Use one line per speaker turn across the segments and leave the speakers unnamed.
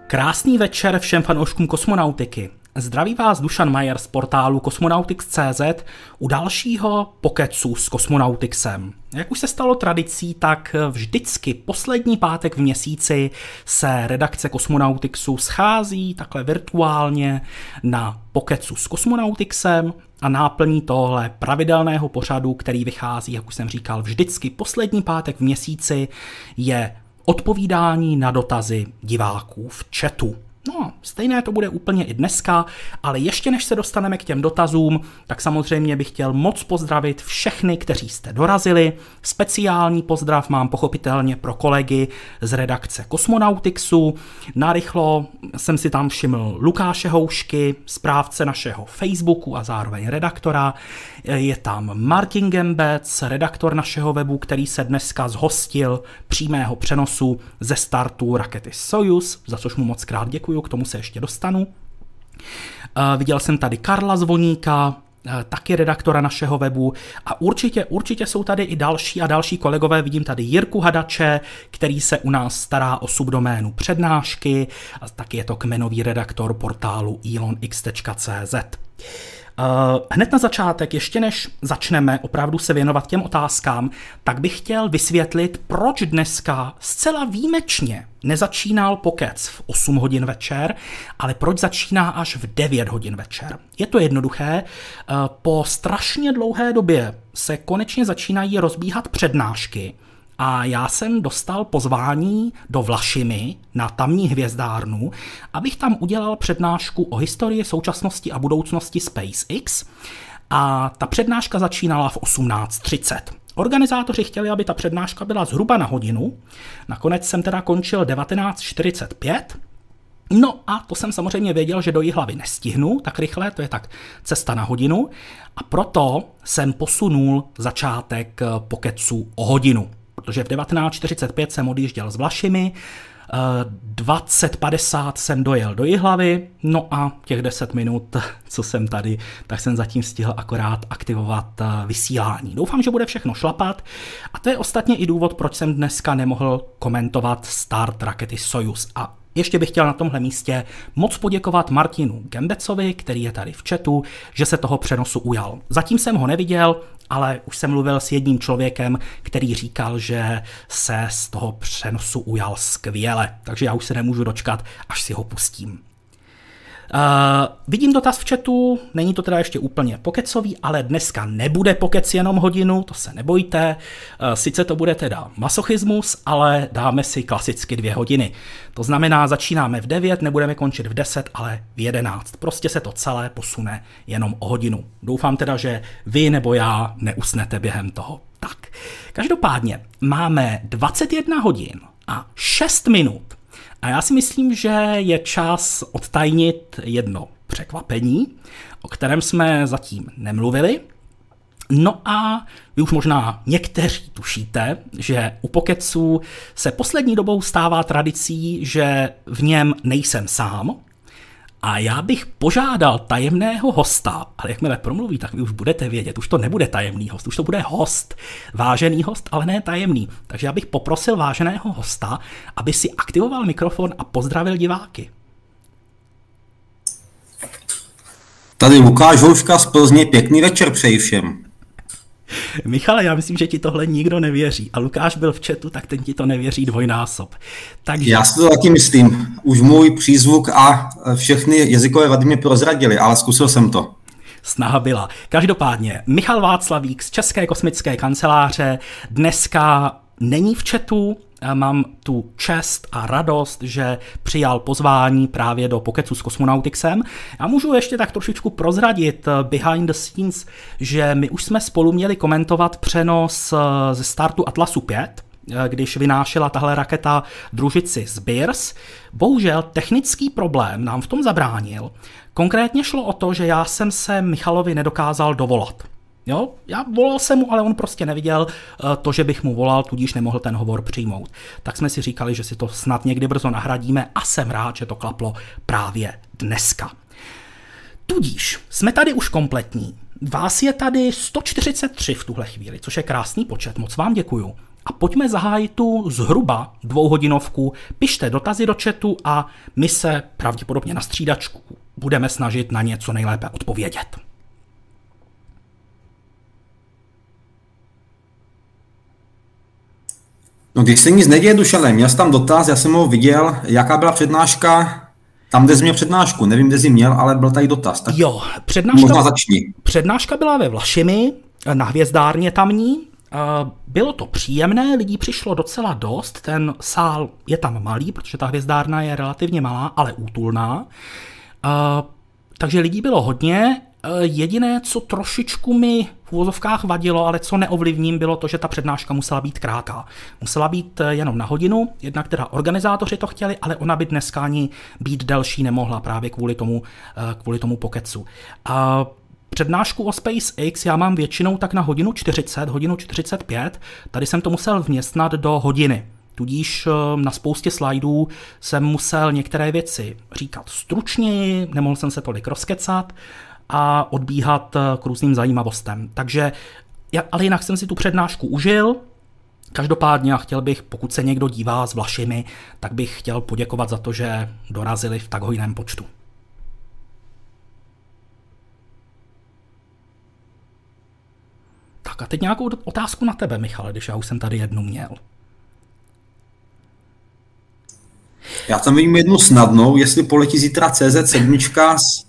Krásný večer všem fanouškům kosmonautiky. Zdraví vás Dušan Majer z portálu Cosmonautics.cz u dalšího pokecu s Cosmonauticsem. Jak už se stalo tradicí, tak vždycky poslední pátek v měsíci se redakce Cosmonautixu schází takhle virtuálně na pokecu s Cosmonauticsem a náplní tohle pravidelného pořadu, který vychází, jak už jsem říkal, vždycky poslední pátek v měsíci, je odpovídání na dotazy diváků v chatu. No, stejné to bude úplně i dneska, ale ještě než se dostaneme k těm dotazům, tak samozřejmě bych chtěl moc pozdravit všechny, kteří jste dorazili. Speciální pozdrav mám pochopitelně pro kolegy z redakce Cosmonautixu. Narychlo jsem si tam všiml Lukáše Houšky, správce našeho Facebooku a zároveň redaktora. Je tam Martin Gembec, redaktor našeho webu, který se dneska zhostil přímého přenosu ze startu rakety Sojuz, za což mu moc krát děkuju, k tomu se ještě dostanu. Viděl jsem tady Karla Zvoníka, taky redaktora našeho webu a určitě jsou tady i další a další kolegové. Vidím tady Jirku Hadače, který se u nás stará o subdoménu přednášky a taky je to kmenový redaktor portálu elonx.cz. Hned na začátek, ještě než začneme opravdu se věnovat těm otázkám, tak bych chtěl vysvětlit, proč dneska zcela výjimečně nezačínal pokec v 8 hodin večer, ale proč začíná až v 9 hodin večer. Je to jednoduché, po strašně dlouhé době se konečně začínají rozbíhat přednášky, a já jsem dostal pozvání do Vlašimi na tamní hvězdárnu, abych tam udělal přednášku o historii, současnosti a budoucnosti SpaceX. A ta přednáška začínala v 18:30. Organizátoři chtěli, aby ta přednáška byla zhruba na hodinu. Nakonec jsem teda končil 19:45. No a to jsem samozřejmě věděl, že do Jihlavy nestihnu tak rychle, to je tak cesta na hodinu. A proto jsem posunul začátek pokecu o hodinu. Protože v 19:45 jsem odjížděl z Vlašimi, 20:50 jsem dojel do Jihlavy, no a těch 10 minut, co jsem tady, tak jsem zatím stihl akorát aktivovat vysílání. Doufám, že bude všechno šlapat a to je ostatně i důvod, proč jsem dneska nemohl komentovat start rakety Sojuz. A ještě bych chtěl na tomhle místě moc poděkovat Martinu Gembecovi, který je tady v chatu, že se toho přenosu ujal. Zatím jsem ho neviděl, ale už jsem mluvil s jedním člověkem, který říkal, že se z toho přenosu ujal skvěle, takže já už se nemůžu dočkat, až si ho pustím. Vidím dotaz v chatu, není to teda ještě úplně pokecový, ale dneska nebude pokec jenom hodinu, to se nebojte, sice to bude teda masochismus, ale dáme si klasicky 2 hodiny. To znamená, začínáme v 9, nebudeme končit v 10, ale v 11. Prostě se to celé posune jenom o hodinu. Doufám teda, že vy nebo já neusnete během toho. Tak, každopádně máme 21 hodin a 6 minut. A já si myslím, že je čas odtajnit jedno překvapení, o kterém jsme zatím nemluvili. No a vy už možná někteří tušíte, že u pokeců se poslední dobou stává tradicí, že v něm nejsem sám. A já bych požádal tajemného hosta, ale jakmile promluví, tak vy už budete vědět, už to nebude tajemný host, už to bude host, vážený host, ale ne tajemný. Takže já bych poprosil váženého hosta, aby si aktivoval mikrofon a pozdravil diváky.
Tady Lukáš Houška z Plzně, pěkný večer přeji všem.
Michale, já myslím, že ti tohle nikdo nevěří. A Lukáš byl v chatu, tak ten ti to nevěří dvojnásob. Takže... Já
si to taky myslím. Už můj přízvuk a všechny jazykové vady mě prozradili, ale zkusil jsem to.
Snaha byla. Každopádně, Michal Václavík z České kosmické kanceláře dneska není v chatu. Mám tu čest a radost, že přijal pozvání právě do pokecu s Cosmonautixem. Já můžu ještě tak trošičku prozradit behind the scenes, že my už jsme spolu měli komentovat přenos ze startu Atlasu 5, když vynášela tahle raketa družici Sbirrs. Bohužel technický problém nám v tom zabránil. Konkrétně šlo o to, že já jsem se Michalovi nedokázal dovolat. Jo, já volal jsem mu, ale on prostě neviděl to, že bych mu volal, tudíž nemohl ten hovor přijmout. Tak jsme si říkali, že si to snad někdy brzo nahradíme a jsem rád, že to klaplo právě dneska. Tudíž jsme tady už kompletní. Vás je tady 143 v tuhle chvíli, což je krásný počet, moc vám děkuju. a pojďme zahájit tu zhruba 2hodinovku. Pište dotazy do chatu a my se pravděpodobně na střídačku budeme snažit na ně co nejlépe odpovědět.
No, když se nic neděje, Dušane, měl jsi tam dotaz, já jsem ho viděl, jaká byla přednáška, tam, kde jsi měl přednášku, nevím, kde jsi měl, ale byl tady dotaz. Tak
jo, přednáška byla ve Vlašimi, na Hvězdárně tamní, bylo to příjemné, lidí přišlo docela dost, ten sál je tam malý, protože ta Hvězdárna je relativně malá, ale útulná, takže lidí bylo hodně. Jediné, co trošičku mi v uvozovkách vadilo, ale co neovlivním, bylo to, že ta přednáška musela být krátká. Musela být jenom na hodinu, jednak teda organizátoři to chtěli, ale ona by dneska ani být delší nemohla právě kvůli tomu pokecu. Přednášku o SpaceX já mám většinou tak na hodinu 40, hodinu 45, tady jsem to musel vměstnat do hodiny. Tudíž na spoustě slajdů jsem musel některé věci říkat stručněji, nemohl jsem se tolik rozkecat a odbíhat k různým zajímavostem. Takže, ale jinak jsem si tu přednášku užil. Každopádně chtěl bych, pokud se někdo dívá s Vlašimi, tak bych chtěl poděkovat za to, že dorazili v tak hojném počtu. Tak a teď nějakou otázku na tebe, Michale, když já už jsem tady jednu měl.
Já tam vidím jednu snadnou, jestli poletí zítra CZ7 s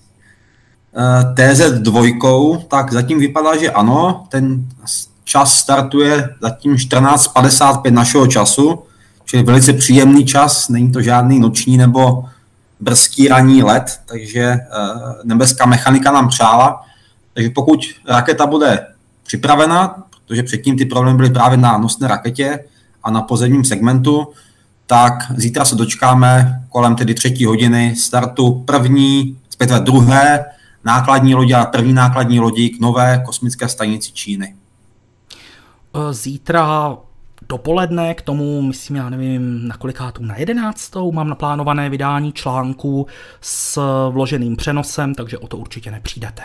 TZ2, tak zatím vypadá, že ano, ten čas startuje zatím 14:55 našeho času, čili velice příjemný čas, není to žádný noční nebo brzký ranní let, takže nebeská mechanika nám přála, takže pokud raketa bude připravena, protože předtím ty problémy byly právě na nosné raketě a na pozemním segmentu, tak zítra se dočkáme kolem tedy 3. hodiny startu druhé nákladní lodi a první nákladní lodi k nové kosmické stanici Číny.
Zítra dopoledne k tomu, myslím, já nevím, na kolikátu, na 11. mám naplánované vydání článku s vloženým přenosem, takže o to určitě nepřijdete.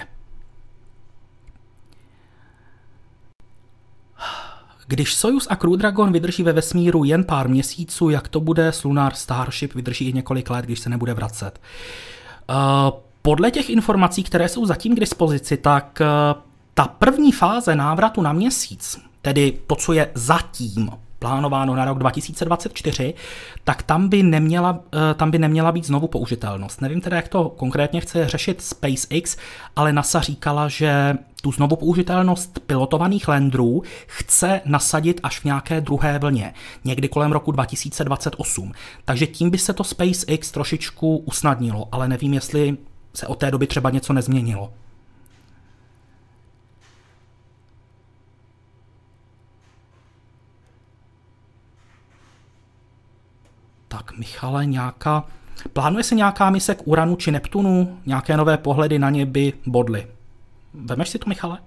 Když Sojuz a Crew Dragon vydrží ve vesmíru jen pár měsíců, jak to bude s Lunar Starship vydrží i několik let, když se nebude vracet? Podle těch informací, které jsou zatím k dispozici, tak ta první fáze návratu na měsíc, tedy to, co je zatím plánováno na rok 2024, tak tam by neměla být znovu použitelnost. Nevím teda, jak to konkrétně chce řešit SpaceX, ale NASA říkala, že tu znovu použitelnost pilotovaných landerů chce nasadit až v nějaké druhé vlně, někdy kolem roku 2028. Takže tím by se to SpaceX trošičku usnadnilo, ale nevím, jestli se od té doby třeba něco nezměnilo. Tak Michale, plánuje se nějaká mise k Uranu či Neptunu? Nějaké nové pohledy na ně by bodly. Vemeš si to, Michale?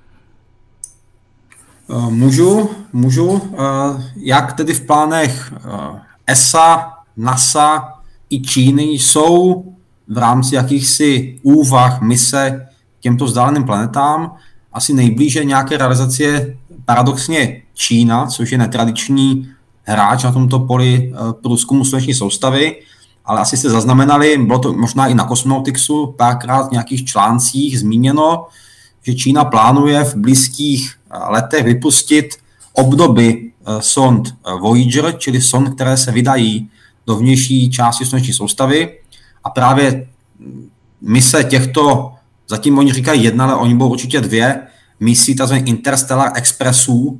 Můžu. Jak tedy v plánech ESA, NASA i Číny jsou v rámci jakýchsi úvah mise těmto vzdáleným planetám asi nejblíže nějaké realizace je paradoxně Čína, což je netradiční hráč na tomto poli průzkumu sluneční soustavy, ale asi jste zaznamenali, bylo to možná i na Cosmonautixu, párkrát v nějakých článcích zmíněno, že Čína plánuje v blízkých letech vypustit obdoby sond Voyager, čili sond, které se vydají do vnější části sluneční soustavy. A právě mise těchto, zatím oni říkají jedna, ale oni budou určitě dvě, misí tzv. Interstellar Expressů,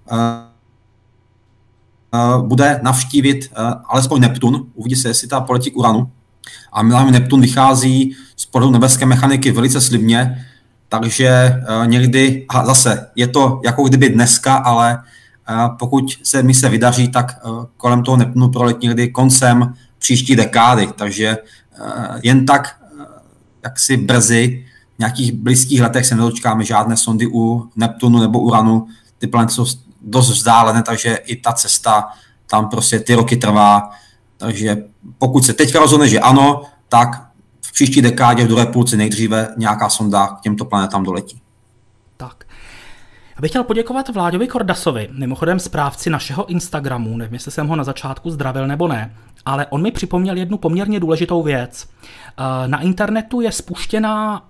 bude navštívit alespoň Neptun, uvidí se, jestli ta poletí k Uranu. A Neptun vychází z pohledu nebeské mechaniky velice slibně, takže někdy, zase je to jako kdyby dneska, ale pokud se mise vydaří, tak kolem toho Neptunu proletí někdy koncem příští dekády, takže jen tak jaksi brzy, v nějakých blízkých letech se nedočkáme žádné sondy u Neptunu nebo Uranu, ty planety jsou dost vzdálené, takže i ta cesta tam prostě ty roky trvá, takže pokud se teďka rozhodne, že ano, tak v příští dekádě, v druhé půlce nejdříve nějaká sonda k těmto planetám doletí.
Tak. Já bych chtěl poděkovat Vláďovi Kordasovi, mimochodem správci našeho Instagramu, nevím, jestli jsem ho na začátku zdravil nebo ne, ale on mi připomněl jednu poměrně důležitou věc. Na internetu je spuštěná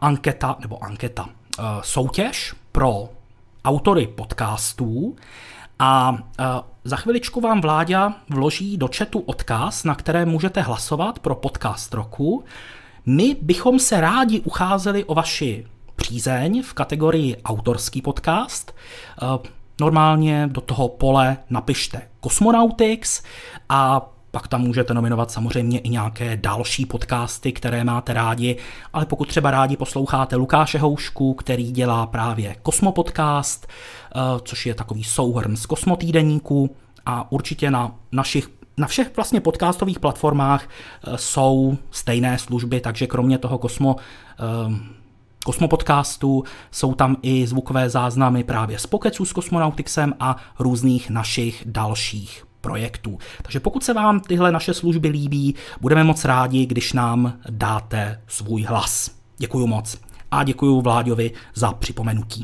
soutěž pro autory podcastů a za chviličku vám Vláďa vloží do chatu odkaz, na které můžete hlasovat pro podcast roku. My bychom se rádi ucházeli o vaši přízeň v kategorii autorský podcast. Normálně do toho pole napište Cosmonautics a pak tam můžete nominovat samozřejmě i nějaké další podcasty, které máte rádi, ale pokud třeba rádi posloucháte Lukáše Houšku, který dělá právě Kosmopodcast, což je takový souhrn z Kosmotýdeníku a určitě na všech vlastně podcastových platformách jsou stejné služby, takže kromě toho Kosmopodcastu jsou tam i zvukové záznamy právě z Pokeců s Cosmonauticsem a různých našich dalších projektů. Takže pokud se vám tyhle naše služby líbí, budeme moc rádi, když nám dáte svůj hlas. Děkuju moc. A děkuju Vláďovi za připomenutí.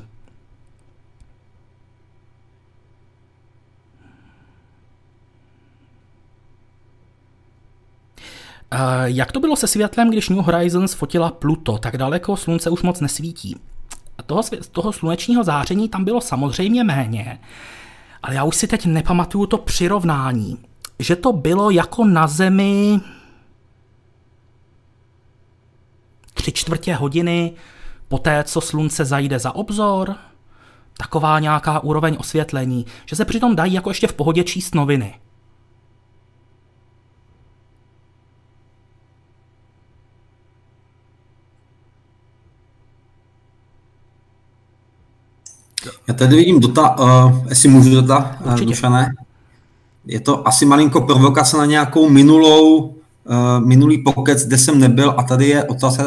Jak to bylo se světlem, když New Horizons fotila Pluto? Tak daleko slunce už moc nesvítí. Toho slunečního záření tam bylo samozřejmě méně, ale já už si teď nepamatuju to přirovnání, že to bylo jako na Zemi 3/4 hodiny poté, co slunce zajde za obzor, taková nějaká úroveň osvětlení, že se přitom dají jako ještě v pohodě číst noviny.
Já tady vidím jestli můžu Dušané. Je to asi malinko provokace na nějakou minulý pokec, kde jsem nebyl a tady je otázka,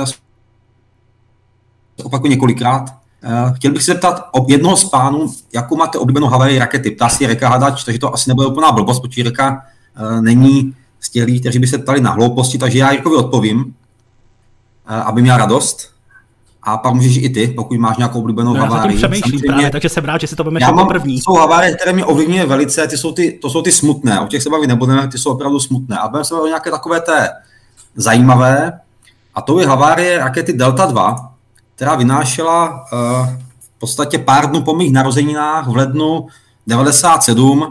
opakuju několikrát. Chtěl bych se zeptat jednoho z pánů, jakou máte oblíbenou havárii rakety. Ptá si Reka Hadač, takže to asi nebude úplná blbost, protože Reka není z těch, kteří by se ptali na hlouposti, takže já Jirkovi odpovím, aby měl radost. A pak můžeš i ty, pokud máš nějakou oblíbenou havárii.
Přemýšlím právě, takže jsem rád, že si to vemeš jako první.
Jsou havárie, které mě ovlivňuje velice, to jsou ty smutné, o těch se bavit nebudeme, ty jsou opravdu smutné. A budeme se bavit o nějaké takové té zajímavé. A to je havárie rakety Delta II, která vynášela v podstatě pár dnů po mých narozeninách v lednu 1997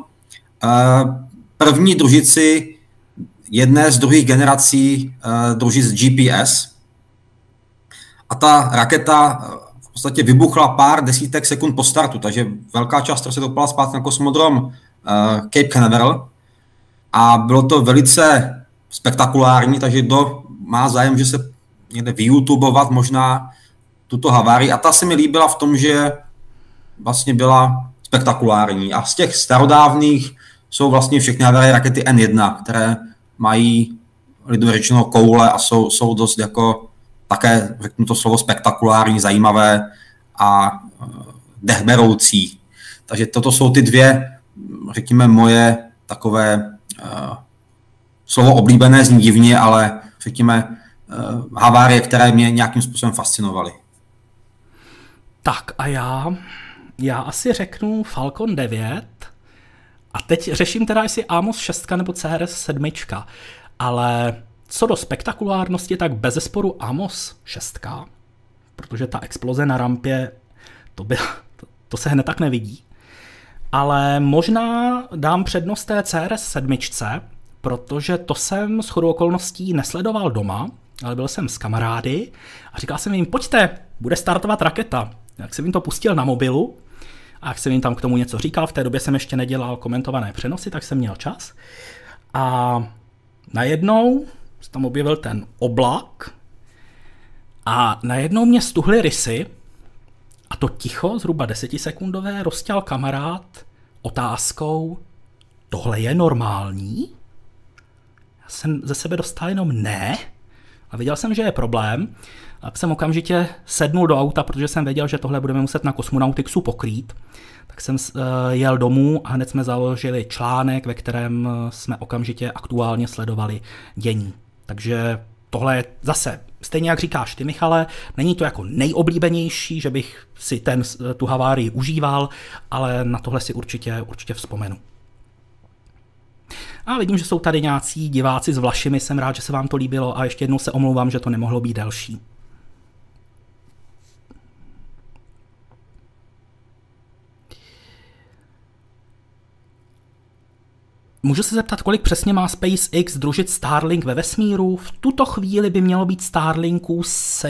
první družici jedné z druhých generací družic GPS. A ta raketa v podstatě vybuchla pár desítek sekund po startu, takže velká část se dopala zpátky na kosmodrom Cape Canaveral a bylo to velice spektakulární, takže kdo má zájem, že se někde vyyoutubovat možná tuto havárii. A ta se mi líbila v tom, že vlastně byla spektakulární. A z těch starodávných jsou vlastně všechny havárie rakety N1, které mají lidově řečeno koule a jsou dost jako také, řeknu to slovo, spektakulární, zajímavé a dechberoucí. Takže toto jsou ty dvě, řekněme, moje takové slovo oblíbené zní divně, ale řekněme havárie, které mě nějakým způsobem fascinovaly.
Tak a já asi řeknu Falcon 9 a teď řeším teda, jestli Amos 6 nebo CRS 7, ale co do spektakulárnosti, tak bezesporu Amos 6, protože ta exploze na rampě, to se hned tak nevidí. Ale možná dám přednost té CRS 7, protože to jsem shodou okolností nesledoval doma, ale byl jsem s kamarády a říkal jsem jim, pojďte, bude startovat raketa. Jak jsem jim to pustil na mobilu a jak jsem jim tam k tomu něco říkal, v té době jsem ještě nedělal komentované přenosy, tak jsem měl čas. A najednou se tam objevil ten oblak a najednou mě stuhly rysy a to ticho, zhruba 10sekundové, rozťal kamarád otázkou, tohle je normální? Já jsem ze sebe dostal jenom ne a viděl jsem, že je problém. Tak jsem okamžitě sednul do auta, protože jsem věděl, že tohle budeme muset na Cosmonauticsu pokrýt. Tak jsem jel domů a hned jsme založili článek, ve kterém jsme okamžitě aktuálně sledovali dění. Takže tohle je zase stejně jak říkáš ty, Michale, není to jako nejoblíbenější, že bych si tu havárii užíval, ale na tohle si určitě vzpomenu. A vidím, že jsou tady nějací diváci s Vlašimi, jsem rád, že se vám to líbilo a ještě jednou se omlouvám, že to nemohlo být delší. Můžu se zeptat, kolik přesně má SpaceX družic Starlink ve vesmíru? V tuto chvíli by mělo být Starlinků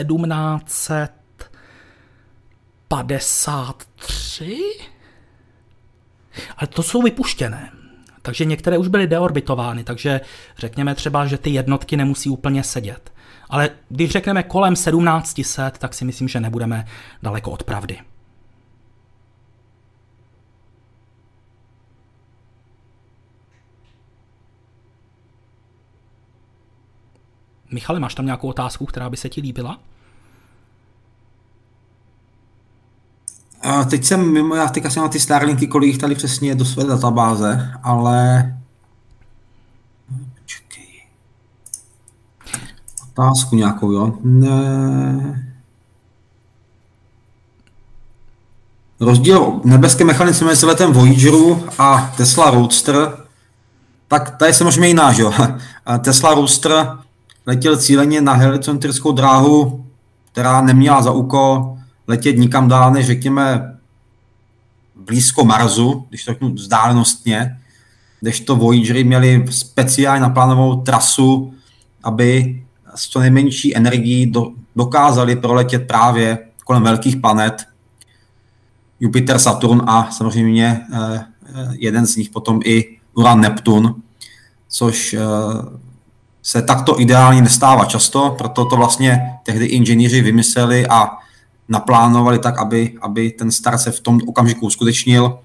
1753? Ale to jsou vypuštěné. Takže některé už byly deorbitovány, takže řekněme třeba, že ty jednotky nemusí úplně sedět. Ale když řekneme kolem 1700, tak si myslím, že nebudeme daleko od pravdy. Michale, máš tam nějakou otázku, která by se ti líbila?
Teď jsem mimo, já teďka jsem na ty Starlinky, kolik jich tady přesně je do své databáze, ale... Počkej. Otázku nějakou, jo? Ne. Rozdíl nebeské mechaniky mezi letem Voyageru a Tesla Roadster, tak tady je samozřejmě jiná, že jo? Tesla Roadster letěl cíleně na heliocentrickou dráhu, která neměla za úkol letět nikam dál, než řekněme blízko Marsu, když to řeknu vzdálenostně, kdežto Voyagery měli speciálně naplánovanou trasu, aby s co nejmenší energií dokázali proletět právě kolem velkých planet, Jupiter, Saturn a samozřejmě jeden z nich potom i Uran, Neptun, což se takto ideálně nestává často, proto to vlastně tehdy inženýři vymysleli a naplánovali tak, aby ten start se v tom okamžiku uskutečnil.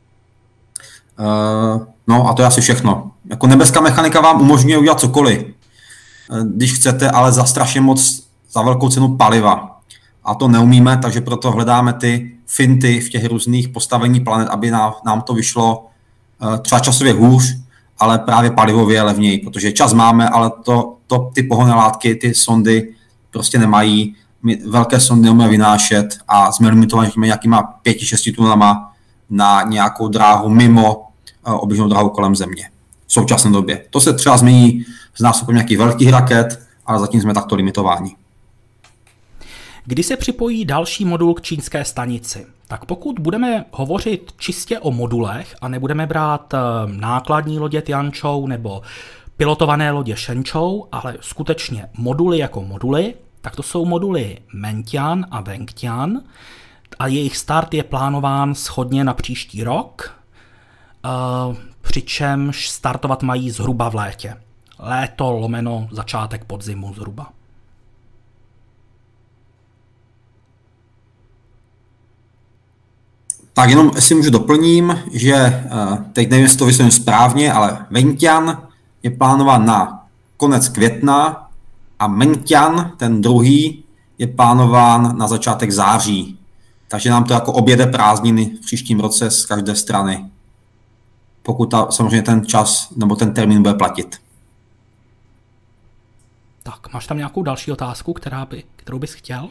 No a to je asi všechno. Jako nebeská mechanika vám umožňuje udělat cokoliv, když chcete, ale za strašně moc, za velkou cenu paliva. A to neumíme, takže proto hledáme ty finty v těch různých postavení planet, aby nám to vyšlo třeba časově hůř, ale právě palivově levněji, protože čas máme, ale ty pohonné látky, ty sondy prostě nemají, velké sondy neumíme vynášet a jsme limitovaní nějakýma 5-6 tunama na nějakou dráhu mimo oběžnou dráhu kolem Země v současné době. To se třeba změní z nástupem nějakých velkých raket, ale zatím jsme takto limitováni.
Kdy se připojí další modul k čínské stanici? Tak pokud budeme hovořit čistě o modulech a nebudeme brát nákladní lodě Tianzhou nebo pilotované lodě Shenzhou, ale skutečně moduly jako moduly, tak to jsou moduly Mengtian a Wengtian a jejich start je plánován shodně na příští rok, přičemž startovat mají zhruba v létě. Léto / začátek podzimu zhruba.
Tak jenom si můžu doplním, že teď nevím, jestli to vyslovím správně, ale Wengtian je plánován na konec května a Mengtian, ten druhý, je plánován na začátek září. Takže nám to jako objede prázdniny v příštím roce z každé strany. Pokud samozřejmě ten čas nebo ten termín bude platit.
Tak, máš tam nějakou další otázku, kterou bys chtěl?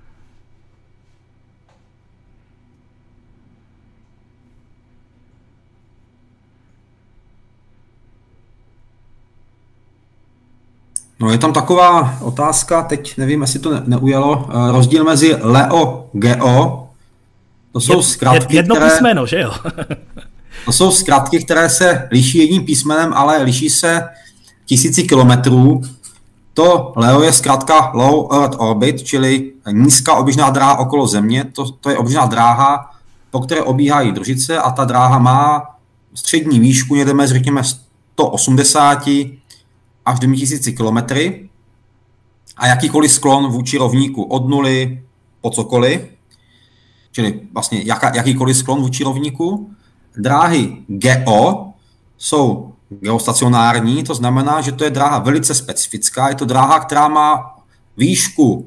No je tam taková otázka, teď nevím, jestli to neujalo, rozdíl mezi LEO, GEO, to jsou zkratky,
jedno písmeno, že jo?
To jsou zkratky, které se liší jedním písmenem, ale liší se tisíci kilometrů. To LEO je zkratka Low Earth Orbit, čili nízká oběžná dráha okolo Země, to je oběžná dráha, po které obíhají družice a ta dráha má střední výšku někde mezi, řekněme, 180 až 2000 km a jakýkoliv sklon vůči rovníku od nuly po cokoliv, čili vlastně jakýkoliv sklon vůči rovníku. Dráhy GEO jsou geostacionární, to znamená, že to je dráha velice specifická, je to dráha, která má výšku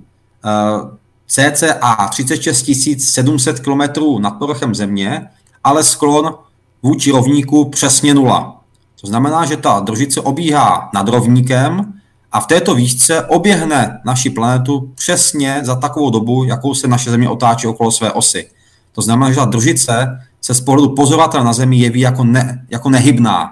cca 36 700 km nad povrchem Země, ale sklon vůči rovníku přesně 0. To znamená, že ta družice obíhá nad rovníkem a v této výšce oběhne naši planetu přesně za takovou dobu, jakou se naše Země otáčí okolo své osy. To znamená, že ta družice se z pohledu pozorovatele na Zemi jeví jako nehybná.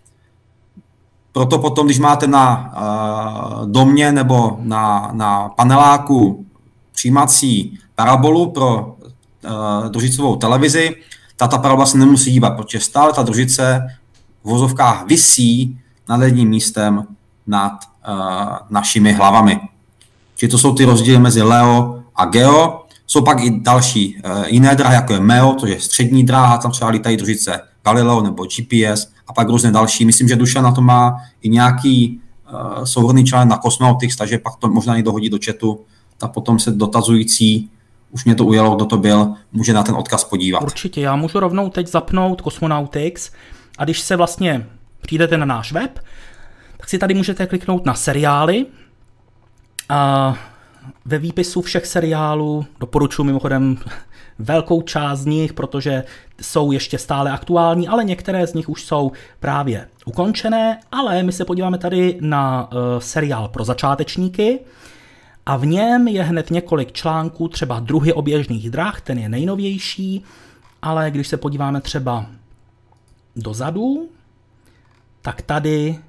Proto potom, když máte na domě nebo na paneláku přijímací parabolu pro družicovou televizi, ta parabola se nemusí hýbat, protože stále ta družice v vozovkách visí nad jedním místem nad našimi hlavami. Čili to jsou ty rozdíly mezi LEO a GEO. Jsou pak i další jiné dráhy, jako je MEO, to je střední dráha, tam třeba lítají družice Galileo nebo GPS a pak různé další. Myslím, že Dušan na to má i nějaký souhrnný článek na Cosmonautics, takže pak to možná někdo hodí do chatu, tak potom se dotazující, už mě to ujelo, kdo to byl, může na ten odkaz podívat.
Určitě, já můžu rovnou teď zapnout Cosmonautics a když se vlastně přijdete na náš web, tak si tady můžete kliknout na seriály a ve výpisu všech seriálů doporučuji mimochodem velkou část z nich, protože jsou ještě stále aktuální, ale některé z nich už jsou právě ukončené, ale my se podíváme tady na seriál pro začátečníky a v něm je hned několik článků, třeba Druhy oběžných drah, ten je nejnovější, ale když se podíváme třeba dozadu, tak tady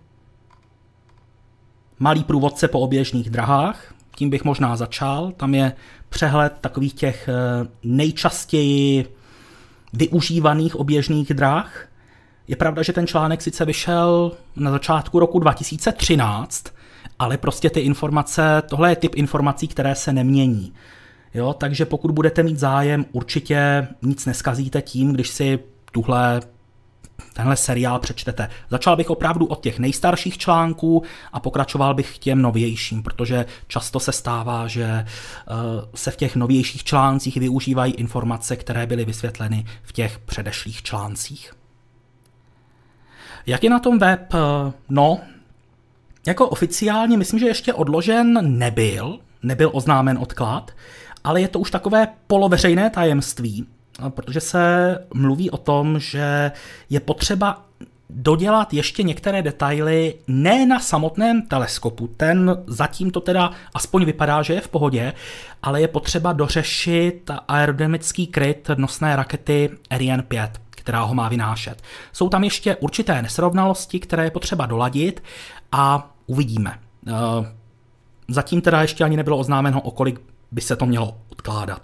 malý průvodce po oběžných drahách, tím bych možná začal, tam je přehled takových těch nejčastěji využívaných oběžných drah. Je pravda, že ten článek sice vyšel na začátku roku 2013, ale prostě ty informace, tohle je typ informací, které se nemění. Jo, takže pokud budete mít zájem, určitě nic neskazíte tím, když si tenhle seriál přečtete. Začal bych opravdu od těch nejstarších článků a pokračoval bych k těm novějším, protože často se stává, že se v těch novějších článcích využívají informace, které byly vysvětleny v těch předešlých článcích. Jak je na tom web? No, jako oficiálně myslím, že ještě odložen nebyl oznámen odklad, ale je to už takové poloveřejné tajemství, protože se mluví o tom, že je potřeba dodělat ještě některé detaily ne na samotném teleskopu, ten zatím to teda aspoň vypadá, že je v pohodě, ale je potřeba dořešit aerodynamický kryt nosné rakety Ariane 5, která ho má vynášet. Jsou tam ještě určité nesrovnalosti, které je potřeba doladit a uvidíme. Zatím teda ještě ani nebylo oznámeno, o kolik by se to mělo odkládat.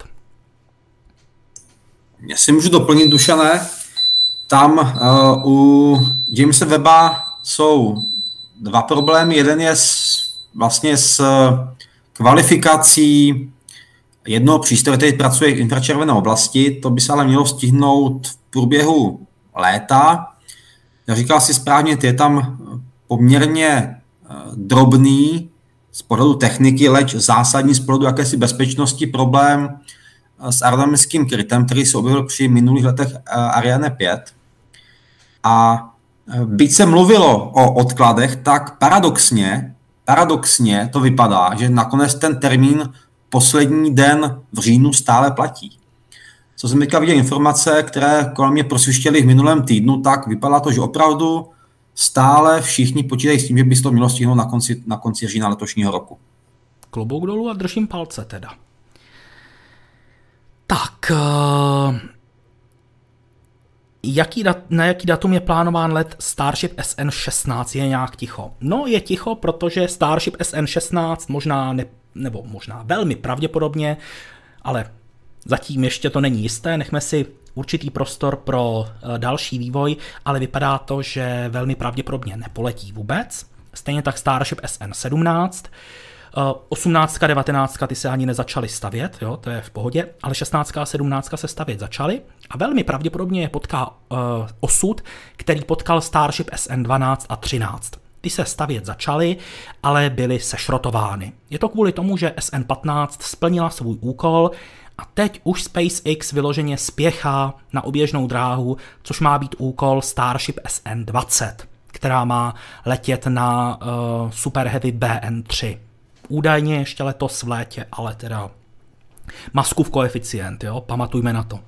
Jestli můžu doplnit, Dušané, tam u Jamese Webba jsou dva problémy. Jeden je vlastně s kvalifikací jednoho přístroje, který pracuje v infračervené oblasti. To by se ale mělo stihnout v průběhu léta. Já říkal si správně, je tam poměrně drobný z pohledu techniky, leč zásadní z pohledu jakési bezpečnosti problém s aerodynamickým krytem, který se objevil při minulých letech Ariane 5. A byť se mluvilo o odkladech, tak paradoxně to vypadá, že nakonec ten termín poslední den v říjnu stále platí. Co jsem teďka viděl informace, které kolem mě prosvištěly v minulém týdnu, tak vypadá to, že opravdu stále všichni počítají s tím, že by se to mělo stihnout na konci října letošního roku.
Klobouk dolů a držím palce teda. Tak, na jaký datum je plánován let Starship SN-16? Je nějak ticho? No, je ticho, protože Starship SN-16 možná velmi pravděpodobně, ale zatím ještě to není jisté, nechme si určitý prostor pro další vývoj, ale vypadá to, že velmi pravděpodobně nepoletí vůbec. Stejně tak Starship SN-17, 18, 19, ty se ani nezačaly stavět, jo, to je v pohodě, ale 16 a 17 se stavět začaly a velmi pravděpodobně je potká osud, který potkal Starship SN-12 a 13. Ty se stavět začaly, ale byly sešrotovány. Je to kvůli tomu, že SN-15 splnila svůj úkol a teď už SpaceX vyloženě spěchá na oběžnou dráhu, což má být úkol Starship SN-20, která má letět na Super Heavy BN3. Údajně ještě letos v létě, ale teda Muskův koeficient, jo, pamatujme na to.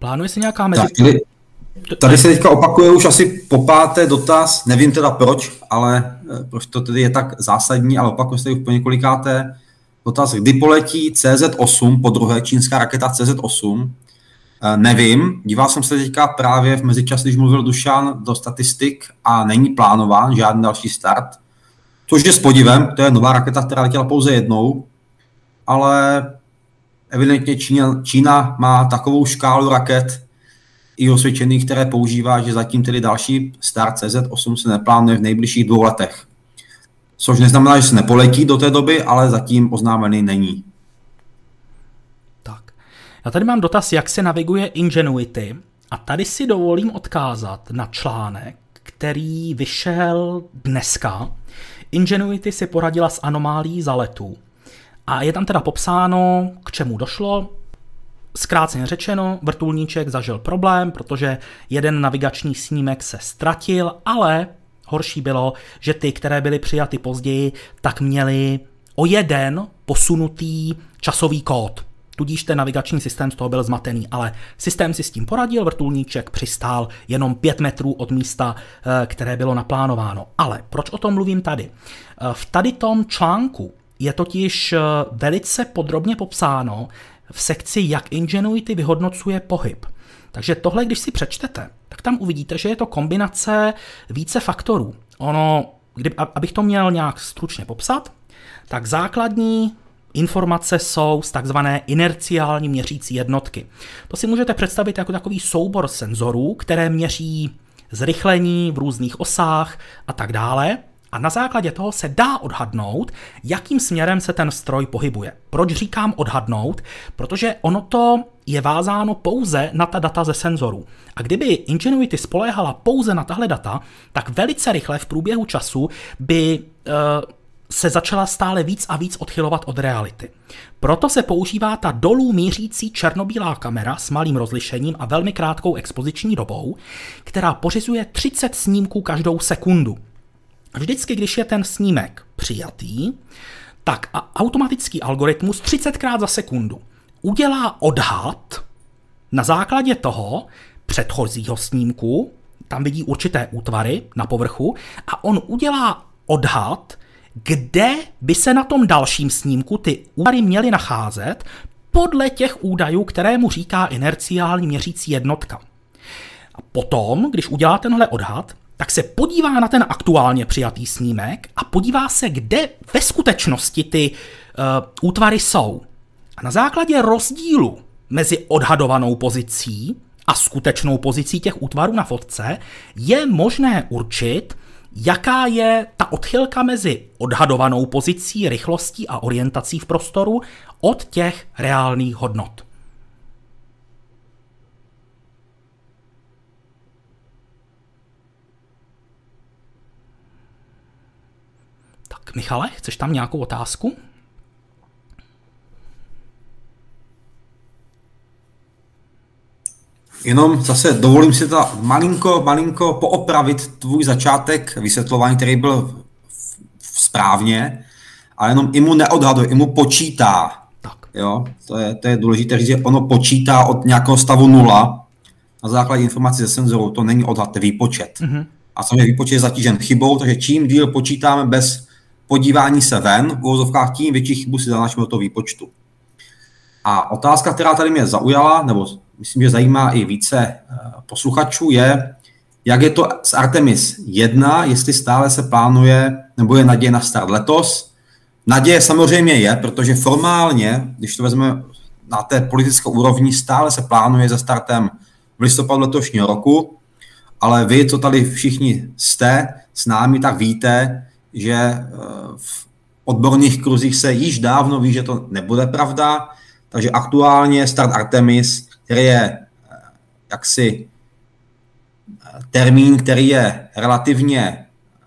Plánuje se nějaká mezi...
Tady se teďka opakuje už asi po páté dotaz, nevím teda proč, ale proč to tedy je tak zásadní, ale opakuje se už po několikáté dotaz, kdy poletí CZ-8, po druhé čínská raketa CZ-8. Nevím, díval jsem se teďka právě v mezičase, když mluvil Dušan, do statistik a není plánován žádný další start, což je s podivem, to je nová raketa, která letěla pouze jednou, ale evidentně Čína má takovou škálu raket i osvědčených, které používá, že zatím tedy další start CZ-8 se neplánuje v nejbližších 2 letech. Což neznamená, že se nepoletí do té doby, ale zatím oznámený není.
Tak. Já tady mám dotaz, jak se naviguje Ingenuity a tady si dovolím odkázat na článek, který vyšel dneska. Ingenuity si poradila s anomálií zaletu a je tam teda popsáno, k čemu došlo. Zkráceně řečeno, vrtulníček zažil problém, protože jeden navigační snímek se ztratil, ale horší bylo, že ty, které byly přijaty později, tak měly o jeden posunutý časový kód. Tudíž ten navigační systém z toho byl zmatený, ale systém si s tím poradil, vrtulníček přistál jenom 5 metrů od místa, které bylo naplánováno. Ale proč o tom mluvím tady? V tady tom článku je totiž velice podrobně popsáno v sekci, jak Ingenuity vyhodnocuje pohyb. Takže tohle, když si přečtete, tak tam uvidíte, že je to kombinace více faktorů. Abych to měl nějak stručně popsat, tak základní informace jsou z takzvané inerciální měřící jednotky. To si můžete představit jako takový soubor senzorů, které měří zrychlení v různých osách a tak dále. A na základě toho se dá odhadnout, jakým směrem se ten stroj pohybuje. Proč říkám odhadnout? Protože ono to je vázáno pouze na ta data ze senzorů. A kdyby Ingenuity spoléhala pouze na tahle data, tak velice rychle v průběhu času by se začala stále víc a víc odchylovat od reality. Proto se používá ta dolů mířící černobílá kamera s malým rozlišením a velmi krátkou expoziční dobou, která pořizuje 30 snímků každou sekundu. Vždycky, když je ten snímek přijatý, tak automatický algoritmus 30krát za sekundu udělá odhad na základě toho předchozího snímku, tam vidí určité útvary na povrchu, a on udělá odhad, kde by se na tom dalším snímku ty útvary měly nacházet podle těch údajů, které mu říká inerciální měřící jednotka. A potom, když udělá tenhle odhad, tak se podívá na ten aktuálně přijatý snímek a podívá se, kde ve skutečnosti ty útvary jsou. A na základě rozdílu mezi odhadovanou pozicí a skutečnou pozicí těch útvarů na fotce je možné určit, jaká je ta odchylka mezi odhadovanou pozicí, rychlostí a orientací v prostoru od těch reálných hodnot. Tak Michale, chceš tam nějakou otázku?
Jenom zase dovolím si to malinko poopravit tvůj začátek vysvětlování, který byl správně, ale jenom imu neodhaduje, imu počítá.
Tak.
Jo? To je důležité říct, že ono počítá od nějakého stavu 0 na základě informací ze senzoru, to není odhad, to je výpočet. Mm-hmm. A samozřejmě výpočet je zatížen chybou, takže čím díl počítáme bez podívání se ven, v uvozovkách tím větší chybu si zanášíme do toho výpočtu. A otázka, která tady mě zaujala, nebo myslím, že zajímá i více posluchačů, je, jak je to s Artemis 1, jestli stále se plánuje, nebo je naděje na start letos. Naděje samozřejmě je, protože formálně, když to vezmeme na té politické úrovni, stále se plánuje se startem v listopadu letošního roku, ale vy, co tady všichni jste s námi, tak víte, že v odborných kruzích se již dávno ví, že to nebude pravda, takže aktuálně start Artemis, který je jaksi termín, který je relativně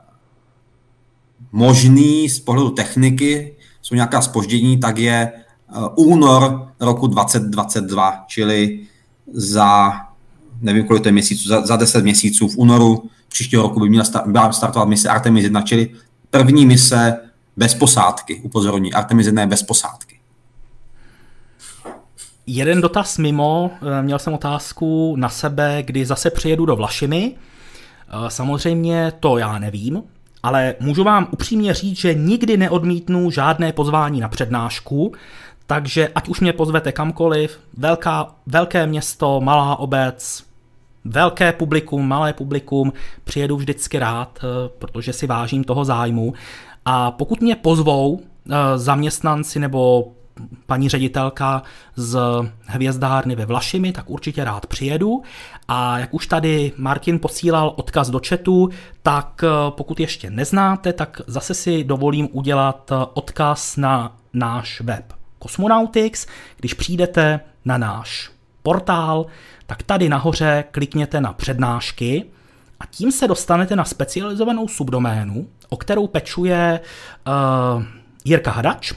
možný z pohledu techniky, jsou nějaká zpoždění, tak je únor roku 2022, čili za nevím kolik to je měsíců, za 10 měsíců v únoru příštího roku by měla startovat mise Artemis 1, čili první mise bez posádky, upozorní, Artemis 1 je bez posádky.
Jeden dotaz mimo, měl jsem otázku na sebe, kdy zase přijedu do Vlašimi. Samozřejmě to já nevím, ale můžu vám upřímně říct, že nikdy neodmítnu žádné pozvání na přednášku, takže ať už mě pozvete kamkoliv, velké město, malá obec, velké publikum, malé publikum, přijedu vždycky rád, protože si vážím toho zájmu. A pokud mě pozvou zaměstnanci nebo paní ředitelka z hvězdárny ve Vlašimi, tak určitě rád přijedu. A jak už tady Martin posílal odkaz do chatu, tak pokud ještě neznáte, tak zase si dovolím udělat odkaz na náš web Cosmonautics. Když přijdete na náš portál, tak tady nahoře klikněte na přednášky a tím se dostanete na specializovanou subdoménu, o kterou pečuje Jirka Hadač.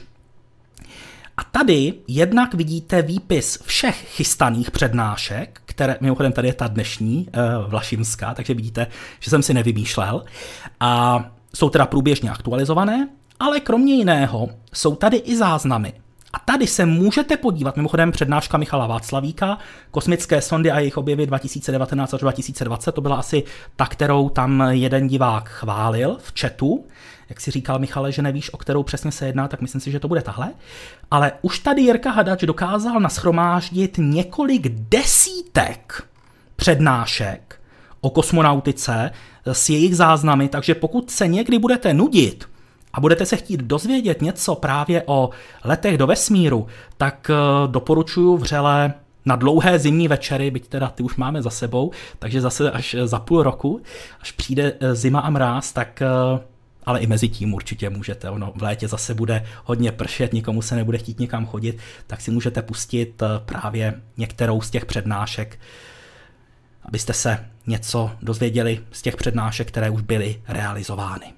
A tady jednak vidíte výpis všech chystaných přednášek, které, mimochodem tady je ta dnešní vlašimská, takže vidíte, že jsem si nevymýšlel. A jsou teda průběžně aktualizované, ale kromě jiného jsou tady i záznamy. A tady se můžete podívat, mimochodem přednáška Michala Václavíka, kosmické sondy a jejich objevy 2019 až 2020, to byla asi ta, kterou tam jeden divák chválil v chatu. Jak si říkal Michale, že nevíš, o kterou přesně se jedná, tak myslím si, že to bude tahle. Ale už tady Jirka Hadač dokázal nashromáždit několik desítek přednášek o kosmonautice s jejich záznamy, takže pokud se někdy budete nudit a budete se chtít dozvědět něco právě o letech do vesmíru, tak doporučuji vřele na dlouhé zimní večery, byť teda ty už máme za sebou, takže zase až za půl roku, až přijde zima a mráz, tak ale i mezi tím určitě můžete. Ono v létě zase bude hodně pršet, nikomu se nebude chtít někam chodit, tak si můžete pustit právě některou z těch přednášek, abyste se něco dozvěděli z těch přednášek, které už byly realizovány.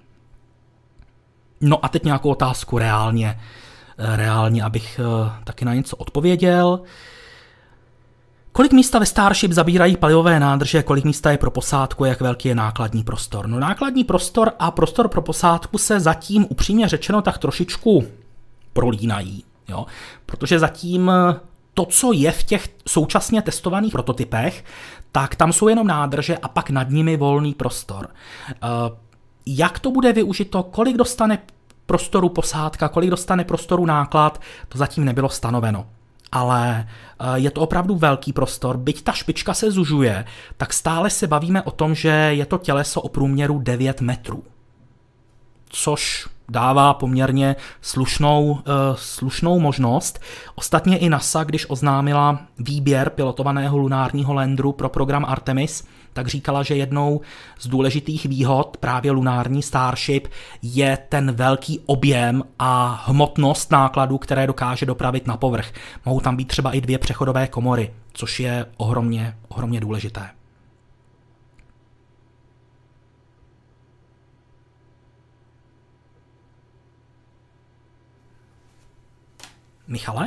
No a teď nějakou otázku reálně, abych taky na něco odpověděl. Kolik místa ve Starship zabírají palivové nádrže, kolik místa je pro posádku, jak velký je nákladní prostor? No nákladní prostor a prostor pro posádku se zatím upřímně řečeno tak trošičku prolínají, jo? Protože zatím to, co je v těch současně testovaných prototypech, tak tam jsou jenom nádrže a pak nad nimi volný prostor. Jak to bude využito, kolik dostane prostoru posádka, kolik dostane prostoru náklad, to zatím nebylo stanoveno. Ale je to opravdu velký prostor, byť ta špička se zužuje, tak stále se bavíme o tom, že je to těleso o průměru 9 metrů. Což dává poměrně slušnou možnost. Ostatně i NASA, když oznámila výběr pilotovaného lunárního landeru pro program Artemis, tak říkala, že jednou z důležitých výhod právě lunární Starship je ten velký objem a hmotnost nákladů, které dokáže dopravit na povrch. Mohou tam být třeba i 2 přechodové komory, což je ohromně důležité. Michale?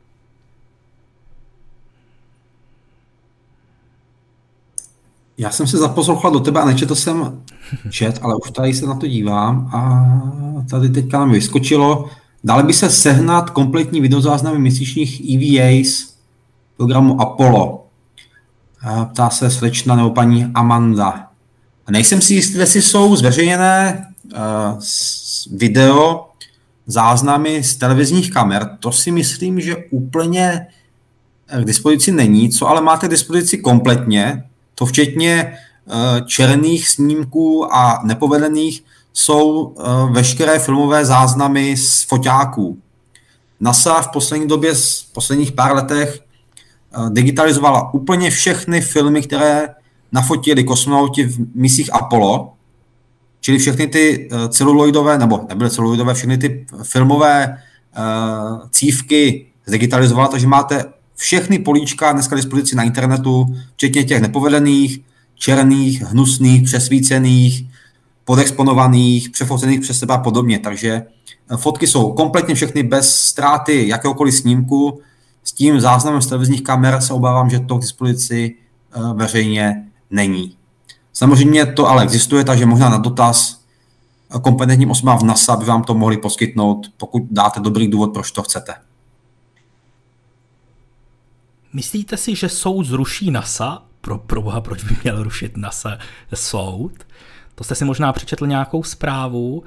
Já jsem se zaposlouchal do tebe a nečetl jsem chat, ale už tady se na to dívám a tady teďka nám vyskočilo. Dále by se sehnat kompletní videozáznamy měsíčních EVAs programu Apollo. Ptá se slečna nebo paní Amanda. Nejsem si jistý, jestli jsou zveřejněné video záznamy z televizních kamer. To si myslím, že úplně k dispozici není. Co ale máte k dispozici kompletně, to včetně černých snímků a nepovedených, jsou veškeré filmové záznamy z foťáků. NASA v poslední době, v posledních pár letech digitalizovala úplně všechny filmy, které nafotili kosmonauti v misích Apollo, čili všechny ty celuloidové, nebo nebyly celuloidové, všechny ty filmové cívky zdigitalizovala, takže máte všechny políčka dneska k dispozici na internetu, včetně těch nepovedených, černých, hnusných, přesvícených, podexponovaných, přefocených přes sebe a podobně. Takže fotky jsou kompletně všechny bez ztráty jakéhokoliv snímku. S tím záznamem z televizních kamer se obávám, že to k dispozici veřejně není. Samozřejmě to ale existuje, takže možná na dotaz kompetentním osobám v NASA by vám to mohli poskytnout, pokud dáte dobrý důvod, proč to chcete.
Myslíte si, že soud zruší NASA? Proboha, proč by měl rušit NASA soud? To jste si možná přečetl nějakou zprávu.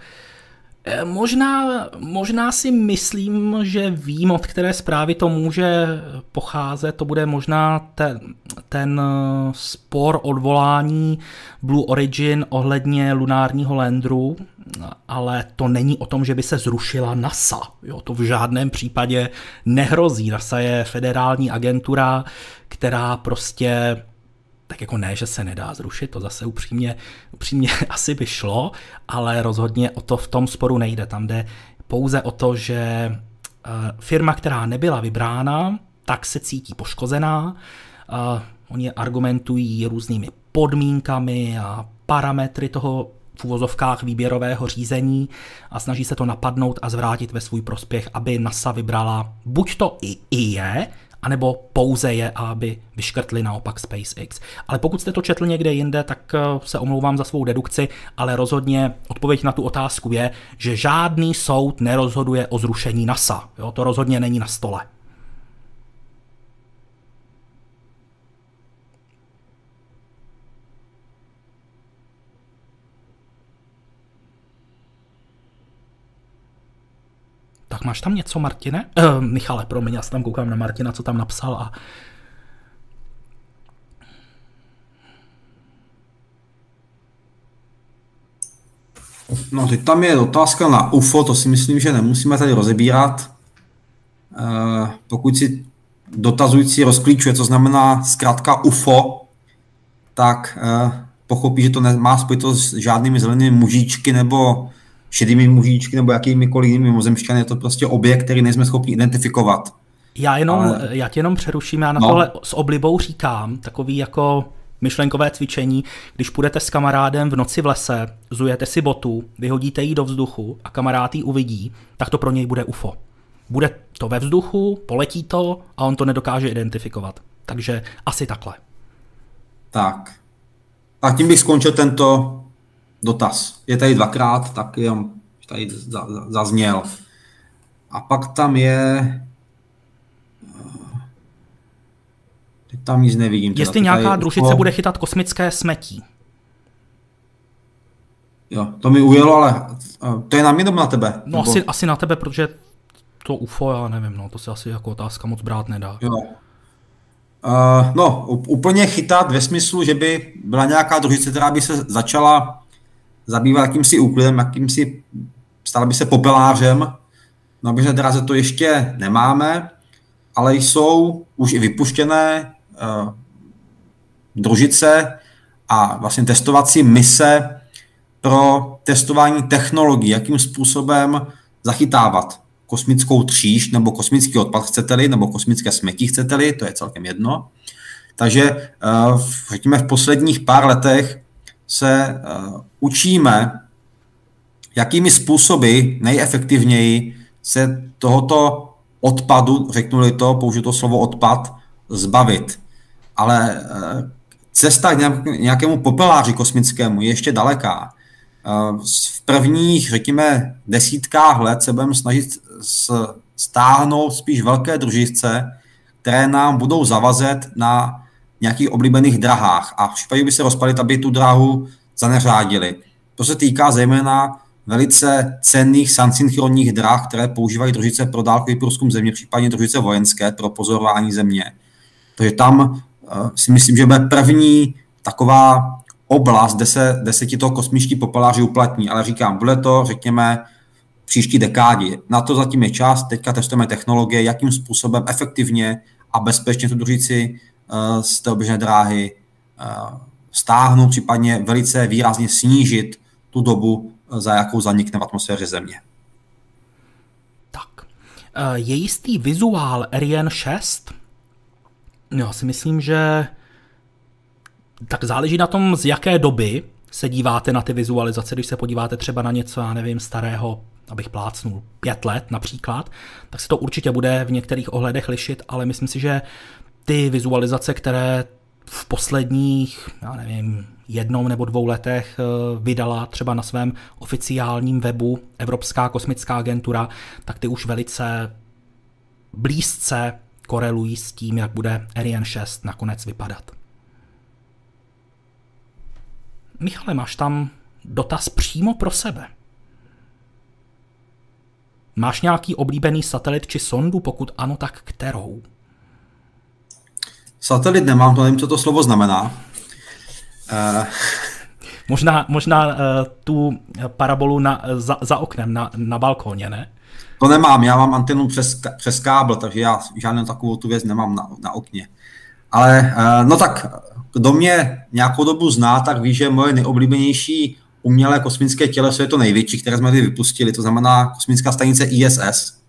Možná si myslím, že vím, od které zprávy to může pocházet. To bude možná ten spor odvolání Blue Origin ohledně lunárního landeru, ale to není o tom, že by se zrušila NASA. Jo, to v žádném případě nehrozí. NASA je federální agentura, která prostě tak jako ne, že se nedá zrušit, to zase upřímně asi by šlo, ale rozhodně o to v tom sporu nejde. Tam jde pouze o to, že firma, která nebyla vybrána, tak se cítí poškozená. Oni argumentují různými podmínkami a parametry toho v uvozovkách výběrového řízení a snaží se to napadnout a zvrátit ve svůj prospěch, aby NASA vybrala buď to i je, anebo pouze je, aby vyškrtli naopak SpaceX. Ale pokud jste to četl někde jinde, tak se omlouvám za svou dedukci, ale rozhodně odpověď na tu otázku je, že žádný soud nerozhoduje o zrušení NASA. Jo, to rozhodně není na stole. Tak máš tam něco, Martine? Michale, promiň, já se tam koukám na Martina, co tam napsal a...
No, teď tam je otázka na UFO, to si myslím, že nemusíme tady rozebírat. Pokud si dotazující rozklíčuje, co znamená zkrátka UFO, tak pochopí, že to nemá spojitost s žádnými zelenými mužíčky nebo šedými mužíčky nebo jakýmikoliv jinými mimozemšťany, je to prostě objekt, který nejsme schopni identifikovat.
Já tě jenom přeruším, já na tohle s oblibou říkám, takový jako myšlenkové cvičení, když půjdete s kamarádem v noci v lese, zujete si botu, vyhodíte ji do vzduchu a kamarád ji uvidí, tak to pro něj bude UFO. Bude to ve vzduchu, poletí to a on to nedokáže identifikovat. Takže asi takhle.
Tak. A tím bych skončil tento dotaz. Je tady dvakrát, tak jenom tady zazněl. A pak tam je... Teď tam nic nevidím.
Jestli nějaká družice bude chytat kosmické smetí.
Jo, to mi ujelo, ale to je na mě nebo na tebe?
No asi na tebe, protože to UFO, já nevím, no, to se asi jako otázka moc brát nedá.
Jo. No, úplně chytat ve smyslu, že by byla nějaká družice, která by se začala zabývat jakýmsi úklidem, stala by se popelářem. Na běžné dráze to ještě nemáme, ale jsou už i vypuštěné družice a vlastně testovací mise pro testování technologií, jakým způsobem zachytávat kosmickou tříšť nebo kosmický odpad, chcete-li, nebo kosmické smetí, chcete-li, to je celkem jedno. Takže řekněme v posledních pár letech se učíme, jakými způsoby nejefektivněji se tohoto odpadu, řeknu-li to, použiju to slovo odpad, zbavit. Ale cesta k nějakému popeláři kosmickému je ještě daleká. V prvních, řekněme, desítkách let se budeme snažit stáhnout spíš velké družice, které nám budou zavazet na nějakých oblíbených drahách a v případě by se rozpadly, aby tu dráhu zaneřádili. To se týká zejména velice cenných sansynchronních drah, které používají družice pro dálkový průzkum země, případně družice vojenské pro pozorování země. Takže tam si myslím, že bude první taková oblast, kde se tito kosmičtí popeláři uplatní, ale říkám, bude to, řekněme, příští dekády. Na to zatím je čas, teďka testujeme technologie, jakým způsobem efektivně a bezpečně tu družici z té oběžné dráhy stáhnout, případně velice výrazně snížit tu dobu, za jakou zanikne v atmosféře Země.
Tak. Je jistý vizuál Ariane 6? Já si myslím, že tak záleží na tom, z jaké doby se díváte na ty vizualizace. Když se podíváte třeba na něco, já nevím, starého, abych plácnul, 5 let například, tak se to určitě bude v některých ohledech lišit, ale myslím si, že ty vizualizace, které v posledních, já nevím, 1 nebo 2 letech vydala třeba na svém oficiálním webu Evropská kosmická agentura, tak ty už velice blízce korelují s tím, jak bude Ariane 6 nakonec vypadat. Michale, máš tam dotaz přímo pro sebe. Máš nějaký oblíbený satelit či sondu? Pokud ano, tak kterou?
Satelit nemám, to nevím, co to slovo znamená.
Možná tu parabolu za oknem na balkóně, ne?
To nemám, já mám antenu přes kábel, takže já žádnou takovou tu věc nemám na okně. Ale no tak, kdo mě nějakou dobu zná, tak ví, že moje nejoblíbenější umělé kosmické těleso je to největší, které jsme vypustili, to znamená kosmická stanice ISS.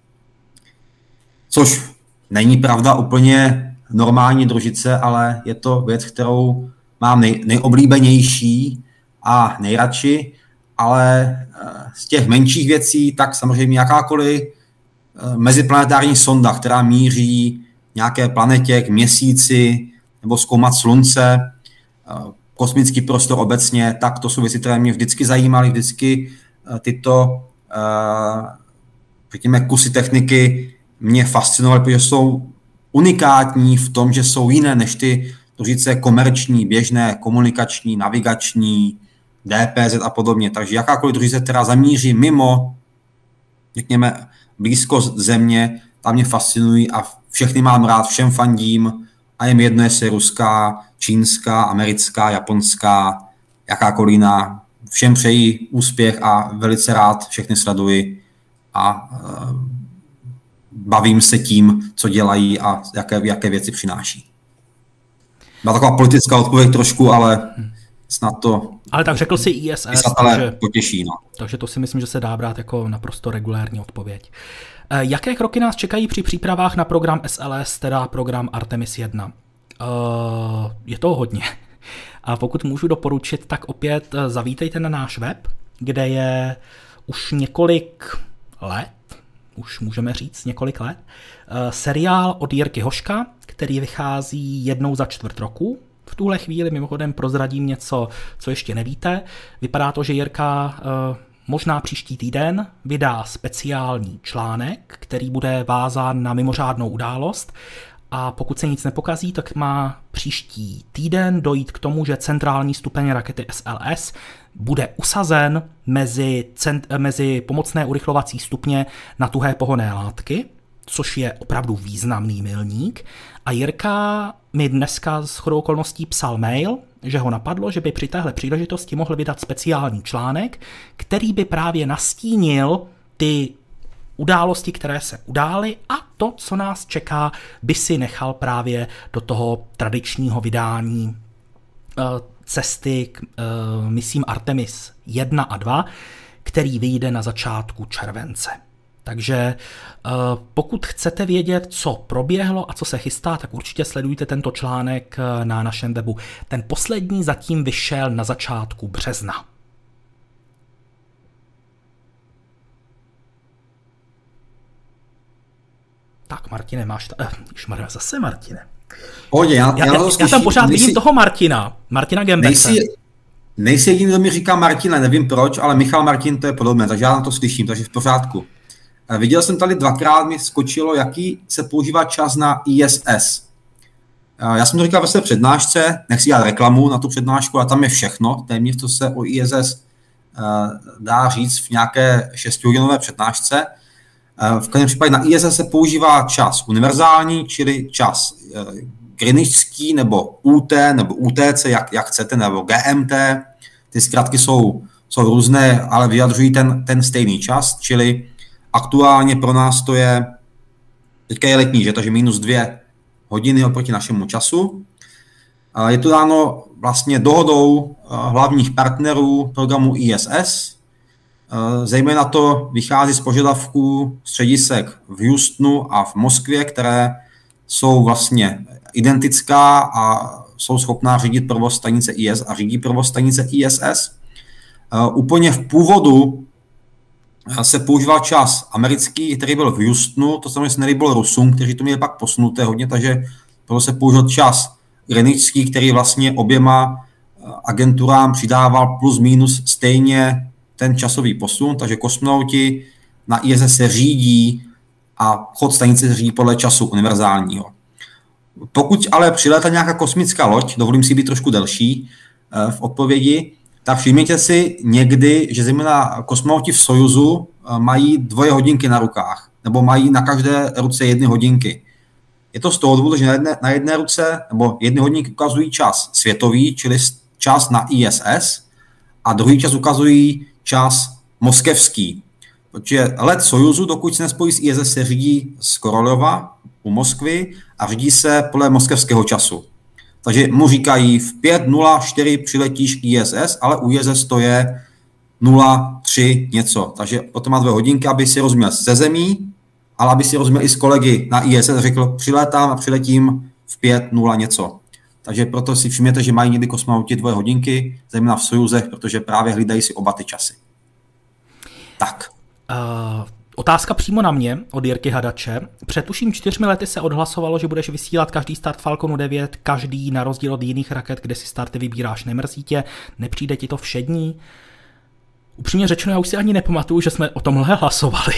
Což není pravda úplně normální družice, ale je to věc, kterou mám nejoblíbenější a nejradši, ale z těch menších věcí, tak samozřejmě jakákoliv meziplanetární sonda, která míří nějaké planetě k měsíci nebo zkoumat slunce, kosmický prostor obecně, tak to jsou věci, které mě vždycky zajímaly, vždycky tyto, řekněme, kusy techniky mě fascinovaly, protože jsou unikátní v tom, že jsou jiné než ty družice komerční, běžné, komunikační, navigační, DPZ a podobně. Takže jakákoliv družice, která zamíří mimo, řekněme, blízko země, tam mě fascinují a všechny mám rád, všem fandím a je mi jedno, jestli ruská, čínská, americká, japonská, jakákoliv jiná. Všem přeji úspěch a velice rád všechny sleduji a bavím se tím, co dělají a jaké věci přináší. Byla taková politická odpověď trošku, ale snad to...
Ale tak řekl si ISS,
takže potěší, no.
Takže to si myslím, že se dá brát jako naprosto regulérní odpověď. Jaké kroky nás čekají při přípravách na program SLS, teda program Artemis 1? Je toho hodně. A pokud můžu doporučit, tak opět zavítejte na náš web, kde je už několik let, už můžeme říct několik let, seriál od Jirky Hoška, který vychází jednou za čtvrt roku. V tuhle chvíli mimochodem prozradím něco, co ještě nevíte. Vypadá to, že Jirka možná příští týden vydá speciální článek, který bude vázán na mimořádnou událost. A pokud se nic nepokazí, tak má příští týden dojít k tomu, že centrální stupeň rakety SLS bude usazen mezi pomocné urychlovací stupně na tuhé pohonné látky, což je opravdu významný milník. A Jirka mi dneska shodou okolností psal mail, že ho napadlo, že by při téhle příležitosti mohl vydat speciální článek, který by právě nastínil ty události, které se udály a to, co nás čeká, by si nechal právě do toho tradičního vydání cesty k misím Artemis 1 a 2, který vyjde na začátku července. Takže pokud chcete vědět, co proběhlo a co se chystá, tak určitě sledujte tento článek na našem webu. Ten poslední zatím vyšel na začátku března. Tak, Martine, máš... zase Martine.
Pohodě, já
tam pořád vidím toho Martina Gembese.
Nejsi jediný, kdo mi říká Martina, nevím proč, ale Michal Martin to je podobné, takže já na to slyším, takže v pořádku. Viděl jsem tady dvakrát, mi skočilo, jaký se používá čas na ISS. Já jsem to říkal ve své přednášce, nechci dělat reklamu na tu přednášku, a tam je všechno, téměř to se o ISS dá říct v nějaké 6hodinové přednášce. V každém případě na ISS se používá čas univerzální, čili čas greenwichský, nebo UT, nebo UTC, jak chcete, nebo GMT. Ty zkratky jsou různé, ale vyjadřují ten stejný čas, čili aktuálně pro nás to je, teďka je letní, že? Takže -2 hodiny oproti našemu času. Je to dáno vlastně dohodou hlavních partnerů programu ISS. Zejména to vychází z požadavků středisek v Houstonu a v Moskvě, které jsou vlastně identická a jsou schopná řídit provoz stanice ISS a řídí provoz stanice ISS. Úplně v původu se používal čas americký, který byl v Houstonu, to samozřejmě se nelíbilo Rusům, kteří to měli pak posunuté hodně, takže proto se použil čas greenwichský, který vlastně oběma agenturám přidával plus minus stejně ten časový posun, takže kosmonauti na ISS se řídí a chod stanice se řídí podle času univerzálního. Pokud ale přilétá nějaká kosmická loď, dovolím si být trošku delší v odpovědi, tak všimněte si někdy, že zejména kosmonauti v Sojuzu mají 2 hodinky na rukách, nebo mají na každé ruce 1 hodinky. Je to z toho důvodu, že na jedné ruce, nebo 1 hodinky ukazují čas světový, čili čas na ISS, a druhý čas ukazují čas moskevský. Protože let Sojuzu, dokud se nespojí s ISS, se řídí z Korolova u Moskvy a řídí se podle moskevského času. Takže mu říkají v 5:04 přiletíš k ISS, ale u ISS to je 0:03 něco. Takže potom má 2 hodinky, aby si rozuměl ze zemí, ale aby si rozuměl i s kolegy na ISS a řekl, přilétám a přiletím v 5:0 něco. Takže proto si všimněte, že mají někdy kosmonauti 2 hodinky, zejména v Sojuzech, protože právě hlídají si oba ty časy. Tak.
Otázka přímo na mě od Jirky Hadače. Před tuším 4 lety se odhlasovalo, že budeš vysílat každý start Falconu 9, každý na rozdíl od jiných raket, kde si starty vybíráš, nemrzí tě, nepřijde ti to všední? Upřímně řečeno, já už si ani nepamatuju, že jsme o tomhle hlasovali.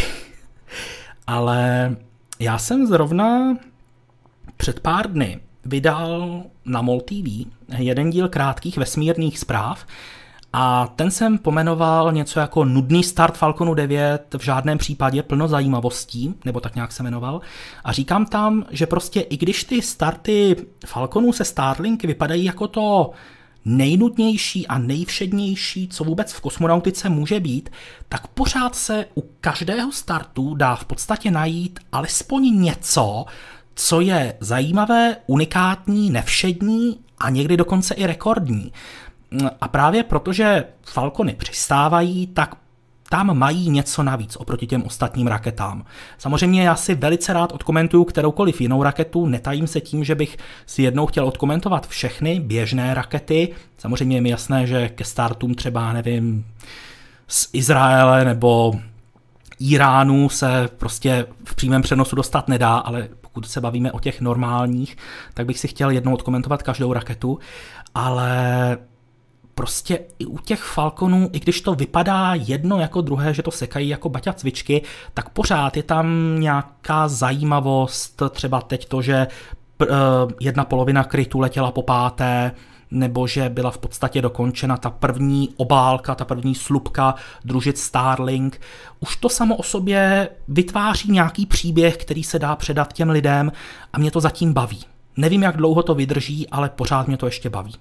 Ale já jsem zrovna před pár dny vydal na MOL TV jeden díl krátkých vesmírných zpráv a ten jsem pomenoval něco jako nudný start Falconu 9, v žádném případě plno zajímavostí, nebo tak nějak se jmenoval. A říkám tam, že prostě i když ty starty Falconů se Starlink vypadají jako to nejnudnější a nejvšednější, co vůbec v kosmonautice může být, tak pořád se u každého startu dá v podstatě najít alespoň něco, co je zajímavé, unikátní, nevšední a někdy dokonce i rekordní. A právě protože Falcony přistávají, tak tam mají něco navíc oproti těm ostatním raketám. Samozřejmě já si velice rád odkomentuju kteroukoliv jinou raketu, netajím se tím, že bych si jednou chtěl odkomentovat všechny běžné rakety. Samozřejmě je mi jasné, že ke startům třeba, nevím, z Izraele nebo Iránu se prostě v přímém přenosu dostat nedá, ale pokud se bavíme o těch normálních, tak bych si chtěl jednou odkomentovat každou raketu, ale prostě i u těch Falconů, i když to vypadá jedno jako druhé, že to sekají jako baťa cvičky, tak pořád je tam nějaká zajímavost, třeba teď to, že jedna polovina krytu letěla po 5., nebo že byla v podstatě dokončena ta první obálka, ta první slupka družic Starlink. Už to samo o sobě vytváří nějaký příběh, který se dá předat těm lidem a mě to zatím baví. Nevím, jak dlouho to vydrží, ale pořád mě to ještě baví.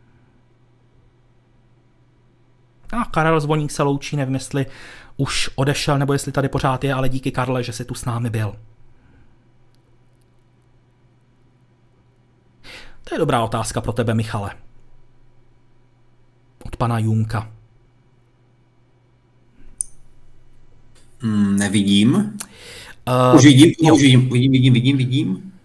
A Karel Zvoník se loučí, nevím, jestli už odešel, nebo jestli tady pořád je, ale díky Karle, že jsi tu s námi byl. To je dobrá otázka pro tebe, Michale. Od pana Junka.
Nevidím. Už vidím.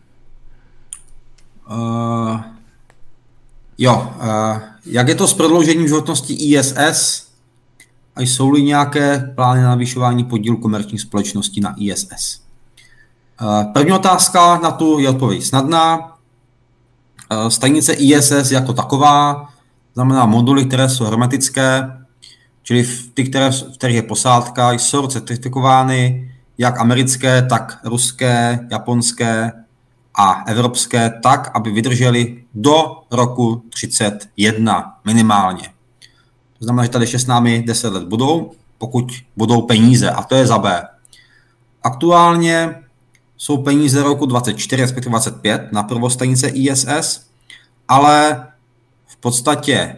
Jak je to s prodloužením životnosti ISS a jsou-li nějaké plány na navyšování podílu komerčních společností na ISS? První otázka na tu je odpověď snadná. Stanice ISS jako taková znamená moduly, které jsou hermetické, čili ty, v kterých je posádka, jsou certifikovány jak americké, tak ruské, japonské a evropské, tak, aby vydržely do roku 31 minimálně. To znamená, že tady ještě s námi 10 let budou, pokud budou peníze, a to je za B. Aktuálně jsou peníze roku 24, respektive 25 na prvostanice ISS, ale v podstatě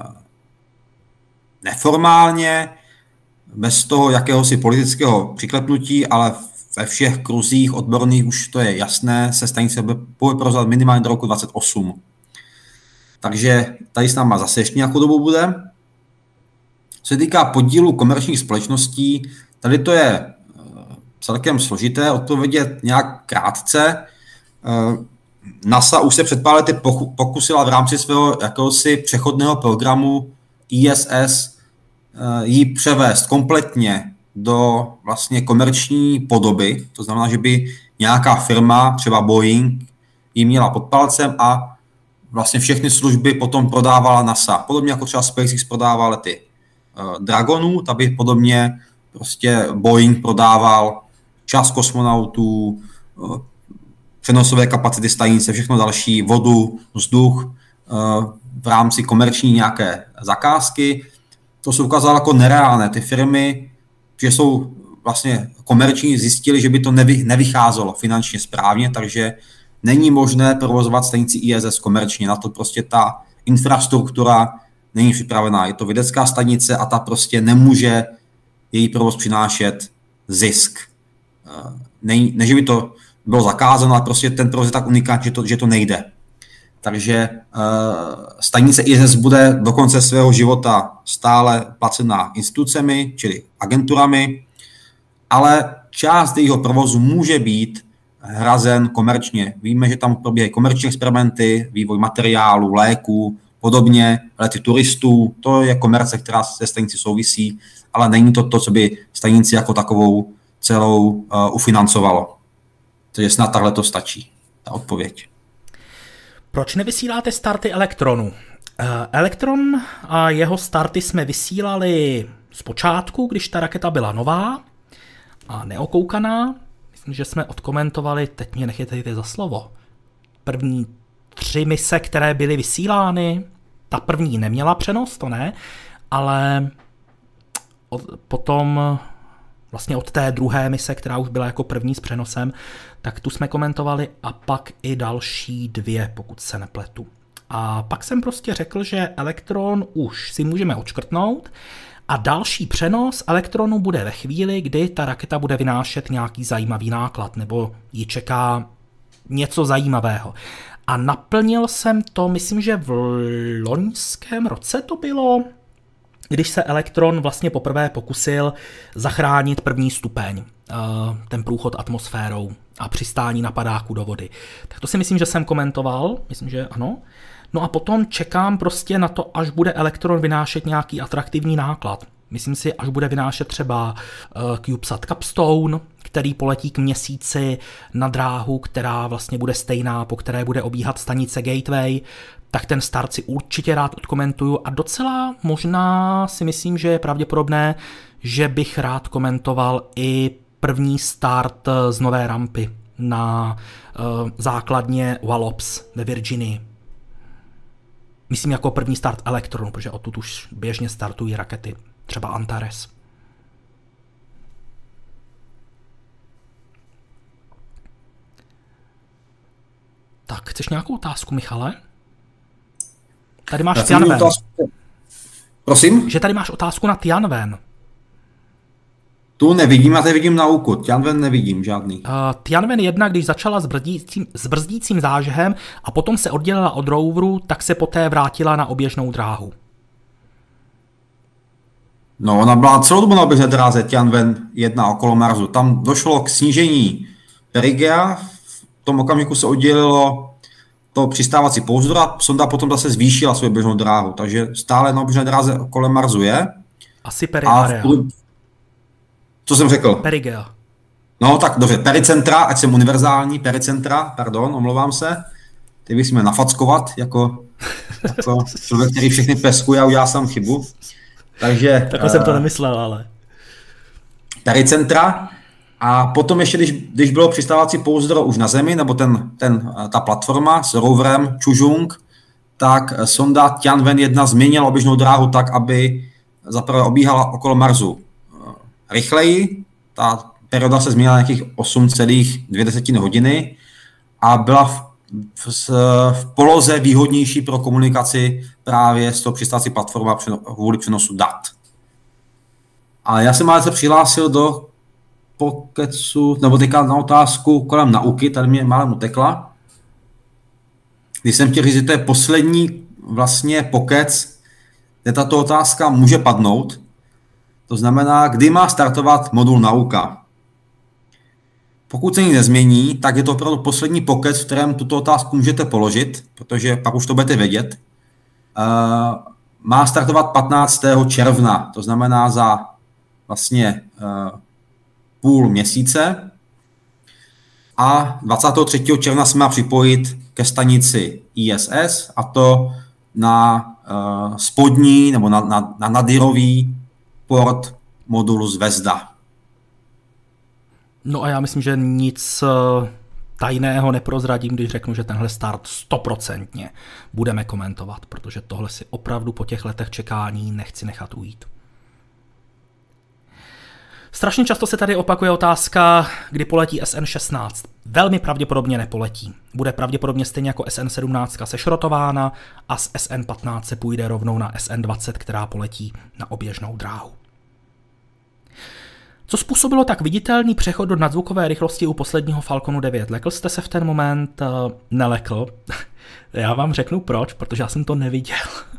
neformálně, bez toho jakéhosi politického přiklepnutí, ale ve všech kruzích odborných už to je jasné, se stanice bude provozovat minimálně do roku 28. Takže tady s náma zase ještě nějakou dobu bude. Co se týká podílu komerčních společností, tady to je celkem složité odpovědět nějak krátce. NASA už se před pár lety pokusila v rámci svého jakéhosi přechodného programu ISS ji převést kompletně do vlastně komerční podoby. To znamená, že by nějaká firma, třeba Boeing, ji měla pod palcem a vlastně všechny služby potom prodávala NASA. Podobně jako třeba SpaceX prodává lety Dragonů, tak by podobně prostě Boeing prodával čas kosmonautů, přenosové kapacity stanice, všechno další, vodu, vzduch v rámci komerční nějaké zakázky. To se ukázalo jako nereálné. Ty firmy, že jsou vlastně komerční, zjistili, že by to nevycházelo finančně správně, takže není možné provozovat stanici ISS komerčně. Na to prostě ta infrastruktura není připravená. Je to vědecká stanice a ta prostě nemůže její provoz přinášet zisk. Ne, že by to bylo zakázáno, ale prostě ten provoz je tak unikátní, že to nejde. Takže stanice ISS bude do konce svého života stále placená institucemi, čili agenturami, ale část jejího provozu může být hrazen komerčně. Víme, že tam probíhají komerční experimenty, vývoj materiálů, léků, podobně, lety turistů, to je komerce, která se stanici souvisí, ale není to, co by stanici jako takovou celou ufinancovalo. Takže snad takhle to stačí, ta odpověď.
Proč nevysíláte starty Elektronu? Elektron a jeho starty jsme vysílali zpočátku, když ta raketa byla nová a neokoukaná. Myslím, že jsme odkomentovali, teď mě nechytejte za slovo, první 3 mise, které byly vysílány. Ta první neměla přenos, to ne, ale potom vlastně od té druhé mise, která už byla jako první s přenosem, tak tu jsme komentovali a pak i další 2, pokud se nepletu. A pak jsem prostě řekl, že Elektron už si můžeme odškrtnout a další přenos Elektronu bude ve chvíli, kdy ta raketa bude vynášet nějaký zajímavý náklad nebo ji čeká něco zajímavého. A naplnil jsem to, myslím, že v loňském roce to bylo, když se Elektron vlastně poprvé pokusil zachránit první stupeň, ten průchod atmosférou a přistání na padáku do vody. Tak to si myslím, že jsem komentoval, myslím, že ano. No a potom čekám prostě na to, až bude Elektron vynášet nějaký atraktivní náklad. Myslím si, až bude vynášet třeba CubeSat Capstone, který poletí k Měsíci na dráhu, která vlastně bude stejná, po které bude obíhat stanice Gateway, tak ten start si určitě rád odkomentuju a docela možná si myslím, že je pravděpodobné, že bych rád komentoval i první start z nové rampy na základně Wallops ve Virginii. Myslím jako první start Elektronu, protože odtud už běžně startují rakety, třeba Antares. Tak, chceš nějakou otázku, Michale? Tady máš Tianwen.
Prosím?
Že tady máš otázku na Tianwen.
Tu nevidím, já tady vidím nauku. Tianwen nevidím žádný.
Tianwen 1, když začala s brzdícím zážehem a potom se oddělila od roveru, tak se poté vrátila na oběžnou dráhu.
No, ona byla celou dobu na oběžné dráze Tianwen 1 okolo Marsu. Tam došlo k snížení perigea, v tom okamžiku se oddělilo to přistávací pouzdro a sonda potom zase zvýšila svou běžnou dráhu, takže stále na oběžné dráze okolo Marsu je.
Asi perigea.
Co jsem řekl?
Perigea.
No tak dobře, pericentra, ať jsem univerzální, pericentra, pardon, omlouvám se. Ty bych si měl nafackovat jako člověk, který všechny peskuje a udělá sám chybu. Takže...
Takhle jsem to nemyslel, ale...
Pericentra. A potom ještě, když bylo přistávací pouzdro už na Zemi, nebo ta platforma s roverem Chuzhung, tak sonda Tianwen 1 změnila oběžnou dráhu tak, aby zaprvé obíhala okolo Marsu rychleji. Ta perioda se změnila na nějakých 8,2 hodiny a byla v poloze výhodnější pro komunikaci právě s tou přistávací platformou kvůli přenosu dat. A já jsem ale se přihlásil do pokecu, nebo teďka na otázku kolem nauky, tady mě málem utekla. Když jsem chtěl říct, že to je poslední vlastně pokec, kde tato otázka může padnout. To znamená, kdy má startovat modul nauka. Pokud se nic nezmění, tak je to opravdu poslední pokec, v kterém tuto otázku můžete položit, protože pak už to budete vědět. Má startovat 15. června, to znamená za vlastně půl měsíce. A 23. června se má připojit ke stanici ISS, a to na spodní nebo na nadyrový port modulu Zvezda.
No a já myslím, že nic tajného neprozradím, když řeknu, že tenhle start 100% budeme komentovat, protože tohle si opravdu po těch letech čekání nechci nechat ujít. Strašně často se tady opakuje otázka, kdy poletí SN-16. Velmi pravděpodobně nepoletí. Bude pravděpodobně stejně jako SN-17 sešrotována a z SN-15 se půjde rovnou na SN-20, která poletí na oběžnou dráhu. Co způsobilo tak viditelný přechod do nadzvukové rychlosti u posledního Falconu 9? Lekl jste se v ten moment? Nelekl. Já vám řeknu proč, protože já jsem to neviděl.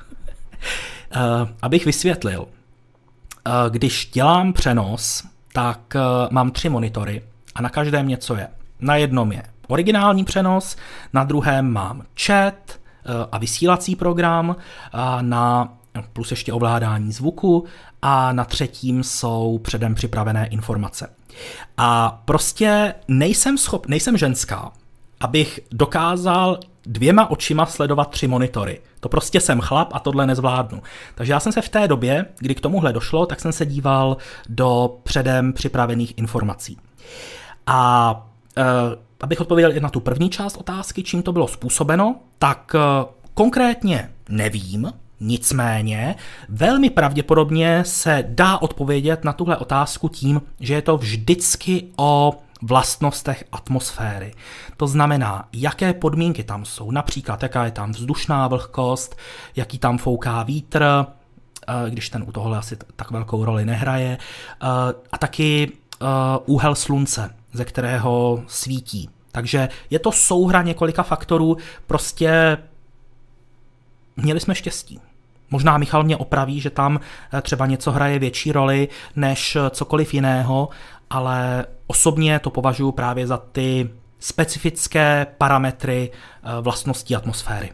Abych vysvětlil. Když dělám přenos, tak mám 3 monitory a na každém něco je. Na jednom je originální přenos, na druhém mám chat a vysílací program, plus ještě ovládání zvuku a na třetím jsou předem připravené informace. A prostě nejsem ženská, abych dokázal 2 očima sledovat 3 monitory. To prostě jsem chlap a tohle nezvládnu. Takže já jsem se v té době, kdy k tomuhle došlo, tak jsem se díval do předem připravených informací. A abych odpověděl i na tu první část otázky, čím to bylo způsobeno, tak konkrétně nevím, nicméně velmi pravděpodobně se dá odpovědět na tuhle otázku tím, že je to vždycky o vlastnostech atmosféry. To znamená, jaké podmínky tam jsou, například jaká je tam vzdušná vlhkost, jaký tam fouká vítr, když ten u tohohle asi tak velkou roli nehraje, a taky úhel slunce, ze kterého svítí. Takže je to souhra několika faktorů, prostě měli jsme štěstí. Možná Michal mě opraví, že tam třeba něco hraje větší roli než cokoliv jiného, ale osobně to považuji právě za ty specifické parametry vlastností atmosféry.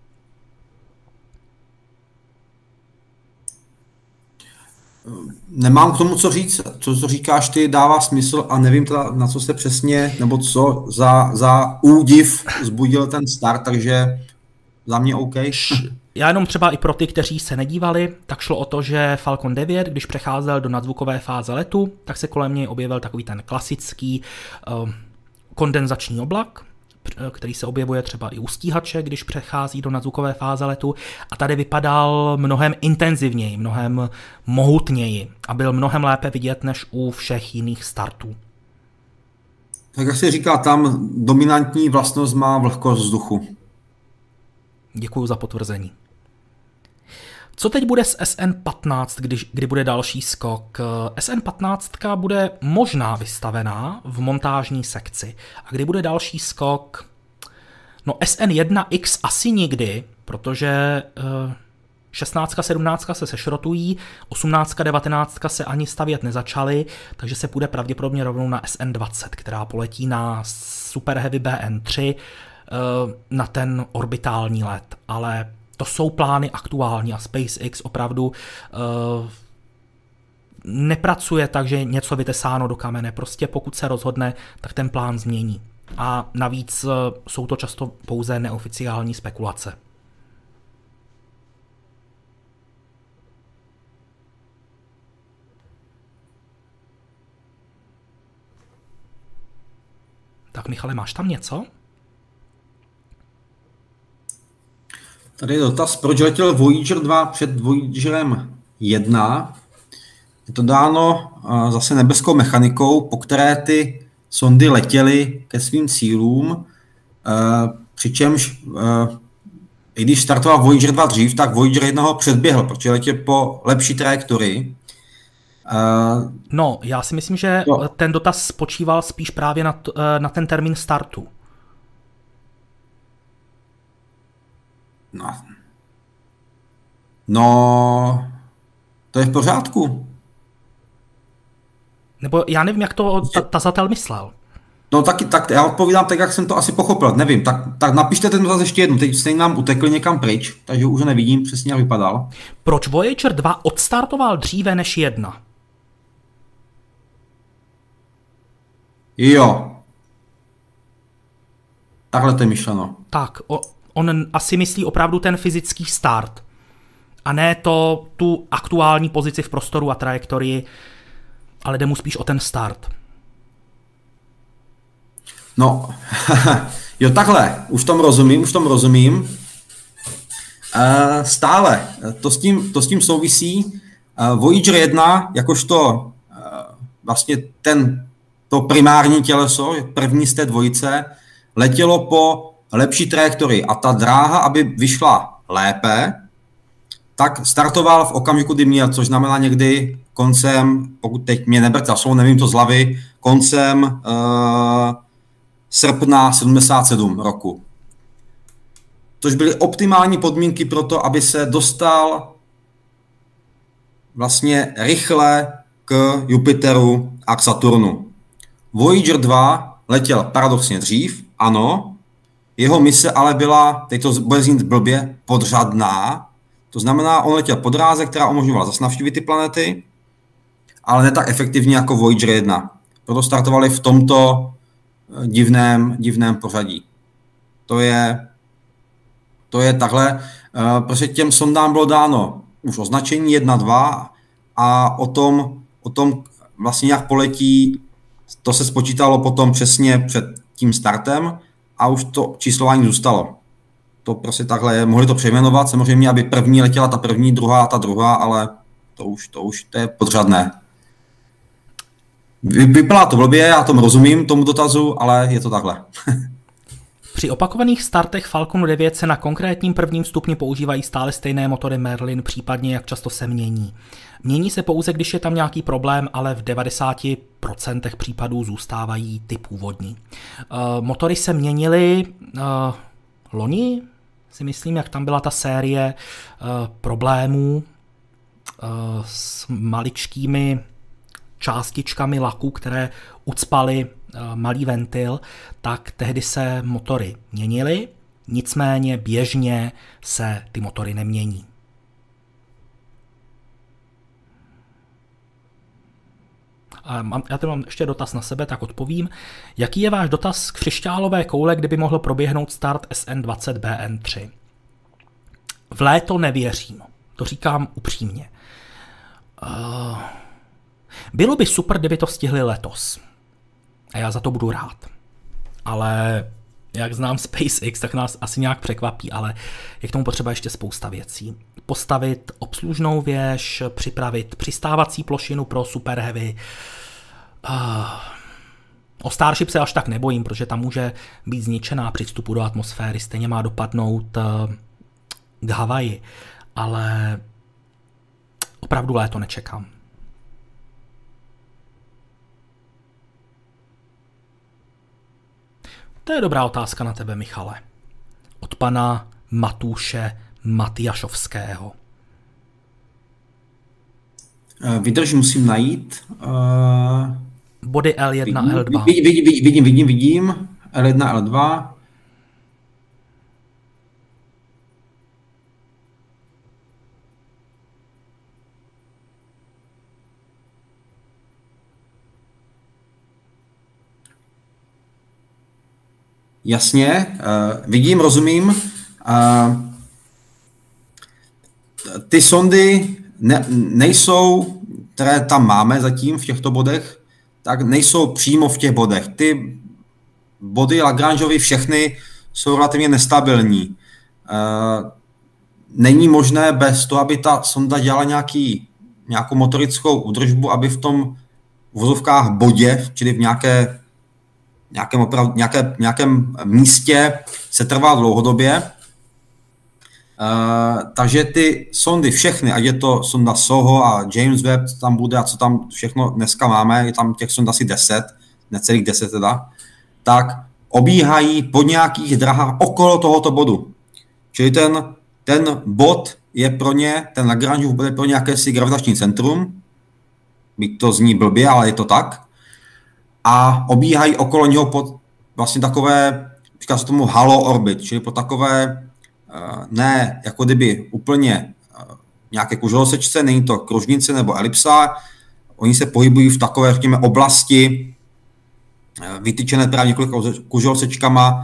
Nemám k tomu co říct. To, co říkáš ty, dává smysl a nevím teda, na co se přesně, nebo co za údiv zbudil ten start, takže za mě OK.
Já jenom třeba i pro ty, kteří se nedívali, tak šlo o to, že Falcon 9, když přecházel do nadzvukové fáze letu, tak se kolem něj objevil takový ten klasický kondenzační oblak, který se objevuje třeba i u stíhače, když přechází do nadzvukové fáze letu, a tady vypadal mnohem intenzivněji, mnohem mohutněji a byl mnohem lépe vidět než u všech jiných startů.
Tak jak se říká, tam dominantní vlastnost má vlhkost vzduchu.
Děkuju za potvrzení. Co teď bude s SN15, kdy bude další skok? SN15 bude možná vystavená v montážní sekci. A kdy bude další skok? No SN1X asi nikdy, protože 16, 17 se sešrotují, 18, 19 se ani stavět nezačaly, takže se půjde pravděpodobně rovnou na SN20, která poletí na Super Heavy BN3 na ten orbitální let. Ale to jsou plány aktuální a SpaceX opravdu nepracuje tak, že něco vytesáno do kamene. Prostě pokud se rozhodne, tak ten plán změní. A navíc jsou to často pouze neoficiální spekulace. Tak Michale, máš tam něco?
Tady je dotaz, proč letěl Voyager 2 před Voyagerem 1. Je to dáno zase nebeskou mechanikou, po které ty sondy letěly ke svým cílům, přičemž i když startoval Voyager 2 dřív, tak Voyager 1 ho předběhl, protože letěl po lepší trajektorii.
No, já si myslím, že ten dotaz spočíval spíš právě na ten termín startu.
No, to je v pořádku.
Nebo já nevím, jak to tazatel myslel.
No tak já odpovídám tak, jak jsem to asi pochopil, nevím. Tak napište ten dotaz ještě jednou, teď stejně nám utekl někam pryč, takže už ho nevidím přesně, jak vypadal.
Proč Voyager 2 odstartoval dříve než 1?
Jo. Takhle to je myšleno.
Tak, on asi myslí opravdu ten fyzický start. A ne tu aktuální pozici v prostoru a trajektorii, ale jde mu spíš o ten start.
No, jo takhle, už tom rozumím. Stále, to s tím souvisí. Voyager 1, jakožto vlastně to primární těleso, první z té dvojice, letělo po lepší trajektorii a ta dráha, aby vyšla lépe, tak startoval v okamžiku, kdy měl, což znamená někdy koncem, pokud teď mě neberte za slovo, nevím to z hlavy, koncem srpna 77 roku. Což byly optimální podmínky pro to, aby se dostal vlastně rychle k Jupiteru a k Saturnu. Voyager 2 letěl paradoxně dřív, ano, jeho mise ale byla, teď to bude znít blbě, podřadná. To znamená, on letěl po dráze, která umožňovala zase navštívit ty planety, ale ne tak efektivně jako Voyager 1. Proto startovali v tomto divném pořadí. To je takhle, protože těm sondám bylo dáno už označení 1, 2 a o tom vlastně jak poletí, to se spočítalo potom přesně před tím startem a už to číslování zůstalo. To prostě takhle je, mohli to přejmenovat, samozřejmě, aby první letěla ta první, druhá ta druhá, ale to je podřadné. Vypadá to blbě, já tomu rozumím, tomu dotazu, ale je to takhle.
Při opakovaných startech Falconu 9 se na konkrétním prvním stupni používají stále stejné motory Merlin, případně jak často se mění. Mění se pouze, když je tam nějaký problém, ale v 90% případů zůstávají ty původní. Motory se měnily loni, si myslím, jak tam byla ta série problémů s maličkými částičkami laku, které ucpaly malý ventil, tak tehdy se motory měnily, nicméně běžně se ty motory nemění. Já tady mám ještě dotaz na sebe, tak odpovím. Jaký je váš dotaz k křišťálové koule, kdyby mohl proběhnout start SN20BN3? V léto nevěřím, to říkám upřímně. Bylo by super, kdyby to stihli letos. A já za to budu rád. Ale jak znám SpaceX, tak nás asi nějak překvapí, ale je k tomu potřeba ještě spousta věcí. Postavit obslužnou věž, připravit přistávací plošinu pro Super Heavy. O Starship se až tak nebojím, protože tam může být zničená při vstupu do atmosféry, stejně má dopadnout k Havaji, ale opravdu léto nečekám. To je dobrá otázka na tebe, Michale. Od pana Matuše Matyjašovského.
Vydrž, musím najít.
Body L1, L2.
Vidím. L1, L2. Jasně, vidím, rozumím. Ty sondy nejsou, které tam máme zatím v těchto bodech, tak nejsou přímo v těch bodech. Ty body Lagrangeovy všechny jsou relativně nestabilní. Není možné bez toho, aby ta sonda dělala nějakou motorickou údržbu, aby v tom vozovkách bodě, čili v nějakém místě se trvá dlouhodobě. Takže ty sondy všechny, ať je to sonda SOHO a James Webb, co tam bude a co tam všechno dneska máme, je tam těch sond asi 10, necelých 10 teda, tak obíhají po nějakých drahách okolo tohoto bodu. Čili ten bod je pro ně, ten Lagrangeův bod je pro ně jakési gravitační centrum, byť to zní blbě, ale je to tak, a obíhají okolo něho pod vlastně takové, říká se tomu halo orbit, čili po takové ne jako kdyby úplně nějaké kuželosečce, není to kružnice nebo elipsa, oni se pohybují v takové, řekněme, oblasti vytyčené právě několika kuželosečkama,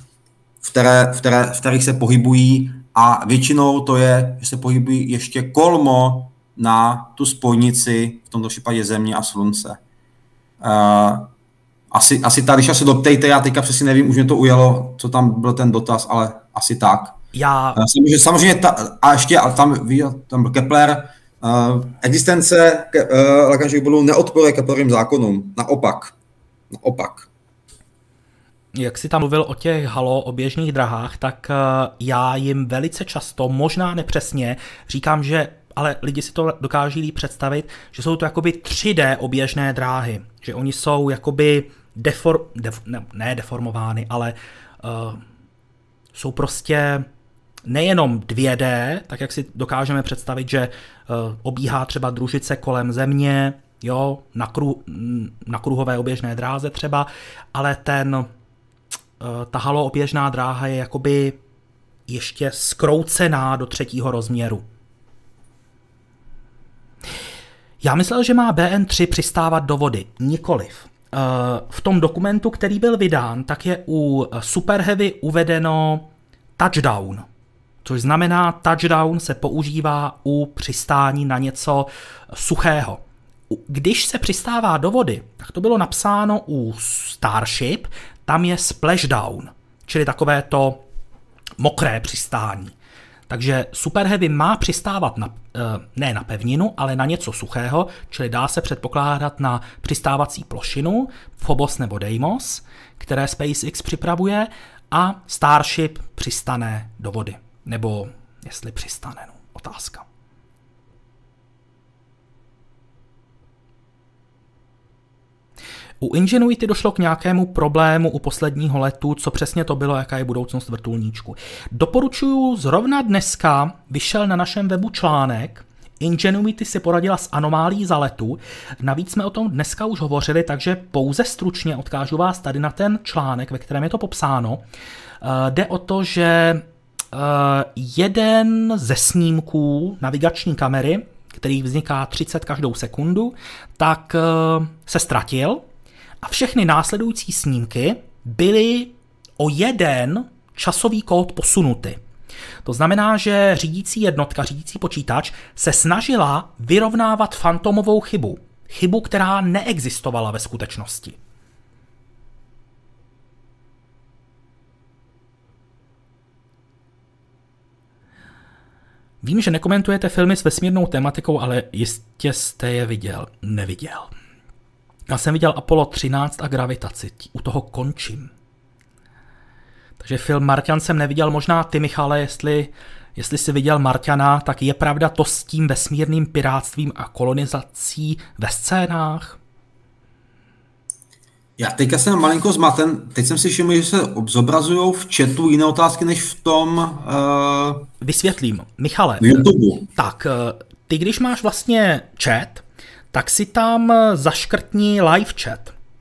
v kterých se pohybují a většinou to je, že se pohybují ještě kolmo na tu spojnici, v tomto případě Země a Slunce. Asi tak, když se doptejte, já teďka přesně nevím, už mě to ujelo, co tam byl ten dotaz, ale asi tak. Samozřejmě tam byl Kepler, existence Lagrangeových bodů neodporuje Keplerovým zákonům, naopak.
Jak jsi tam mluvil o těch halo oběžných drahách, tak já jim velice často, možná nepřesně, říkám, že ale lidi si to dokáží líp představit, že jsou to jakoby 3D oběžné dráhy, že oni jsou jakoby deformovány, ale jsou prostě nejenom 2D, tak jak si dokážeme představit, že obíhá třeba družice kolem Země, jo, na kruhové oběžné dráze třeba, ale ta halo oběžná dráha je jakoby ještě zkroucená do 3. rozměru. Já myslel, že má BN3 přistávat do vody. Nikoliv. V tom dokumentu, který byl vydán, tak je u Super Heavy uvedeno touchdown, což znamená, touchdown se používá u přistání na něco suchého. Když se přistává do vody, tak to bylo napsáno u Starship, tam je splashdown, čili takové to mokré přistání. Takže Super Heavy má přistávat ne na pevninu, ale na něco suchého, čili dá se předpokládat na přistávací plošinu Phobos nebo Deimos, které SpaceX připravuje, a Starship přistane do vody. Nebo jestli přistane, otázka. U Ingenuity došlo k nějakému problému u posledního letu, co přesně to bylo, jaká je budoucnost vrtulníčku. Doporučuju, zrovna dneska vyšel na našem webu článek, Ingenuity si poradila s anomálí za letu, navíc jsme o tom dneska už hovořili, takže pouze stručně odkážu vás tady na ten článek, ve kterém je to popsáno. Jde o to, že jeden ze snímků navigační kamery, který vzniká 30 každou sekundu, tak se ztratil a všechny následující snímky byly o jeden časový kód posunuty. To znamená, že řídící jednotka, řídící počítač se snažila vyrovnávat fantomovou chybu. Chybu, která neexistovala ve skutečnosti. Vím, že nekomentujete filmy s vesmírnou tematikou, ale jistě jste je viděl. Neviděl. Já jsem viděl Apollo 13 a Gravitaci. U toho končím. Takže film Marťan jsem neviděl. Možná ty, Michale, jestli jsi viděl Marťana, tak je pravda to s tím vesmírným pirátstvím a kolonizací ve scénách?
Já teďka jsem malinko zmaten. Teď jsem si všiml, že se zobrazují v chatu jiné otázky, než v tom...
Vysvětlím. Michale,
YouTube.
Tak, ty když máš vlastně chat, tak si tam zaškrtni live chat.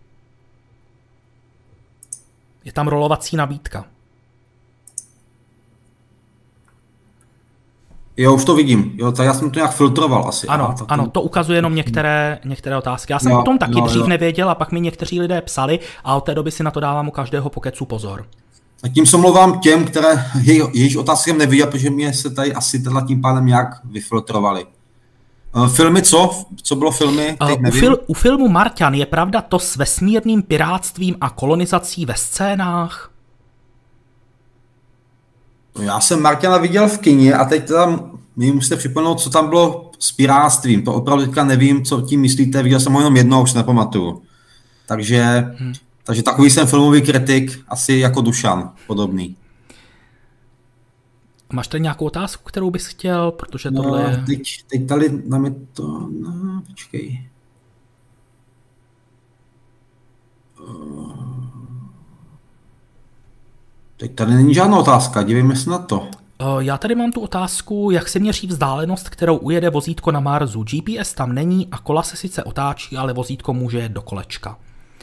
Je tam rolovací nabídka.
Jo, už to vidím. Jo, tak já jsem to nějak filtroval asi.
Ano, to ukazuje jenom některé otázky. Já jsem o tom taky dřív nevěděl a pak mi někteří lidé psali a od té doby si na to dávám u každého pokecu pozor.
A tím se mluvám těm, které jejíž otázky jsem neviděl, protože mě se tady asi tím pádem nějak vyfiltrovali. Filmy co? Co bylo filmy?
U filmu Marťan je pravda to s vesmírným pirátstvím a kolonizací ve scénách?
Já jsem Marťana viděl v kině a teď teda mi musíte připomenout, co tam bylo s pirátstvím. To opravdu teďka nevím, co tím myslíte, viděl jsem ho jenom jednou, už nepamatuju. Takže takový jsem filmový kritik, asi jako Dušan, podobný.
Máš tady nějakou otázku, kterou bys chtěl, protože tohle je...
Teď tady nám je to... No, počkej. Teď tady není žádná otázka, dívejme se na to.
Já tady mám tu otázku, jak se měří vzdálenost, kterou ujede vozítko na Marsu. GPS tam není a kola se sice otáčí, ale vozítko může jet do kolečka.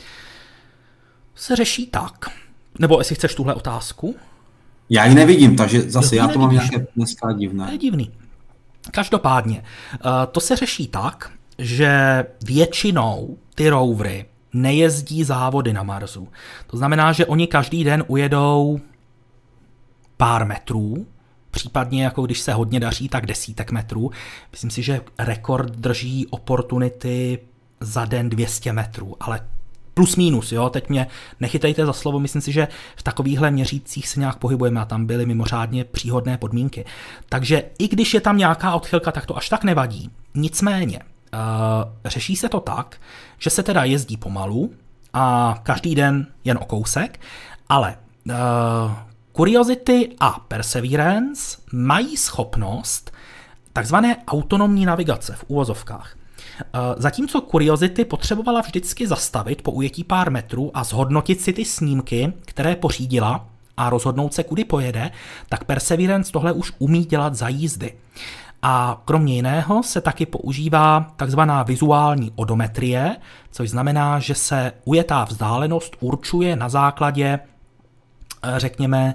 Se řeší tak. Nebo jestli chceš tuhle otázku?
Já ji nevidím, takže zase já to mám nějaké dneska divné.
To je divný. Každopádně, to se řeší tak, že většinou ty rovery nejezdí závody na Marsu. To znamená, že oni každý den ujedou pár metrů, případně jako když se hodně daří, tak desítek metrů. Myslím si, že rekord drží Opportunity za den 200 metrů, ale plus minus, jo, teď mě nechytejte za slovo, myslím si, že v takovýchhle měřících se nějak pohybujeme a tam byly mimořádně příhodné podmínky. Takže i když je tam nějaká odchylka, tak to až tak nevadí. Nicméně, řeší se to tak, že se teda jezdí pomalu a každý den jen o kousek, ale Curiosity a Perseverance mají schopnost takzvané autonomní navigace v uvozovkách. Zatímco Curiosity potřebovala vždycky zastavit po ujetí pár metrů a zhodnotit si ty snímky, které pořídila a rozhodnout se, kudy pojede, tak Perseverance tohle už umí dělat za jízdy. A kromě jiného se taky používá takzvaná vizuální odometrie, což znamená, že se ujetá vzdálenost určuje na základě, řekněme,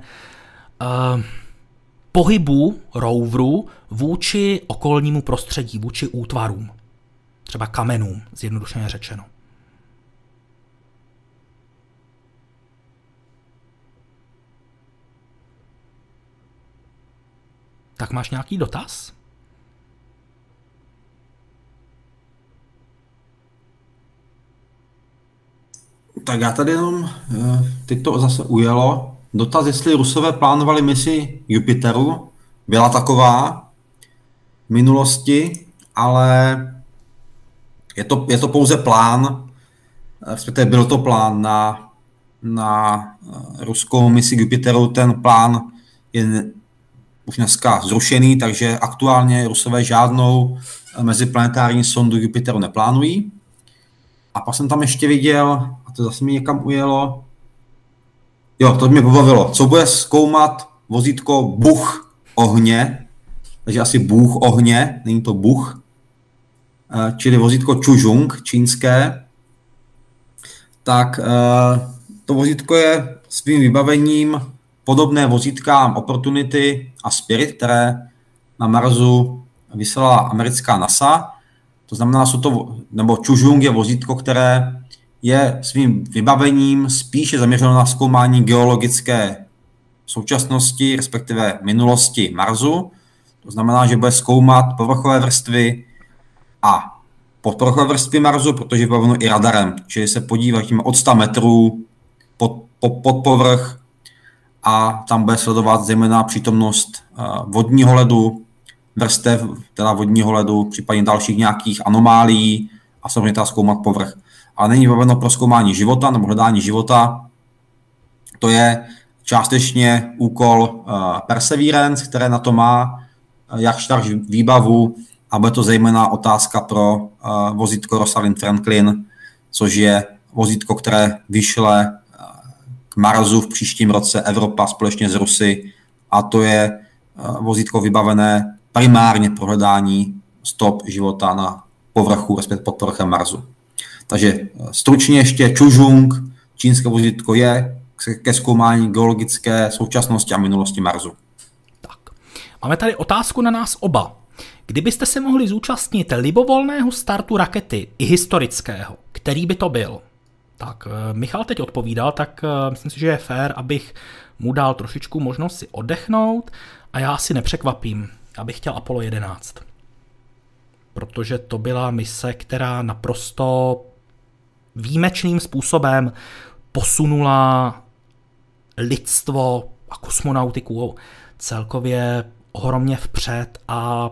pohybu roveru vůči okolnímu prostředí, vůči útvarům. Třeba kamenům, zjednodušeně řečeno. Tak máš nějaký dotaz?
Tak já tady jenom, teď to zase ujelo, dotaz, jestli Rusové plánovali misi Jupiteru, byla taková v minulosti, ale je to pouze plán, respektive byl to plán na ruskou misi Jupiteru, ten plán je už dneska zrušený, takže aktuálně Rusové žádnou meziplanetární sondu Jupiteru neplánují. A pak jsem tam ještě viděl, a to zase mi někam ujelo, jo, to mě pobavilo, co bude zkoumat vozítko Bůh ohně, takže asi Bůh ohně, není to Bůh, čili vozítko Čuzhung, čínské, tak to vozítko je svým vybavením podobné vozítkám Opportunity a Spirit, které na Marsu vyslala americká NASA. To znamená, nebo Čuzhung je vozítko, které je svým vybavením spíše zaměřeno na zkoumání geologické současnosti, respektive minulosti Marsu. To znamená, že bude zkoumat povrchové vrstvy a podpovrchové vrstvy Marsu, protože je vybaveno i radarem, čili se podívá od 100 metrů pod povrch a tam bude sledovat zejména přítomnost vodního ledu, vrstev, teda vodního ledu, případně dalších nějakých anomálií a samozřejmě teda zkoumat povrch. Ale není vybaveno pro zkoumání života nebo hledání života. To je částečně úkol Perseverance, které na to má jakž tak výbavu a bude to zejména otázka pro vozítko Rosalind Franklin, což je vozítko, které vyšle k Marsu v příštím roce Evropa společně s Rusy a to je vozítko vybavené primárně pro hledání stop života na povrchu, respektive pod povrchem Marsu. Takže stručně ještě Čuzhung, čínské vozítko je ke zkoumání geologické současnosti a minulosti Marsu.
Tak. Máme tady otázku na nás oba. Kdybyste se mohli zúčastnit libovolného startu rakety, i historického, který by to byl? Tak Michal teď odpovídal, tak myslím si, že je fér, abych mu dal trošičku možnost si oddechnout a já si nepřekvapím. Já bych chtěl Apollo 11. Protože to byla mise, která naprosto výjimečným způsobem posunula lidstvo a kosmonautiku celkově ohromně vpřed a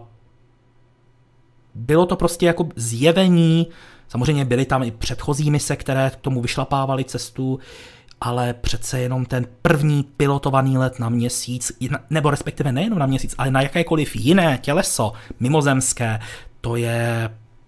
bylo to prostě jako zjevení, samozřejmě byly tam i předchozí mise, které k tomu vyšlapávaly cestu, ale přece jenom ten první pilotovaný let na Měsíc, nebo respektive nejenom na Měsíc, ale na jakékoliv jiné těleso mimozemské, to je...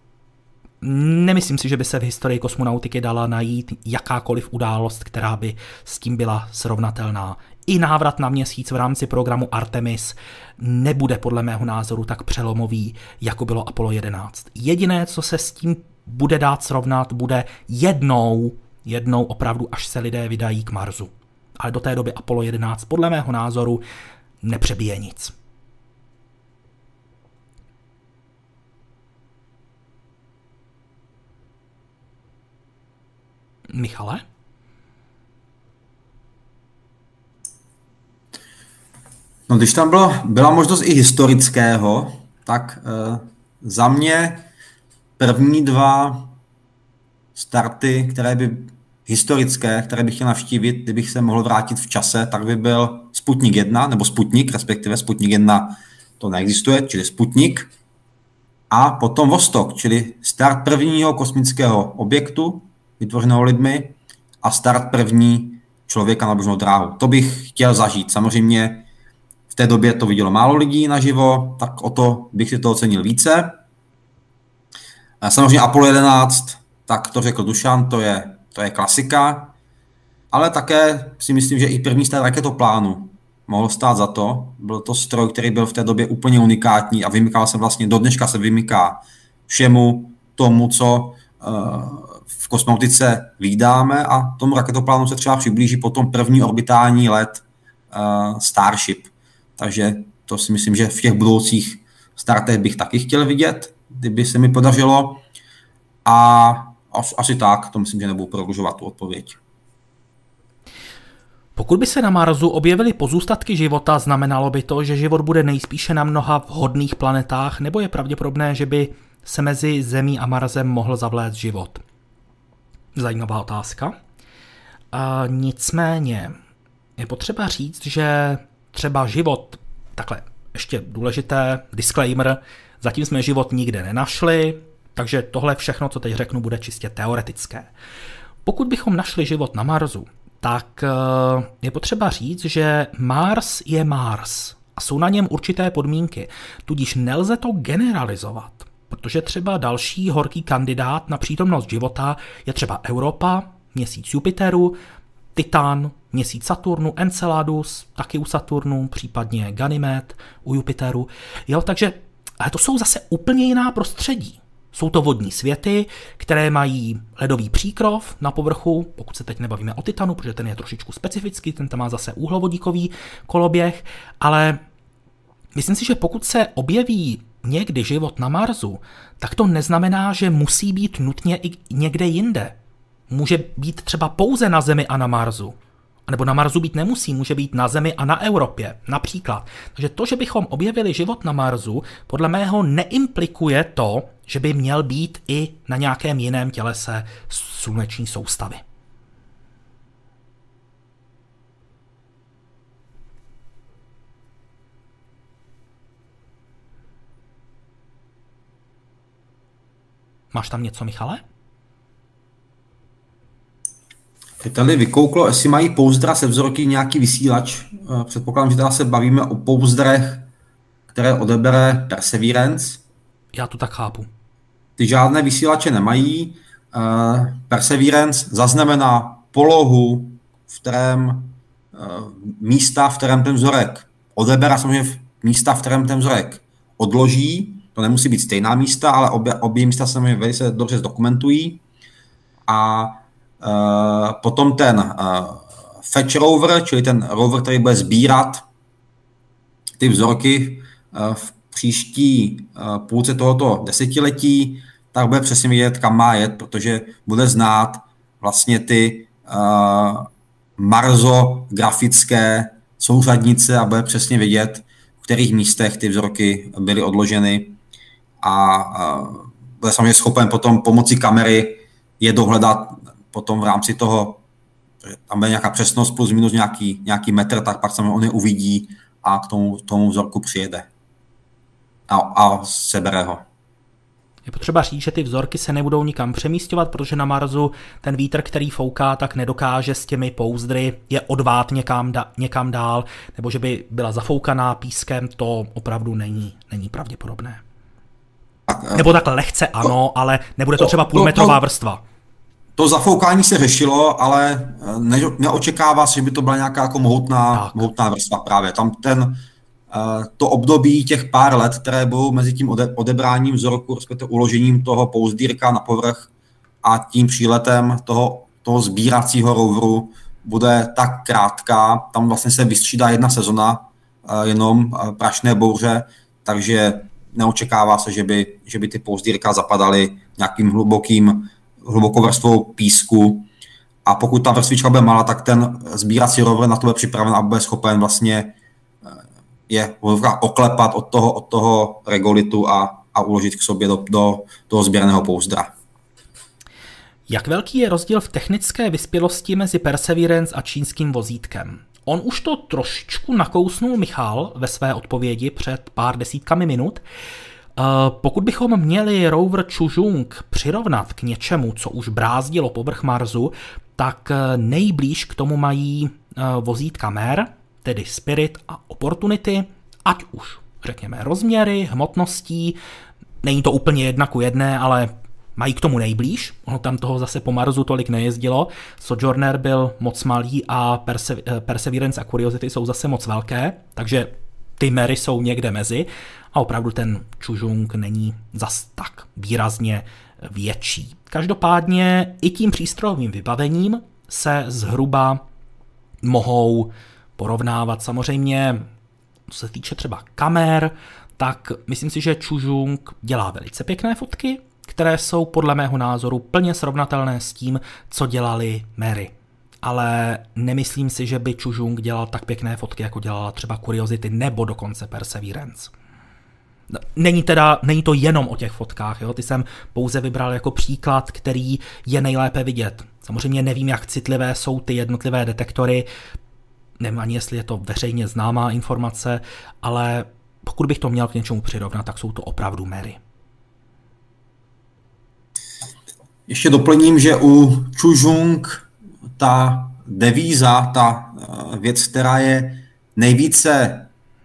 Nemyslím si, že by se v historii kosmonautiky dala najít jakákoliv událost, která by s tím byla srovnatelná. I návrat na Měsíc v rámci programu Artemis nebude podle mého názoru tak přelomový, jako bylo Apollo 11. Jediné, co se s tím bude dát srovnat, bude jednou opravdu, až se lidé vydají k Marsu. Ale do té doby Apollo 11 podle mého názoru nepřebije nic. Michale?
No, když tam byla možnost i historického, tak za mě první dva starty, které by historické, které bych chtěl navštívit, kdybych se mohl vrátit v čase, tak by byl Sputnik 1, nebo Sputnik, respektive Sputnik 1 to neexistuje, čili Sputnik. A potom Vostok, čili start prvního kosmického objektu, vytvořeného lidmi, a start první člověka na oběžnou dráhu. To bych chtěl zažít. Samozřejmě v té době to vidělo málo lidí naživo, tak o to bych si to ocenil více. A samozřejmě Apollo 11, tak to řekl Dušan, to je klasika, ale také si myslím, že i první start raketoplánu mohl stát za to. Byl to stroj, který byl v té době úplně unikátní a vymykal se vlastně, do dneška se vymyká všemu tomu, co v kosmonautice vídáme, a tomu raketoplánu se třeba přiblíží potom první orbitální let Starship. Takže to si myslím, že v těch budoucích startech bych taky chtěl vidět, kdyby se mi podařilo. A asi tak, to myslím, že nebudu prodlužovat tu odpověď.
Pokud by se na Marsu objevily pozůstatky života, znamenalo by to, že život bude nejspíše na mnoha vhodných planetách, nebo je pravděpodobné, že by se mezi Zemí a Marsem mohl zavléct život? Zajímavá otázka. Nicméně je potřeba říct, že třeba život, takhle ještě důležité, disclaimer, zatím jsme život nikde nenašli, takže tohle všechno, co teď řeknu, bude čistě teoretické. Pokud bychom našli život na Marsu, tak je potřeba říct, že Mars je Mars a jsou na něm určité podmínky, tudíž nelze to generalizovat, protože třeba další horký kandidát na přítomnost života je třeba Europa, měsíc Jupiteru, Titan, měsíc Saturnu, Enceladus, taky u Saturnu, případně Ganymed u Jupiteru. Jo, takže ale to jsou zase úplně jiná prostředí. Jsou to vodní světy, které mají ledový příkrov na povrchu, pokud se teď nebavíme o Titanu, protože ten je trošičku specifický, ten tam má zase úhlovodíkový koloběh, ale myslím si, že pokud se objeví někdy život na Marsu, tak to neznamená, že musí být nutně i někde jinde. Může být třeba pouze na Zemi a na Marsu. Nebo na Marsu být nemusí, může být na Zemi a na Evropě, například. Takže to, že bychom objevili život na Marsu, podle mého neimplikuje to, že by měl být i na nějakém jiném tělese sluneční soustavy. Máš tam něco, Michale?
Teď tady vykouklo, jestli mají pouzdra se vzorky nějaký vysílač. Předpokládám, že teda se bavíme o pouzdrech, které odebere Perseverance.
Já to tak chápu.
Ty žádné vysílače nemají. Perseverance zaznamená polohu, v kterém místa, v kterém ten vzorek odebere, samozřejmě místa, v kterém ten vzorek odloží. To nemusí být stejná místa, ale obě místa se mi velice dobře zdokumentují. A potom ten Fetch rover, čili ten rover, který bude sbírat ty vzorky v příští půlce tohoto desetiletí, tak bude přesně vědět, kam má jet, protože bude znát vlastně ty marsografické souřadnice a bude přesně vědět, v kterých místech ty vzorky byly odloženy, a bude samozřejmě schopen potom pomocí kamery je dohledat potom v rámci toho, tam bude nějaká přesnost plus minus nějaký metr, tak pak samozřejmě on je uvidí a k tomu vzorku přijede a sebere ho.
Je potřeba říct, že ty vzorky se nebudou nikam přemísťovat, protože na Marsu ten vítr, který fouká, tak nedokáže s těmi pouzdry je odvát někam dál, nebo že by byla zafoukaná pískem, to opravdu není pravděpodobné. Nebo takhle lehce ano, ale nebude to třeba půlmetrová vrstva.
To zafoukání se řešilo, ale neočekává se, že by to byla nějaká jako mohutná vrstva právě. Tam to období těch pár let, které budou mezi tím odebráním vzorku, respektive uložením toho pouzdírka na povrch a tím příletem toho sbíracího roveru, bude tak krátká. Tam vlastně se vystřídá jedna sezona, jenom prašné bouře, takže neočekává se, že by ty pouzdírka zapadaly nějakým hlubokou vrstvou písku, a pokud ta vrstvička bude malá, tak ten sbírací rover na to bude připraven a bude schopen vlastně je oklepat od toho regolitu a uložit k sobě do toho sběrného pouzdra.
Jak velký je rozdíl v technické vyspělosti mezi Perseverance a čínským vozítkem? On už to trošičku nakousnul Michal ve své odpovědi před pár desítkami minut. Pokud bychom měli rover Chuzhong přirovnat k něčemu, co už brázdilo povrch Marsu, tak nejblíž k tomu mají vozítka MER, tedy Spirit a Opportunity, ať už řekněme rozměry, hmotností, není to úplně 1:1, ale mají k tomu nejblíž, ono tam toho zase po Marsu tolik nejezdilo, Sojourner byl moc malý a Perseverance a Curiosity jsou zase moc velké, takže ty MERy jsou někde mezi a opravdu ten Chuzhong není zas tak výrazně větší. Každopádně i tím přístrojovým vybavením se zhruba mohou porovnávat. Samozřejmě, co se týče třeba kamer, tak myslím si, že Chuzhong dělá velice pěkné fotky, které jsou podle mého názoru plně srovnatelné s tím, co dělali MERy. Ale nemyslím si, že by Chuzhong dělal tak pěkné fotky, jako dělala třeba Curiosity nebo dokonce Perseverance. Není to jenom o těch fotkách, jo? Ty jsem pouze vybral jako příklad, který je nejlépe vidět. Samozřejmě nevím, jak citlivé jsou ty jednotlivé detektory, nevím ani, jestli je to veřejně známá informace, ale pokud bych to měl k něčemu přirovnat, tak jsou to opravdu MERy.
Ještě doplním, že u Chuzhong ta devíza, ta věc, která je nejvíce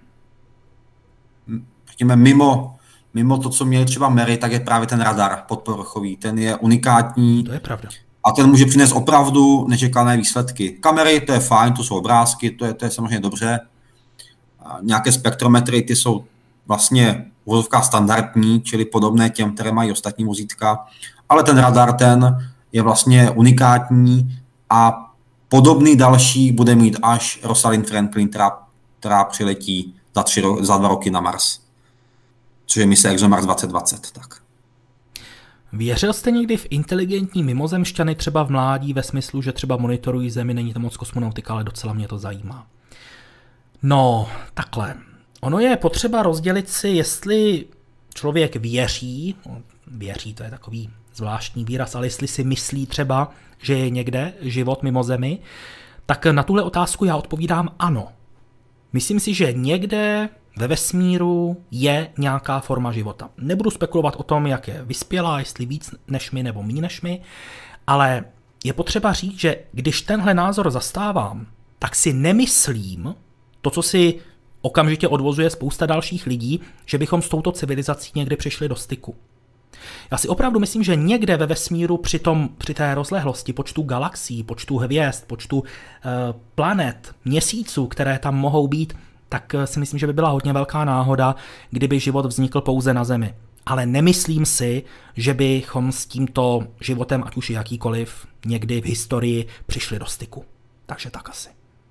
mimo to, co měli třeba MERy, tak je právě ten radar podpovrchový. Ten je unikátní.
To je pravda.
A ten může přinést opravdu nečekané výsledky. Kamery, to je fajn, to jsou obrázky, to je samozřejmě dobře. Nějaké spektrometry, ty jsou vlastně vozovka standardní, čili podobné těm, které mají ostatní vozítka. Ale ten radar, ten je vlastně unikátní a podobný další bude mít až Rosalind Franklin, která přiletí za 2 roky na Mars. Což je mise ExoMars 2020. Tak.
Věřil jste někdy v inteligentní mimozemšťany třeba v mládí ve smyslu, že třeba monitorují Zemi, není to moc kosmonautika, ale docela mě to zajímá? No, takhle. Ono je potřeba rozdělit si, jestli člověk věří, to je takový zvláštní výraz, ale jestli si myslí třeba, že je někde život mimo Zemi, tak na tuhle otázku já odpovídám ano. Myslím si, že někde ve vesmíru je nějaká forma života. Nebudu spekulovat o tom, jak je vyspělá, jestli víc než my nebo méně než my, ale je potřeba říct, že když tenhle názor zastávám, tak si nemyslím to, co si okamžitě odvozuje spousta dalších lidí, že bychom s touto civilizací někdy přišli do styku. Já si opravdu myslím, že někde ve vesmíru při té rozlehlosti počtu galaxií, počtu hvězd, počtu planet, měsíců, které tam mohou být, tak si myslím, že by byla hodně velká náhoda, kdyby život vznikl pouze na Zemi. Ale nemyslím si, že bychom s tímto životem, ať už jakýkoliv, někdy v historii přišli do styku. Takže tak asi.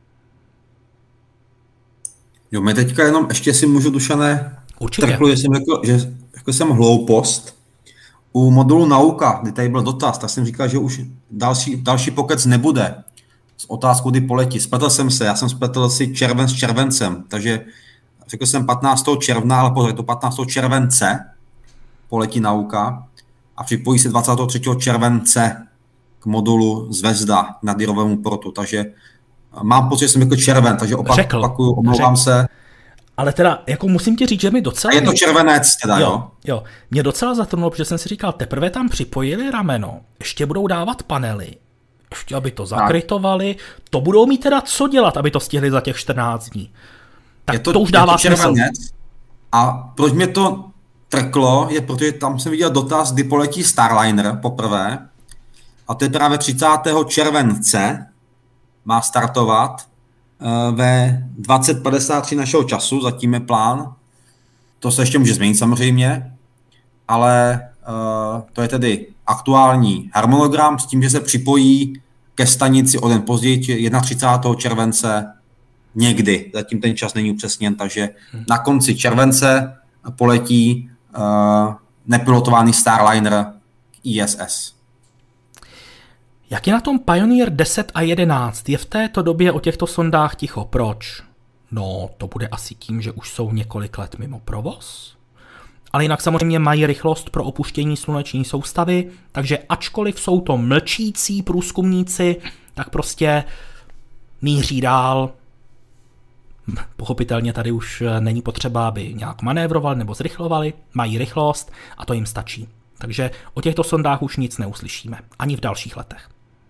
Jo, my teďka jenom ještě si můžu, Dušané,
určitě.
Trklu, že jsem hloupost. U modulu nauka, kdy tady byl dotaz, tak jsem říkal, že už další pokec nebude s otázkou, kdy poletí. Já jsem spletl si červen s červencem, takže řekl jsem 15. června, ale pozor, to 15. července poletí nauka a připojí se 23. července k modulu Zvezda na Dyrovému portu, takže mám pocit, že jsem řekl červen, takže opakuju, omlouvám se.
Ale teda, jako musím ti říct, že mi docela...
A je to červenec teda, jo?
Jo, mě docela zatrnulo, protože jsem si říkal, teprve tam připojili rameno, ještě budou dávat panely, ještě aby to zakrytovali, to budou mít teda co dělat, aby to stihli za těch 14 dní. Tak to už dává smysl.
A proč mě to trklo, je protože tam jsem viděl dotaz, kdy poletí Starliner poprvé, a to je právě 30. července má startovat ve 20:53 našeho času, zatím je plán. To se ještě může změnit samozřejmě, ale to je tedy aktuální harmonogram s tím, že se připojí ke stanici o den později, 31. července někdy. Zatím ten čas není upřesněn, takže na konci července poletí nepilotovaný Starliner ISS.
Jak je na tom Pioneer 10 a 11? Je v této době o těchto sondách ticho. Proč? No, to bude asi tím, že už jsou několik let mimo provoz. ale jinak samozřejmě mají rychlost pro opuštění sluneční soustavy, takže ačkoliv jsou to mlčící průzkumníci, tak prostě míří dál. Pochopitelně tady už není potřeba, aby nějak manévrovali nebo zrychlovali, mají rychlost a to jim stačí. Takže o těchto sondách už nic neuslyšíme, ani v dalších letech.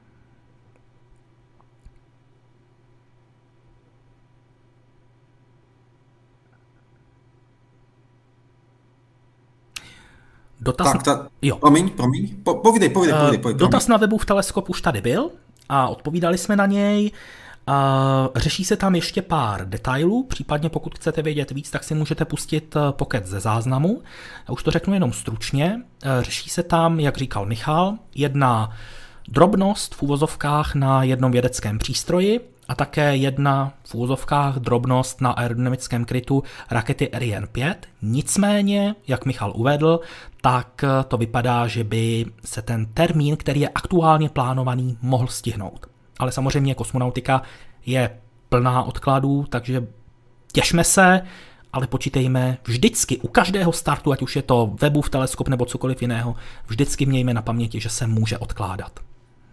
Povídej.
Dotaz na webu v Teleskop už tady byl a odpovídali jsme na něj. Řeší se tam ještě pár detailů, případně pokud chcete vědět víc, tak si můžete pustit pokec ze záznamu. Já už to řeknu jenom stručně. Řeší se tam, jak říkal Michal, jedna drobnost v uvozovkách na jednom vědeckém přístroji a také jedna v uvozovkách drobnost na aerodynamickém krytu rakety Ariane 5. Nicméně, jak Michal uvedl, tak to vypadá, že by se ten termín, který je aktuálně plánovaný, mohl stihnout. Ale samozřejmě kosmonautika je plná odkladů, takže těšme se, ale počítejme vždycky u každého startu, ať už je to Webův teleskop nebo cokoliv jiného, vždycky mějme na paměti, že se může odkládat.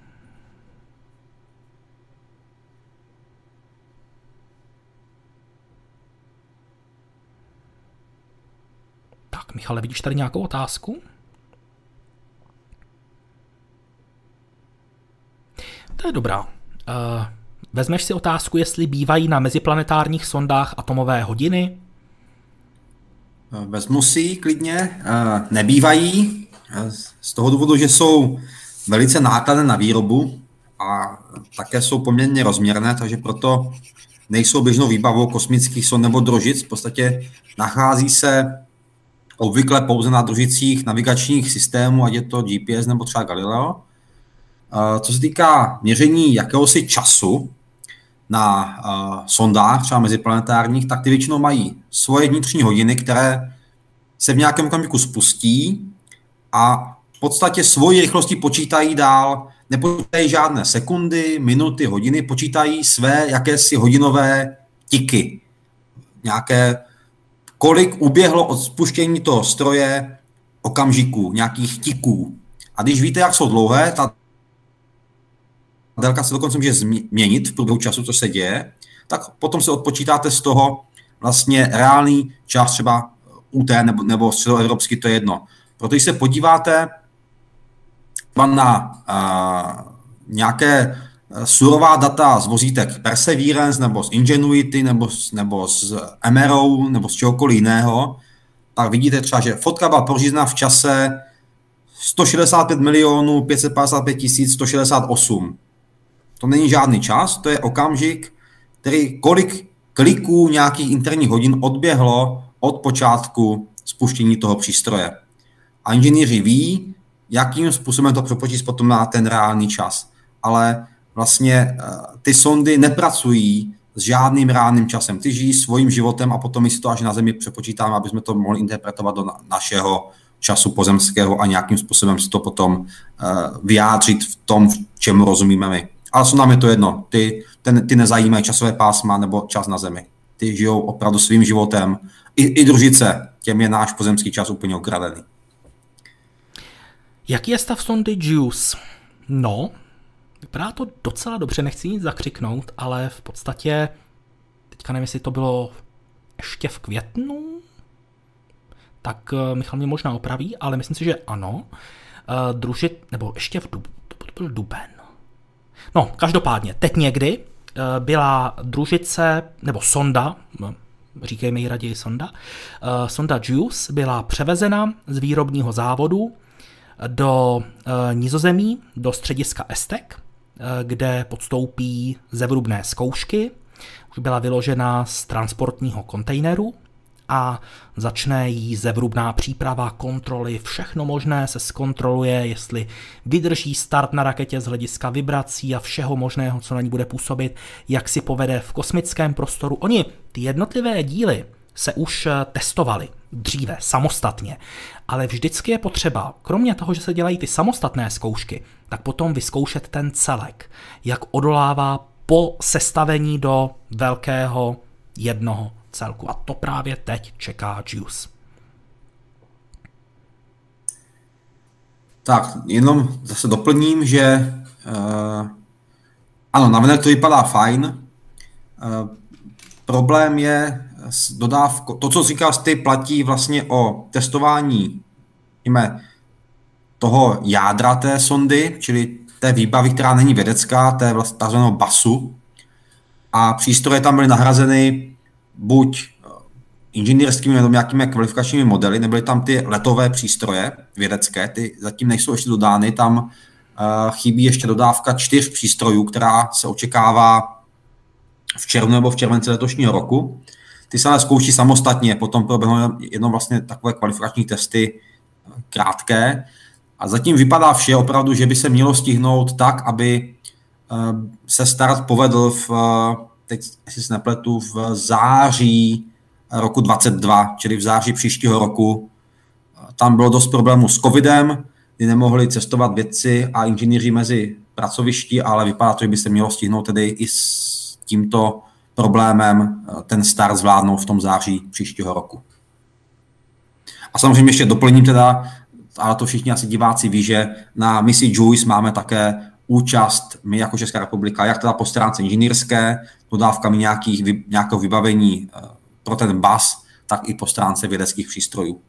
Tak, Michale, vidíš tady nějakou otázku? To je dobrá. Vezmeš si otázku, jestli bývají na meziplanetárních sondách atomové hodiny?
Vezmu si klidně. Nebývají z toho důvodu, že jsou velice nákladné na výrobu a také jsou poměrně rozměrné, takže proto nejsou běžnou výbavou kosmických sond nebo družic. V podstatě nachází se obvykle pouze na družicích navigačních systémů, ať je to GPS nebo třeba Galileo. Co se týká měření jakéhosi času na sondách, třeba meziplanetárních, tak ty většinou mají svoje vnitřní hodiny, které se v nějakém okamžiku spustí a v podstatě svojí rychlostí počítají dál, nepočítají žádné sekundy, minuty, hodiny, počítají své jakési hodinové tiky. Nějaké, kolik uběhlo od spuštění toho stroje okamžiků, nějakých tiků. A když víte, jak jsou dlouhé, ta délka se dokonce může změnit v průběhu času, co se děje, tak potom se odpočítáte z toho vlastně reálný čas třeba UT nebo středoevropský, to je jedno. Proto když se podíváte na nějaké surová data z vozítek Perseverance nebo z Ingenuity nebo z MRO nebo z čehokoliv jiného, tak vidíte třeba, že fotka byla pořízena v čase 165 555 168. To není žádný čas, to je okamžik, který kolik kliků nějakých interních hodin odběhlo od počátku spuštění toho přístroje. A inženýři ví, jakým způsobem to přepočíst potom na ten reálný čas. Ale vlastně ty sondy nepracují s žádným reálným časem. Ty žijí svým životem a potom my si to až na Zemi přepočítáme, aby jsme to mohli interpretovat do našeho času pozemského a nějakým způsobem si to potom vyjádřit v tom, čemu rozumíme my. Ale co nám je to jedno, ty nezajímají časové pásma nebo čas na Zemi. Ty žijou opravdu svým životem. I družice, těm je náš pozemský čas úplně ukradený.
Jaký je stav sondy JUICE? No, vypadá to docela dobře, nechci nic zakřiknout, ale v podstatě, teďka nevím, jestli to bylo ještě v květnu, tak Michal mě možná opraví, ale myslím si, že ano. Nebo ještě v to byl duben. No, každopádně, teď někdy byla družice, nebo sonda, říkejme ji raději sonda, sonda JUICE byla převezena z výrobního závodu do Nizozemí, do střediska ESTEC, kde podstoupí zevrubné zkoušky. Už byla vyložena z transportního kontejneru a začne jí zevrubná příprava, kontroly, všechno možné se zkontroluje, jestli vydrží start na raketě z hlediska vibrací a všeho možného, co na ní bude působit, jak si povede v kosmickém prostoru. Oni, ty jednotlivé díly, se už testovaly dříve, samostatně, ale vždycky je potřeba, kromě toho, že se dělají ty samostatné zkoušky, tak potom vyzkoušet ten celek, jak odolává po sestavení do velkého jednoho celku. A to právě teď čeká JUICE.
Tak, jenom zase doplním, že ano, navenek to vypadá fajn. Problém je s dodávkou. To, co říkal ty, platí vlastně o testování toho jádra té sondy, čili té výbavy, která není vědecká, té vlastně takzvaného BASu. A přístroje tam byly nahrazeny buď inženýrskými nebo nějakými kvalifikačními modely, nebyly tam ty letové přístroje vědecké, ty zatím nejsou ještě dodány, tam chybí ještě dodávka 4 přístrojů, která se očekává v červnu nebo v červenci letošního roku. Ty se ale zkouší samostatně, potom proběhnou jenom vlastně takové kvalifikační testy krátké. A zatím vypadá vše opravdu, že by se mělo stihnout tak, aby se start povedl teď si se nepletu, v září roku 2022, čili v září příštího roku. Tam bylo dost problémů s covidem, kdy nemohli cestovat vědci a inženýři mezi pracovišti, ale vypadá to, že by se mělo stihnout tedy i s tímto problémem ten start zvládnout v tom září příštího roku. A samozřejmě ještě doplním teda, ale to všichni asi diváci ví, že na misi JUICE máme také účast my jako Česká republika, jak teda po stránce inženýrské, dodávkami nějakého vybavení pro ten BAS, tak i po stránce vědeckých přístrojů.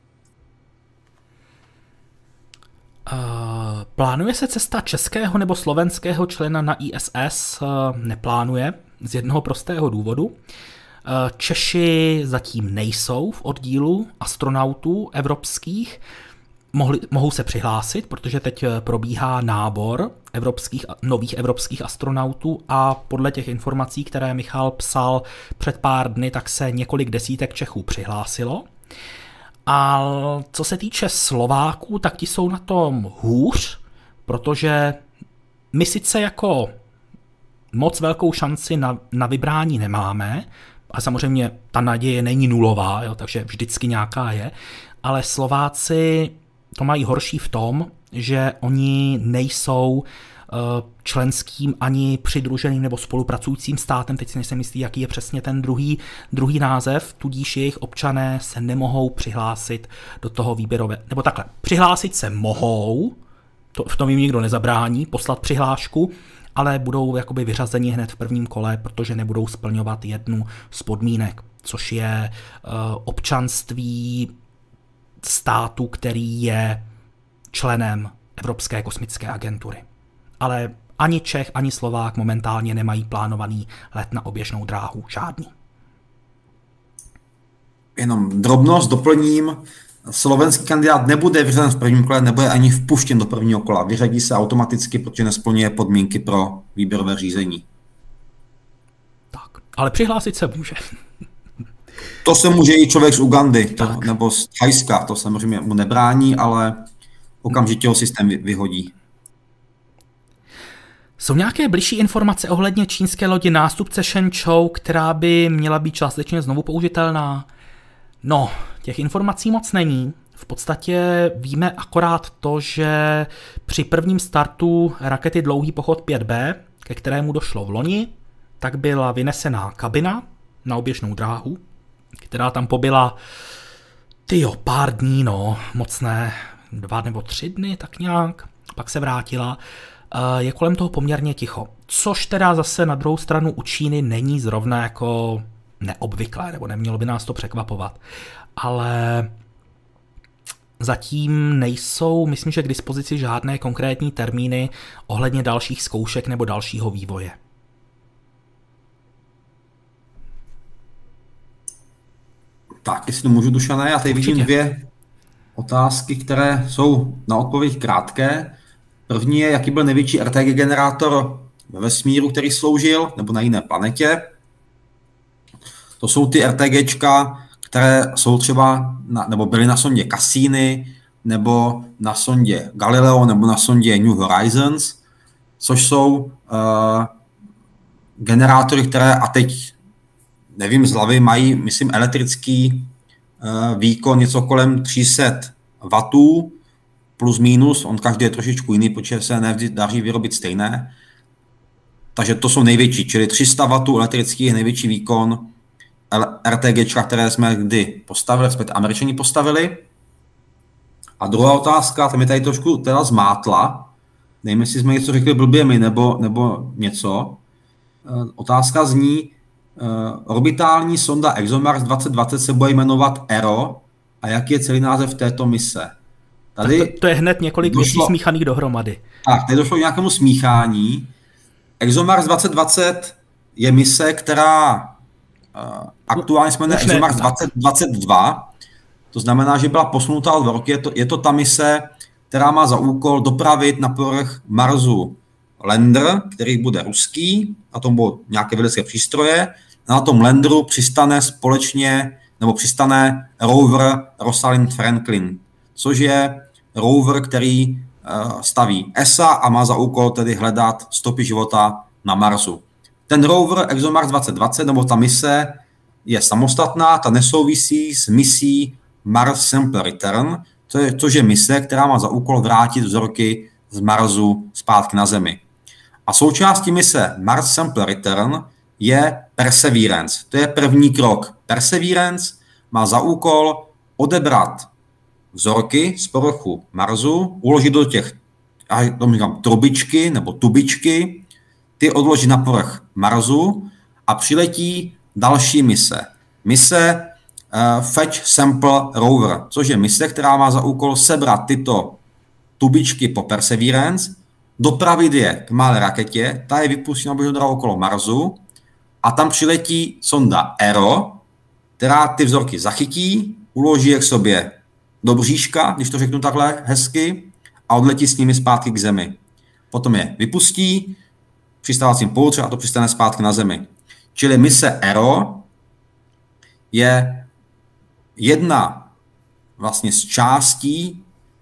Plánuje se cesta českého nebo slovenského člena na ISS? Neplánuje z jednoho prostého důvodu. Češi zatím nejsou v oddílu astronautů evropských, mohou se přihlásit, protože teď probíhá nábor nových evropských astronautů a podle těch informací, které Michal psal před pár dny, tak se několik desítek Čechů přihlásilo. A co se týče Slováků, tak ti jsou na tom hůř, protože my sice jako moc velkou šanci na vybrání nemáme, a samozřejmě ta naděje není nulová, jo, takže vždycky nějaká je, ale Slováci to mají horší v tom, že oni nejsou členským ani přidruženým nebo spolupracujícím státem, teď si nejsem jistý, jaký je přesně ten druhý název, tudíž jejich občané se nemohou přihlásit do toho výběrové, nebo takhle, přihlásit se mohou, v tom jim nikdo nezabrání, poslat přihlášku, ale budou jakoby vyřazeni hned v prvním kole, protože nebudou splňovat jednu z podmínek, což je občanství státu, který je členem Evropské kosmické agentury. Ale ani Čech, ani Slovák momentálně nemají plánovaný let na oběžnou dráhu. Žádný.
Jenom drobnost doplním. Slovenský kandidát nebude vyřazen v prvním kole, nebude ani vpuštěn do prvního kola. Vyřadí se automaticky, protože nesplňuje podmínky pro výběrové řízení.
Tak, ale přihlásit se může.
To se může i člověk z Ugandy nebo z Thajska, to samozřejmě mu nebrání, ale okamžitě ho systém vyhodí.
Jsou nějaké bližší informace ohledně čínské lodi nástupce Shenzhou, která by měla být částečně znovu použitelná? No, těch informací moc není. V podstatě víme akorát to, že při prvním startu rakety Dlouhý pochod 5B, ke kterému došlo v loni, tak byla vynesená kabina na oběžnou dráhu, která tam pobyla pár dní, moc ne, 2 nebo 3 dny, tak nějak, pak se vrátila. Je kolem toho poměrně ticho, což teda zase na druhou stranu u Číny není zrovna jako neobvyklé, nebo nemělo by nás to překvapovat. Ale zatím nejsou, myslím, že k dispozici žádné konkrétní termíny ohledně dalších zkoušek nebo dalšího vývoje.
Tak, jestli můžu, Dušané, já tady vidím 2 otázky, které jsou na odpověď krátké. První je, jaký byl největší RTG generátor ve vesmíru, který sloužil, nebo na jiné planetě. To jsou ty RTGčka, které jsou třeba, nebo byly na sondě Cassini, nebo na sondě Galileo, nebo na sondě New Horizons, což jsou generátory, které, a teď nevím z hlavy, mají, myslím, elektrický výkon něco kolem 300 W, plus minus, on každý je trošičku jiný, protože se nevždy daří vyrobit stejné. Takže to jsou největší, čili 300 W elektrický je největší výkon RTGčka, které jsme kdy postavili, respektive Američani postavili. A druhá otázka, ta mi tady trošku teda zmátla, nevím, jestli jsme něco řekli blbě my, nebo něco. Otázka zní, orbitální sonda ExoMars 2020 se bude jmenovat ERO a jaký je celý název této mise?
Tady to je hned několik věcí smíchaných dohromady.
Tak, tady došlo k nějakému smíchání. ExoMars 2020 je mise, která aktuálně se jmenuje ExoMars 2022. To znamená, že byla posunutá o 2 roky. Je to ta mise, která má za úkol dopravit na povrch Marsu lander, který bude ruský, na tom budou nějaké vědecké přístroje. A na tom landeru přistane rover Rosalind Franklin, což je rover, který staví ESA a má za úkol tedy hledat stopy života na Marsu. Ten rover ExoMars 2020, nebo ta mise, je samostatná, ta nesouvisí s misí Mars Sample Return, což je mise, která má za úkol vrátit vzorky z Marsu zpátky na Zemi. A součástí mise Mars Sample Return je Perseverance. To je první krok. Perseverance má za úkol odebrat vzorky z povrchu Marsu, uložit do těch trubičky nebo tubičky, ty odloží na povrch Marsu a přiletí další mise. Mise Fetch Sample Rover, což je mise, která má za úkol sebrat tyto tubičky po Perseverance, dopravit je k malé raketě, ta je vypustí na oběžnou dráhu okolo Marsu a tam přiletí sonda ERO, která ty vzorky zachytí, uloží je k sobě do bříška, když to řeknu takhle hezky, a odletí s nimi zpátky k Zemi. Potom je vypustí přistávacím pouzdře a to přistane zpátky na Zemi. Čili mise ERO je jedna vlastně z částí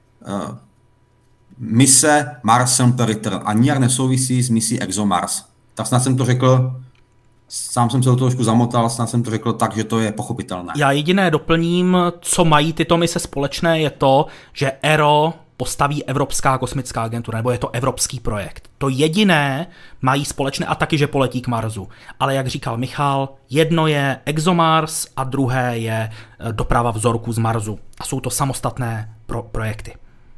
mise Mars Sample Return a nijak nesouvisí s misí ExoMars. Tak snad jsem to řekl, sám jsem se do toho trošku zamotal, snad jsem to řekl tak, že to je pochopitelné.
Já jediné doplním, co mají tyto mise společné, je to, že ERO postaví Evropská kosmická agentura, nebo je to evropský projekt. To jediné mají společné a taky, že poletí k Marsu. Ale jak říkal Michal, jedno je ExoMars a druhé je doprava vzorků z Marsu. A jsou to samostatné projekty.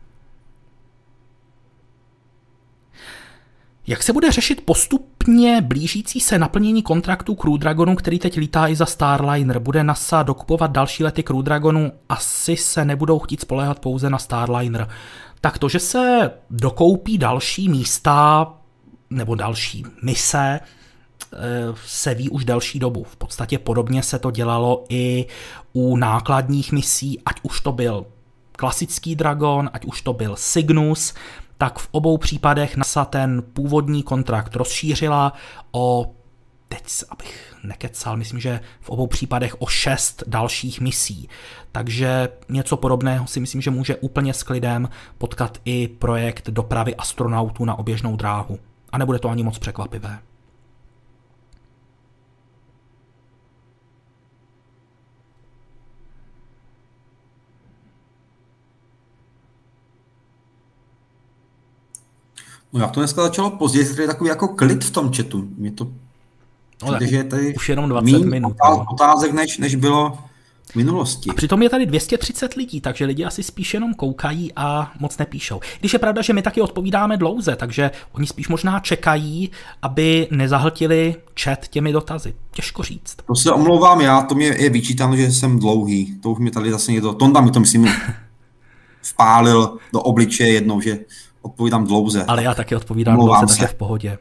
Jak se bude řešit postupně blížící se naplnění kontraktu Crew Dragonu, který teď lítá i za Starliner? Bude NASA dokupovat další lety Crew Dragonu? Asi se nebudou chtít spoléhat pouze na Starliner. Tak to, že se dokoupí další místa nebo další mise, se ví už delší dobu. V podstatě podobně se to dělalo i u nákladních misí, ať už to byl klasický Dragon, ať už to byl Cygnus, tak v obou případech NASA ten původní kontrakt rozšířila o, teď abych nekecal, myslím, že v obou případech o 6 dalších misí. Takže něco podobného si myslím, že může úplně s klidem potkat i projekt dopravy astronautů na oběžnou dráhu. A nebude to ani moc překvapivé.
No jak to dneska začalo později, je takový jako klid v tom chatu. Mě to přijde, že je tady
už jenom 20 minut.
Otázek, než bylo v minulosti.
A přitom je tady 230 lidí, takže lidi asi spíš jenom koukají a moc nepíšou. Když je pravda, že my taky odpovídáme dlouze, takže oni spíš možná čekají, aby nezahltili chat těmi dotazy. Těžko říct.
To se omlouvám já, to mě je vyčítáno, že jsem dlouhý. To už mi tady zase někdo, Tonda mi to myslím vpálil do obličeje jednou, že odpovídám dlouze.
Ale já taky odpovídám dlouze, tak je v pohodě.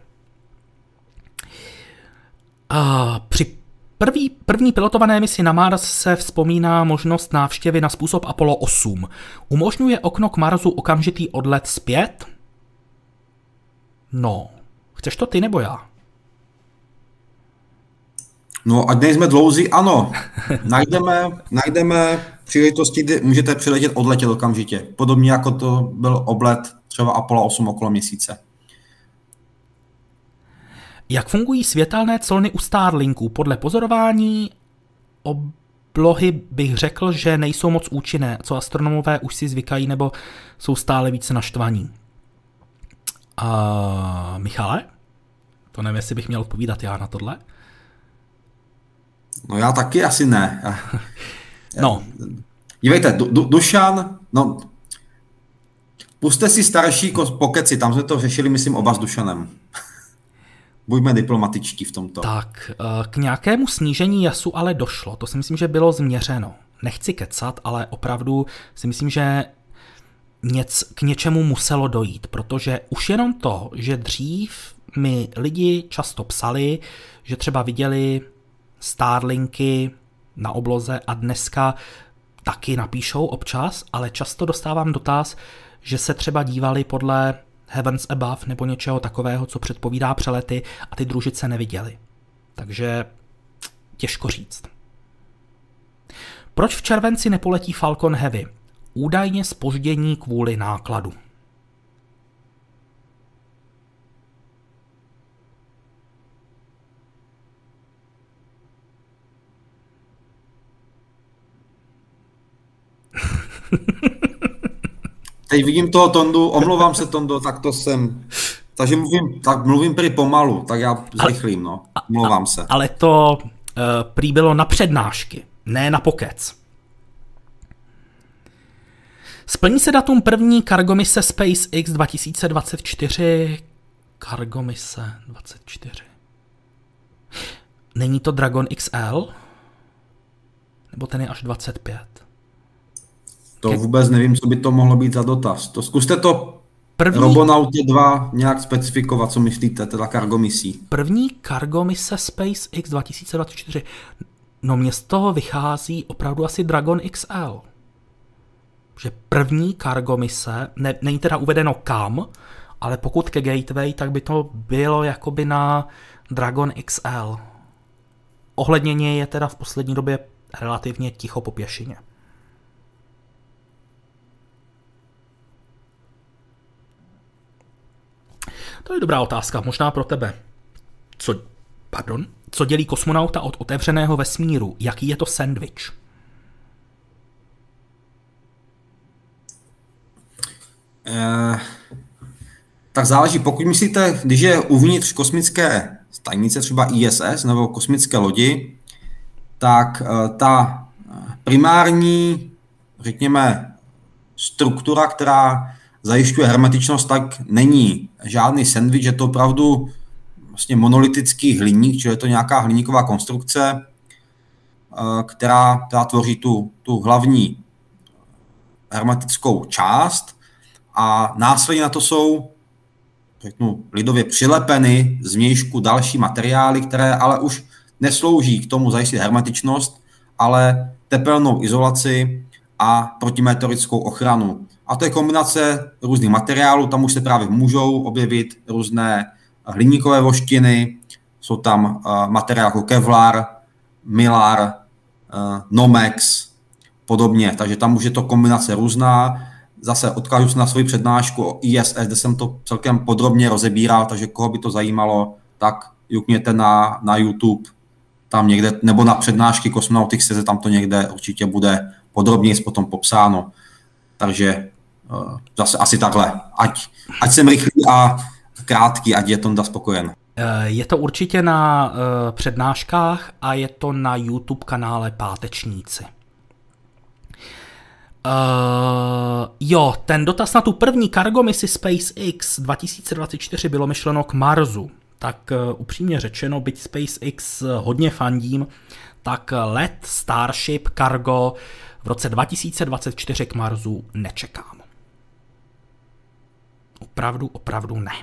Při první pilotované misi na Mars se vzpomíná možnost návštěvy na způsob Apollo 8. Umožňuje okno k Marsu okamžitý odlet zpět? No, chceš to ty nebo já?
No, ať nejsme dlouzí, ano. Najdeme příležitosti, kdy můžete přiletět, odletět okamžitě. Podobně jako to byl oblet třeba Apollo 8 okolo Měsíce.
Jak fungují světelné clony u Starlinku? Podle pozorování oblohy bych řekl, že nejsou moc účinné, co astronomové už si zvykají nebo jsou stále více naštvaní. Michale? To nevím, jestli bych měl odpovídat já na tohle.
No já taky asi ne.
No.
Dívejte, Dušan, no Puste si starší pokeci, tam jsme to řešili, myslím, oba s Dušanem. Buďme diplomatičtí v tomto.
Tak, k nějakému snížení jasu ale došlo. To si myslím, že bylo změřeno. Nechci kecat, ale opravdu si myslím, že k něčemu muselo dojít, protože už jenom to, že dřív mi lidi často psali, že třeba viděli Starlinky na obloze a dneska taky napíšou občas, ale často dostávám dotaz, že se třeba dívali podle Heavens Above nebo něčeho takového, co předpovídá přelety a ty družice neviděli. Takže těžko říct. Proč v červenci nepoletí Falcon Heavy? Údajně zpoždění kvůli nákladu.
Teď vidím toho Tondu, omlouvám se Tondo, tak to jsem... Takže mluvím prý pomalu, tak já zrychlím, no. Omlouvám se.
Ale to prý bylo na přednášky, ne na pokec. Splní se datum první Cargomise SpaceX 2024? Cargomise 24. Není to Dragon XL? Nebo ten je až 25?
To vůbec nevím, co by to mohlo být za dotaz. To zkuste to Robonauty 2 nějak specifikovat, co myslíte, teda Cargomisí.
První Cargomise SpaceX 2024. No mně z toho vychází opravdu asi Dragon XL. Že první Cargomise, není teda uvedeno kam, ale pokud ke Gateway, tak by to bylo jakoby na Dragon XL. Ohledně něj je teda v poslední době relativně ticho po pěšině. To je dobrá otázka, možná pro tebe. Co dělí kosmonauta od otevřeného vesmíru? Jaký je to sandwich?
Tak záleží, pokud myslíte, když je uvnitř kosmické stanice, třeba ISS nebo kosmické lodi, tak ta primární, řekněme, struktura, která zajišťuje hermetičnost, tak není žádný sandwich, je to opravdu vlastně monolitický hliník, čili je to nějaká hliníková konstrukce, která tvoří tu hlavní hermetickou část a následně na to jsou, řeknu, lidově přilepeny zvnějšku další materiály, které ale už neslouží k tomu zajistit hermetičnost, ale tepelnou izolaci a protimeteorickou ochranu. A to je kombinace různých materiálů, tam už se právě můžou objevit různé hliníkové voštiny, jsou tam materiály jako Kevlar, Mylar, Nomex, podobně, takže tam už je to kombinace různá. Zase odkážu se na svoji přednášku o ISS, kde jsem to celkem podrobně rozebíral, takže koho by to zajímalo, tak jukněte na YouTube, tam někde, nebo na přednášky Cosmonautics, tam to někde určitě bude podrobněji potom popsáno. Takže zase asi takhle. Ať jsem rychlý a krátký, ať je Tonda spokojen.
Je to určitě na přednáškách a je to na YouTube kanále Pátečníci. Jo, ten dotaz na tu první Cargomisi SpaceX 2024 bylo myšleno k Marsu. Tak upřímně řečeno, byť SpaceX hodně fandím, tak let Starship Cargo v roce 2024 k Marsu nečekám. Opravdu ne.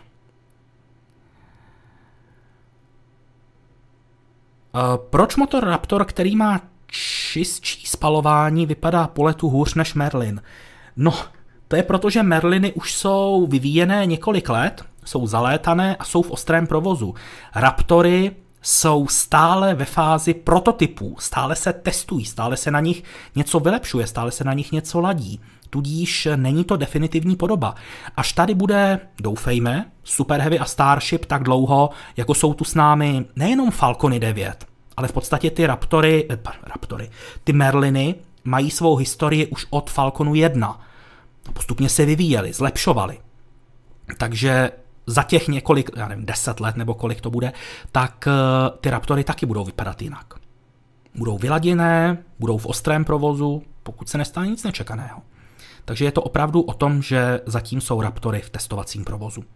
Proč motor Raptor, který má čistší spalování, vypadá po letu hůř než Merlin? No, to je proto, že Merliny už jsou vyvíjené několik let, jsou zalétané a jsou v ostrém provozu. Raptory jsou stále ve fázi prototypů, stále se testují, stále se na nich něco vylepšuje, stále se na nich něco ladí. Tudíž není to definitivní podoba. Až tady bude, doufejme, Super Heavy a Starship tak dlouho, jako jsou tu s námi nejenom Falcony 9, ale v podstatě ty ty Merliny mají svou historii už od Falconu 1. Postupně se vyvíjeli, zlepšovali. Takže za těch několik, 10 let nebo kolik to bude, tak ty Raptory taky budou vypadat jinak. Budou vyladěné, budou v ostrém provozu, pokud se nestane nic nečekaného. Takže je to opravdu o tom, že zatím jsou Raptory v testovacím provozu.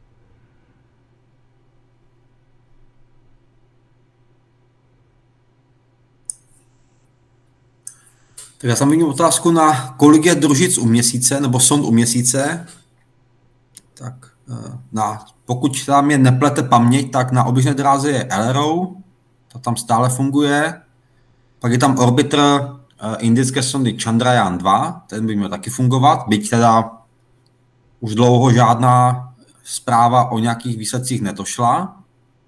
Tak já jsem měl otázku na kolik je družic u Měsíce, nebo sond u Měsíce. Tak pokud tam je neplete paměť, tak na oběžné dráze je LRO, to tam stále funguje. Pak je tam orbiter indické sondy Chandrayaan 2, ten by měl taky fungovat, byť teda už dlouho žádná zpráva o nějakých výsledcích nedošla.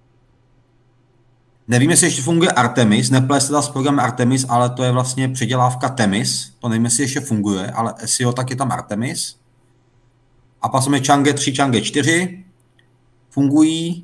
Nevím, jestli ještě funguje Artemis, neplést teda s programem Artemis, ale to je vlastně předělávka Temis, to nevím, jestli ještě funguje, ale jestli jo, tak je tam Artemis. A pak jsme Chang'e 3, Chang'e 4 fungují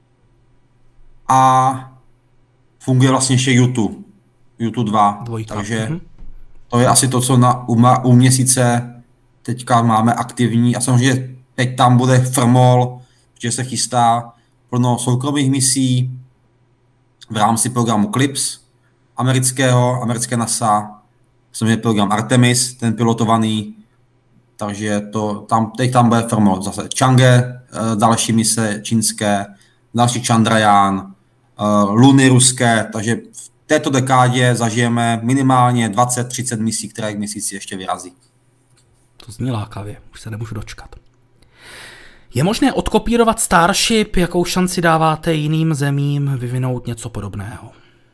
a funguje vlastně ještě Yutu 2, takže to je asi to, co u Měsíce teďka máme aktivní a samozřejmě teď tam bude Frmol, že se chystá plno soukromých misí v rámci programu CLIPS americké NASA, samozřejmě program Artemis, ten pilotovaný, takže teď tam bude Frmol zase Chang'e, další mise čínské, další Chandrayaan, Luny ruské, takže v této dekádě zažijeme minimálně 20-30 misí, které k Měsíci ještě vyrazí.
To zní lákavě, už se nemůžu dočkat. Je možné odkopírovat Starship, jakou šanci dáváte jiným zemím vyvinout něco podobného?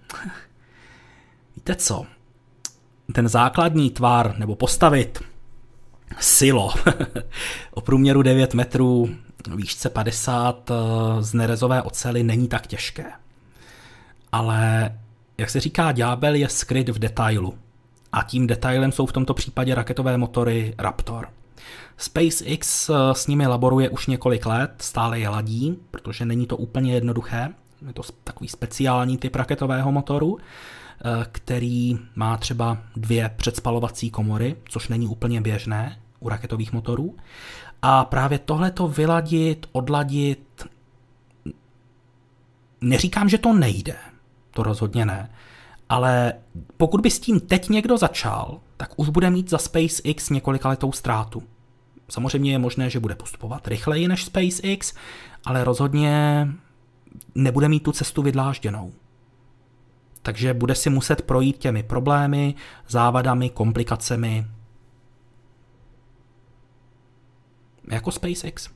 Víte co? Ten základní tvar, nebo postavit silo o průměru 9 metrů, výšce 50 z nerezové oceli není tak těžké. Ale, jak se říká, ďábel je skryt v detailu. A tím detailem jsou v tomto případě raketové motory Raptor. SpaceX s nimi laboruje už několik let, stále je ladí, protože není to úplně jednoduché. Je to takový speciální typ raketového motoru, který má třeba 2 předspalovací komory, což není úplně běžné u raketových motorů. A právě tohleto vyladit, odladit, neříkám, že to nejde, to rozhodně ne, ale pokud by s tím teď někdo začal, tak už bude mít za SpaceX několikaletou ztrátu. Samozřejmě je možné, že bude postupovat rychleji než SpaceX, ale rozhodně nebude mít tu cestu vydlážděnou. Takže bude si muset projít těmi problémy, závadami, komplikacemi. Jako SpaceX.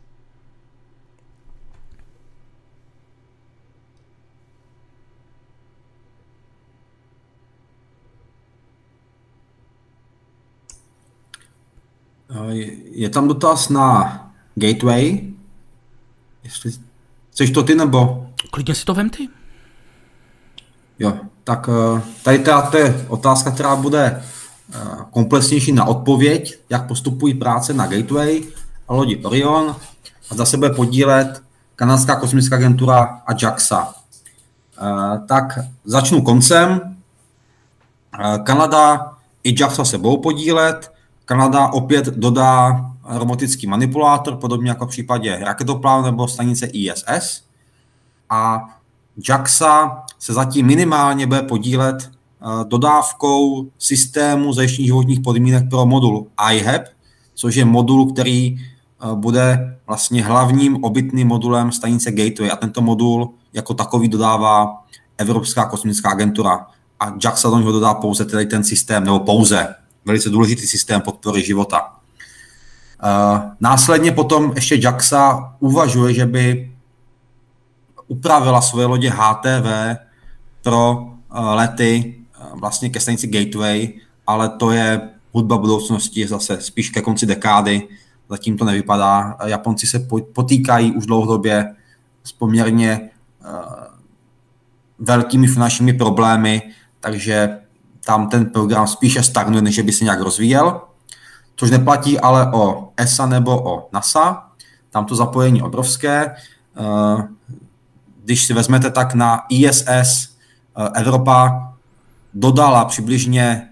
Je tam dotaz na Gateway. Jestli chceš to ty, nebo?
Klidně si to vem ty.
Jo, tak tady to je otázka, která bude komplexnější na odpověď, jak postupují práce na Gateway a lodi Orion. A za sebe podílet Kanadská kosmická agentura a JAXA. Tak začnu koncem. Kanada i JAXA se budou podílet. Kanada opět dodá robotický manipulátor, podobně jako v případě raketoplánu nebo stanice ISS. A JAXA se zatím minimálně bude podílet dodávkou systému zajištění životních podmínek pro modul IHAB, což je modul, který bude vlastně hlavním obytným modulem stanice Gateway. A tento modul jako takový dodává Evropská kosmická agentura. A JAXA do něho dodá pouze tedy ten systém, nebo pouze velice důležitý systém podpory života. Následně potom ještě JAXA uvažuje, že by upravila svoje lodě HTV pro lety vlastně ke stanici Gateway, ale to je hudba budoucnosti zase spíš ke konci dekády. Zatím to nevypadá. Japonci se potýkají už dlouhodobě s poměrně velkými finančními problémy, takže tam ten program spíše stagnuje, než by se nějak rozvíjel. Což neplatí ale o ESA nebo o NASA. Tam to zapojení obrovské. Když si vezmete, tak na ISS Evropa dodala přibližně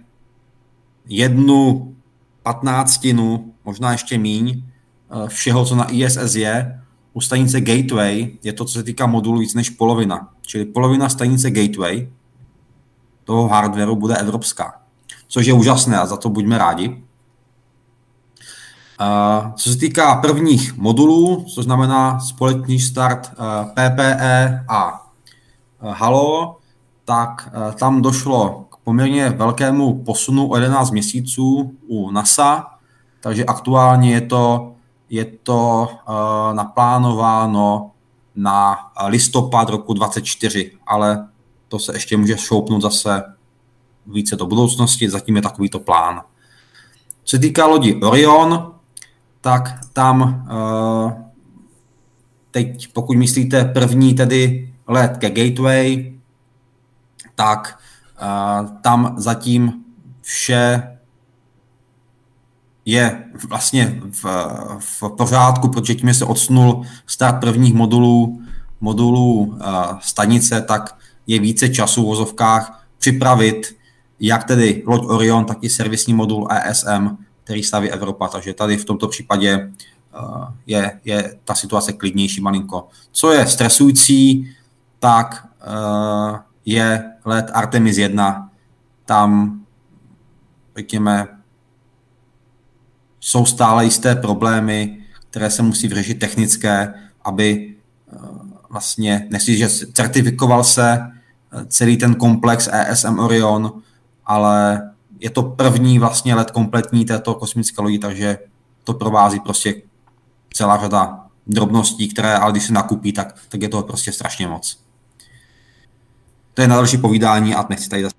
1/15, možná ještě míň, všeho, co na ISS je. U stanice Gateway je to, co se týká modulu, víc než polovina. Čili polovina stanice Gateway toho hardwareu bude evropská. Což je úžasné a za to buďme rádi. Co se týká prvních modulů, což znamená společný start PPE a Halo, tak tam došlo k poměrně velkému posunu o 11 měsíců u NASA, takže aktuálně je to naplánováno na listopad roku 2024, ale to se ještě může šoupnout zase více do budoucnosti, zatím je takovýto plán. Co se týká lodi Orion, tak tam teď, pokud myslíte první tedy let ke Gateway, tak tam zatím vše je vlastně v pořádku, protože tím se odsunul start prvních modulů stanice, tak je více času v vozovkách připravit jak tedy loď Orion, tak i servisní modul ESM, který staví Evropa. Takže tady v tomto případě je ta situace klidnější malinko. Co je stresující, tak je let Artemis 1. Tam, řekněme, jsou stále jisté problémy, které se musí vyřešit technické, aby vlastně, že certifikoval se celý ten komplex ESM Orion, ale je to první vlastně let kompletní této kosmické lodi, takže to provází prostě celá řada drobností, které, ale když se nakupí, tak je toho prostě strašně moc. To je na další povídání a nechci tady zase.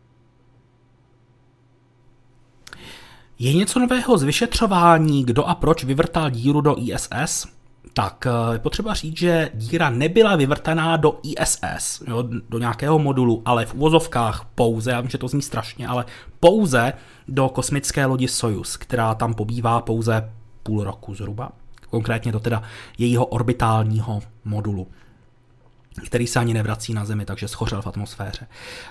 Je něco nového z vyšetřování, kdo a proč vyvrtal díru do ISS? Tak je potřeba říct, že díra nebyla vyvrtaná do ISS, jo, do nějakého modulu, ale v uvozovkách pouze, já vím, že to zní strašně, ale pouze do kosmické lodi Sojuz, která tam pobývá pouze půl roku zhruba. Konkrétně do teda jejího orbitálního modulu, který se ani nevrací na Zemi, takže schořel v atmosféře.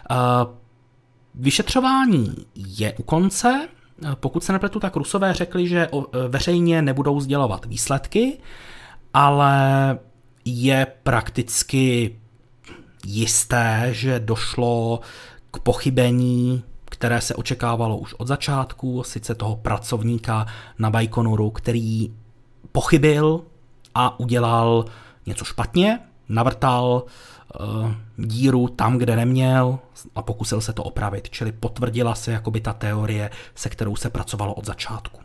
Vyšetřování je u konce. Pokud se nepletu, tak Rusové řekli, že veřejně nebudou sdělovat výsledky, ale je prakticky jisté, že došlo k pochybení, které se očekávalo už od začátku, sice toho pracovníka na Baikonuru, který pochybil a udělal něco špatně, navrtal díru tam, kde neměl a pokusil se to opravit, čili potvrdila se jakoby ta teorie, se kterou se pracovalo od začátku.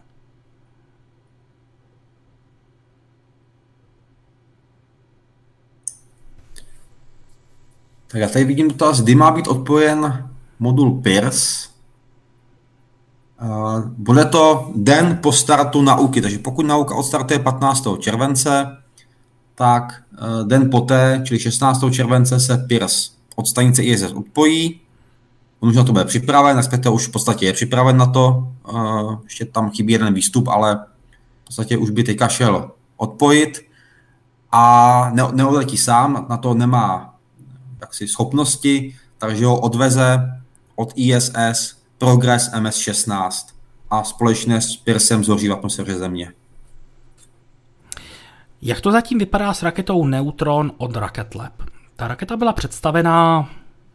Tak já tady vidím dotaz, kdy má být odpojen modul Pirs. Bude to den po startu nauky, takže pokud nauka odstartuje 15. července, tak den poté, čili 16. července, se Pirs od stanice ISS odpojí. On už na to bude připraven, respektive už v podstatě je připraven na to. Ještě tam chybí jeden výstup, ale v podstatě už by teďka šel odpojit. A neodletí sám, na to nemá jaksi schopnosti, takže ho odveze od ISS Progress MS-16 a společně s Pirsem zhoří v atmosféře Země.
Jak to zatím vypadá s raketou Neutron od Rocket Lab? Ta raketa byla představená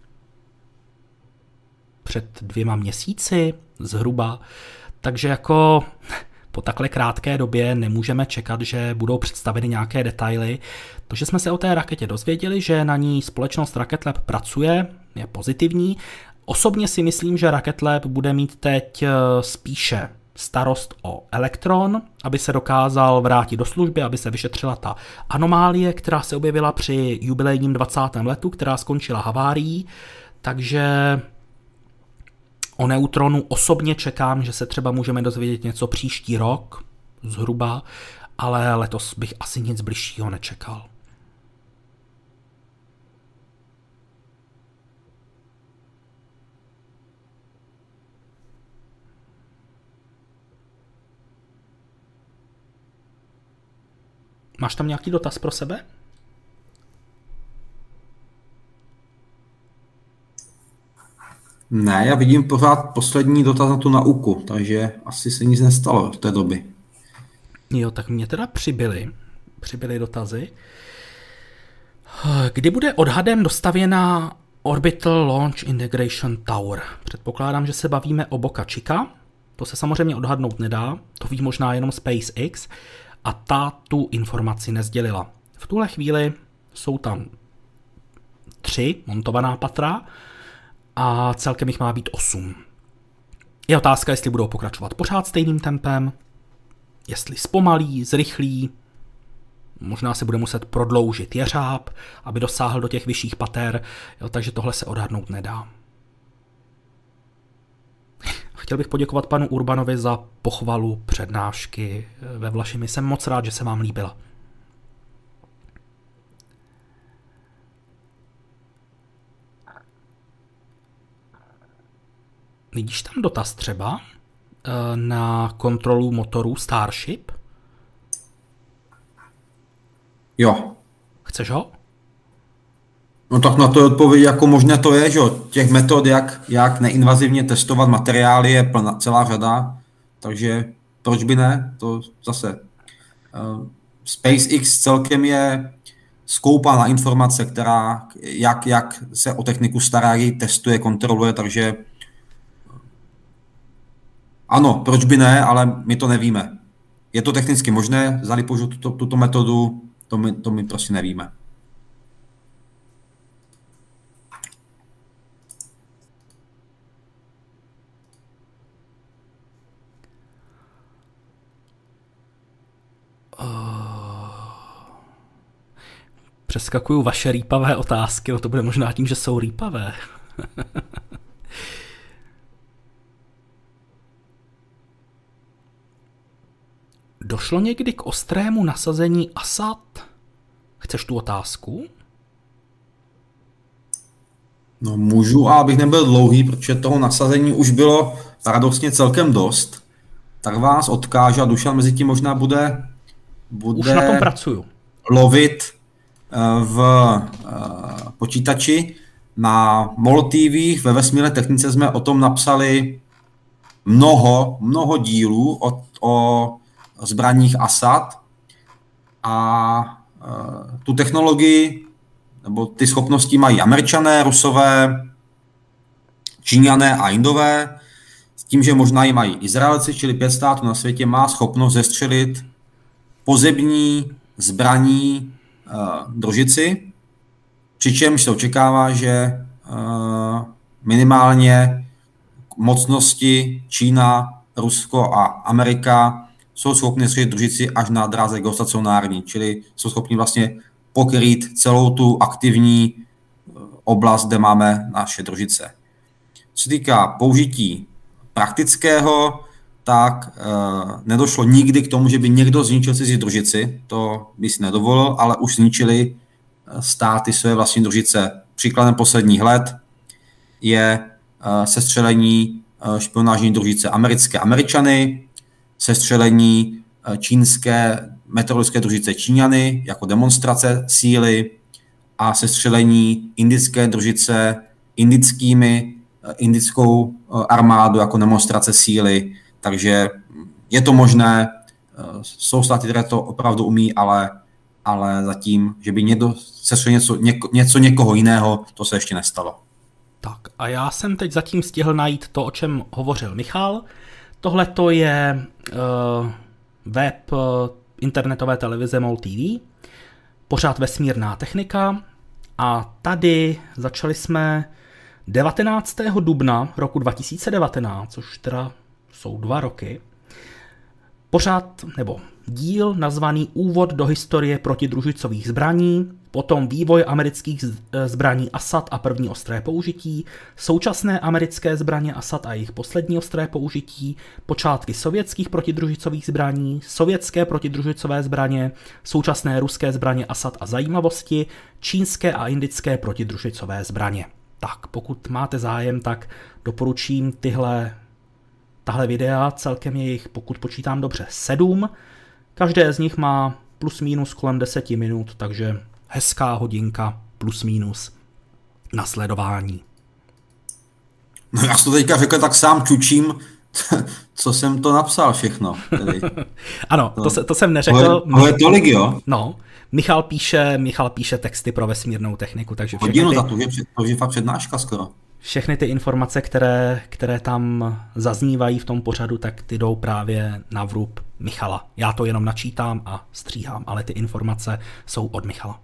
před 2 měsíci zhruba, takže jako po takhle krátké době nemůžeme čekat, že budou představeny nějaké detaily. To, že jsme se o té raketě dozvěděli, že na ní společnost Rocket Lab pracuje, je pozitivní. Osobně si myslím, že Rocket Lab bude mít teď spíše starost o elektron, aby se dokázal vrátit do služby, aby se vyšetřila ta anomálie, která se objevila při jubilejním 20. letu, která skončila havárií. Takže o Neutronu osobně čekám, že se třeba můžeme dozvědět něco příští rok, zhruba, ale letos bych asi nic bližšího nečekal. Máš tam nějaký dotaz pro sebe?
Ne, já vidím pořád poslední dotaz na tu nauku, takže asi se nic nestalo v té doby.
Jo, tak mě teda přibyly dotazy. Kdy bude odhadem dostavěna Orbital Launch Integration Tower? Předpokládám, že se bavíme o Boca Chica. To se samozřejmě odhadnout nedá, to ví možná jenom SpaceX a ta tu informaci nezdělila. V tuhle chvíli jsou tam 3 montovaná patra a celkem jich má být 8. Je otázka, jestli budou pokračovat pořád stejným tempem, jestli zpomalí, zrychlí, možná se bude muset prodloužit jeřáb, aby dosáhl do těch vyšších pater, jo, takže tohle se odhadnout nedá. Chtěl bych poděkovat panu Urbanovi za pochvalu přednášky ve Vlašimi. Jsem moc rád, že se vám líbila. Vidíš tam dotaz třeba na kontrolu motorů Starship?
Jo.
Chceš ho?
No tak na to je odpověď, jako možné to je, že těch metod, jak neinvazivně testovat materiály, je celá řada, takže proč by ne? To zase SpaceX celkem je skoupá na informace, která, jak se o techniku stará, ji testuje, kontroluje, takže ano, proč by ne, ale my to nevíme. Je to technicky možné, zdali použiju tuto metodu, to my prostě nevíme.
Přeskakuju vaše rýpavé otázky, no to bude možná tím, že jsou rýpavé. Došlo někdy k ostrému nasazení Asad? Chceš tu otázku?
No můžu, a abych nebyl dlouhý, protože toho nasazení už bylo paradoxně celkem dost, tak vás odkážu a Dušan mezi tím možná bude
už na tom pracuju.
Lovit v počítači. Na MOL TV ve vesmírné technice jsme o tom napsali mnoho dílů o zbraních Asad a tu technologii nebo ty schopnosti mají Američané, Rusové, Číňané a Indové, s tím, že možná ji mají Izraelci, čili 5 států na světě má schopnost zestřelit pozemní zbraní družici, přičemž se očekává, že minimálně mocnosti Čína, Rusko a Amerika jsou schopni zastřelit družici až na dráze geostacionární, čili jsou schopni vlastně pokrýt celou tu aktivní oblast, kde máme naše družice. Co se týká použití praktického, tak nedošlo nikdy k tomu, že by někdo zničil cizí družici, to by si nedovolil, ale už zničili státy své vlastní družice. Příkladem posledních let je sestřelení špionážní družice Američany, sestřelení čínské meteorologické družice Číňany jako demonstrace síly a sestřelení indické družice indickou armádu jako demonstrace síly. Takže je to možné, jsou státy, které to opravdu umí, ale zatím, že by někdo sestřelil něco někoho jiného, to se ještě nestalo.
Tak a já jsem teď zatím stihl najít to, o čem hovořil Michal. Tohle to je web internetové televize MOL TV, pořád vesmírná technika, a tady začali jsme 19. dubna roku 2019, což teda jsou 2 roky, pořád nebo díl nazvaný Úvod do historie protidružicových zbraní, potom vývoj amerických zbraní Asad a první ostré použití, současné americké zbraně Asad a jejich poslední ostré použití, počátky sovětských protidružicových zbraní, sovětské protidružicové zbraně, současné ruské zbraně Asad a zajímavosti, čínské a indické protidružicové zbraně. Tak, pokud máte zájem, tak doporučím tahle videa, celkem je jich, pokud počítám dobře, 7. Každé z nich má plus minus kolem 10 minut, takže hezká hodinka plus minus na sledování.
No já jsem to teďka řekl, tak sám čučím, co jsem to napsal všechno.
Ano, to jsem neřekl.
Ale tolik, jo?
No, Michal píše texty pro vesmírnou techniku, takže
hodinu za to je fakt přednáška skoro.
Všechny ty informace, které tam zaznívají v tom pořadu, tak ty jdou právě na vrub Michala. Já to jenom načítám a stříhám, ale ty informace jsou od Michala.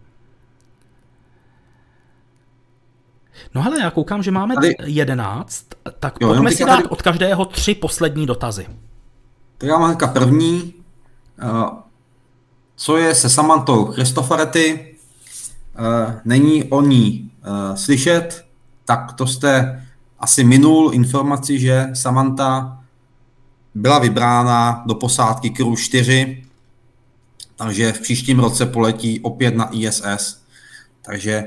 No hele, já koukám, že máme tady 11, tak pojďme si dát od každého 3 poslední dotazy.
Tak já mám hnedka první. Co je se Samantou Cristoforetti? Není o ní slyšet, tak to jste asi minul informaci, že Samantha byla vybrána do posádky Crew 4, takže v příštím roce poletí opět na ISS. Takže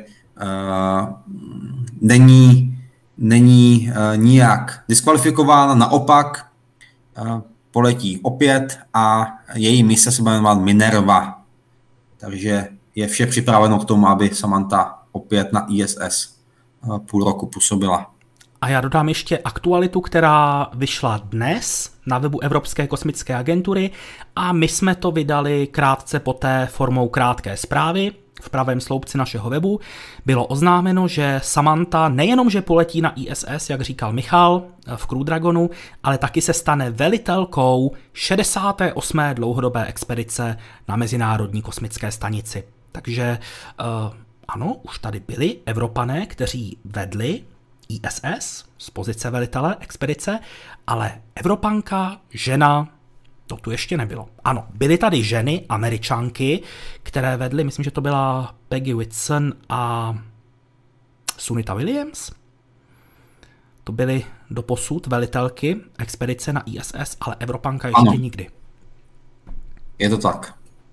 není nijak diskvalifikována, naopak poletí opět a její mise se bude jmenovat Minerva. Takže je vše připraveno k tomu, aby Samantha opět na ISS půl roku působila.
A já dodám ještě aktualitu, která vyšla dnes na webu Evropské kosmické agentury a my jsme to vydali krátce poté formou krátké zprávy. V pravém sloupci našeho webu bylo oznámeno, že Samantha nejenom, že poletí na ISS, jak říkal Michal, v Crew Dragonu, ale taky se stane velitelkou 68. dlouhodobé expedice na Mezinárodní kosmické stanici. Takže ano, už tady byli Evropané, kteří vedli ISS z pozice velitele expedice, ale Evropanka, žena, to tu ještě nebylo. Ano, byly tady ženy, Američanky, které vedly, myslím, že to byla Peggy Whitson a Sunita Williams. To byly doposud velitelky expedice na ISS, ale Evropanka ještě ano. Nikdy.
Je to tak.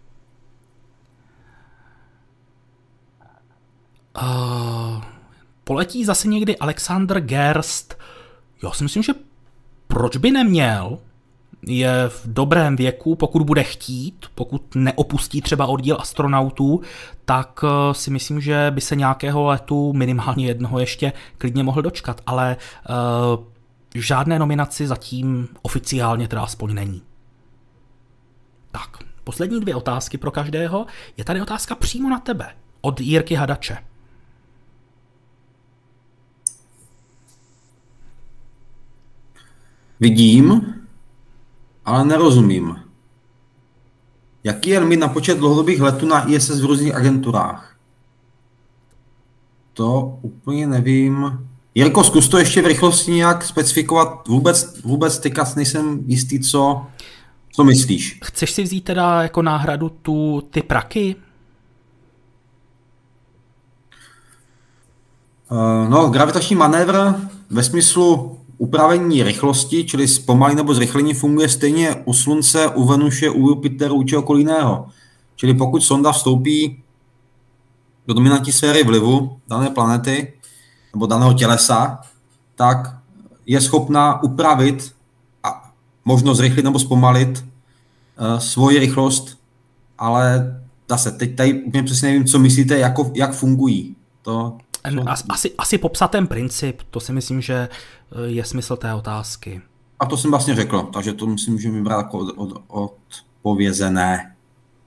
Poletí zase někdy Alexander Gerst. Já si myslím, že proč by neměl? Je v dobrém věku, pokud bude chtít, pokud neopustí třeba oddíl astronautů, tak si myslím, že by se nějakého letu, minimálně jednoho ještě, klidně mohl dočkat, ale žádné nominaci zatím oficiálně teda aspoň není. Tak, poslední 2 otázky pro každého. Je tady otázka přímo na tebe, od Jirky Hadače.
Vidím, ale nerozumím. Jaký je limit na počet dlouhodobých letů na ISS v různých agenturách? To úplně nevím. Jirko, zkus to ještě v rychlosti nějak specifikovat. Vůbec teďka nejsem jistý, co myslíš.
Chceš si vzít teda jako náhradu ty praky?
No, gravitační manévr ve smyslu upravení rychlosti, čili zpomalení nebo zrychlení, funguje stejně u Slunce, u Venuše, u Jupiteru, u čehokoliv jiného. Čili pokud sonda vstoupí do dominantní sféry vlivu dané planety nebo daného tělesa, tak je schopná upravit a možno zrychlit nebo zpomalit svoji rychlost, ale zase teď tady úplně přesně nevím, co myslíte, jak fungují.
Asi popsat ten princip, to si myslím, že je smysl té otázky.
A to jsem vlastně řekl, takže to myslím, že mi brát jako odpovězené.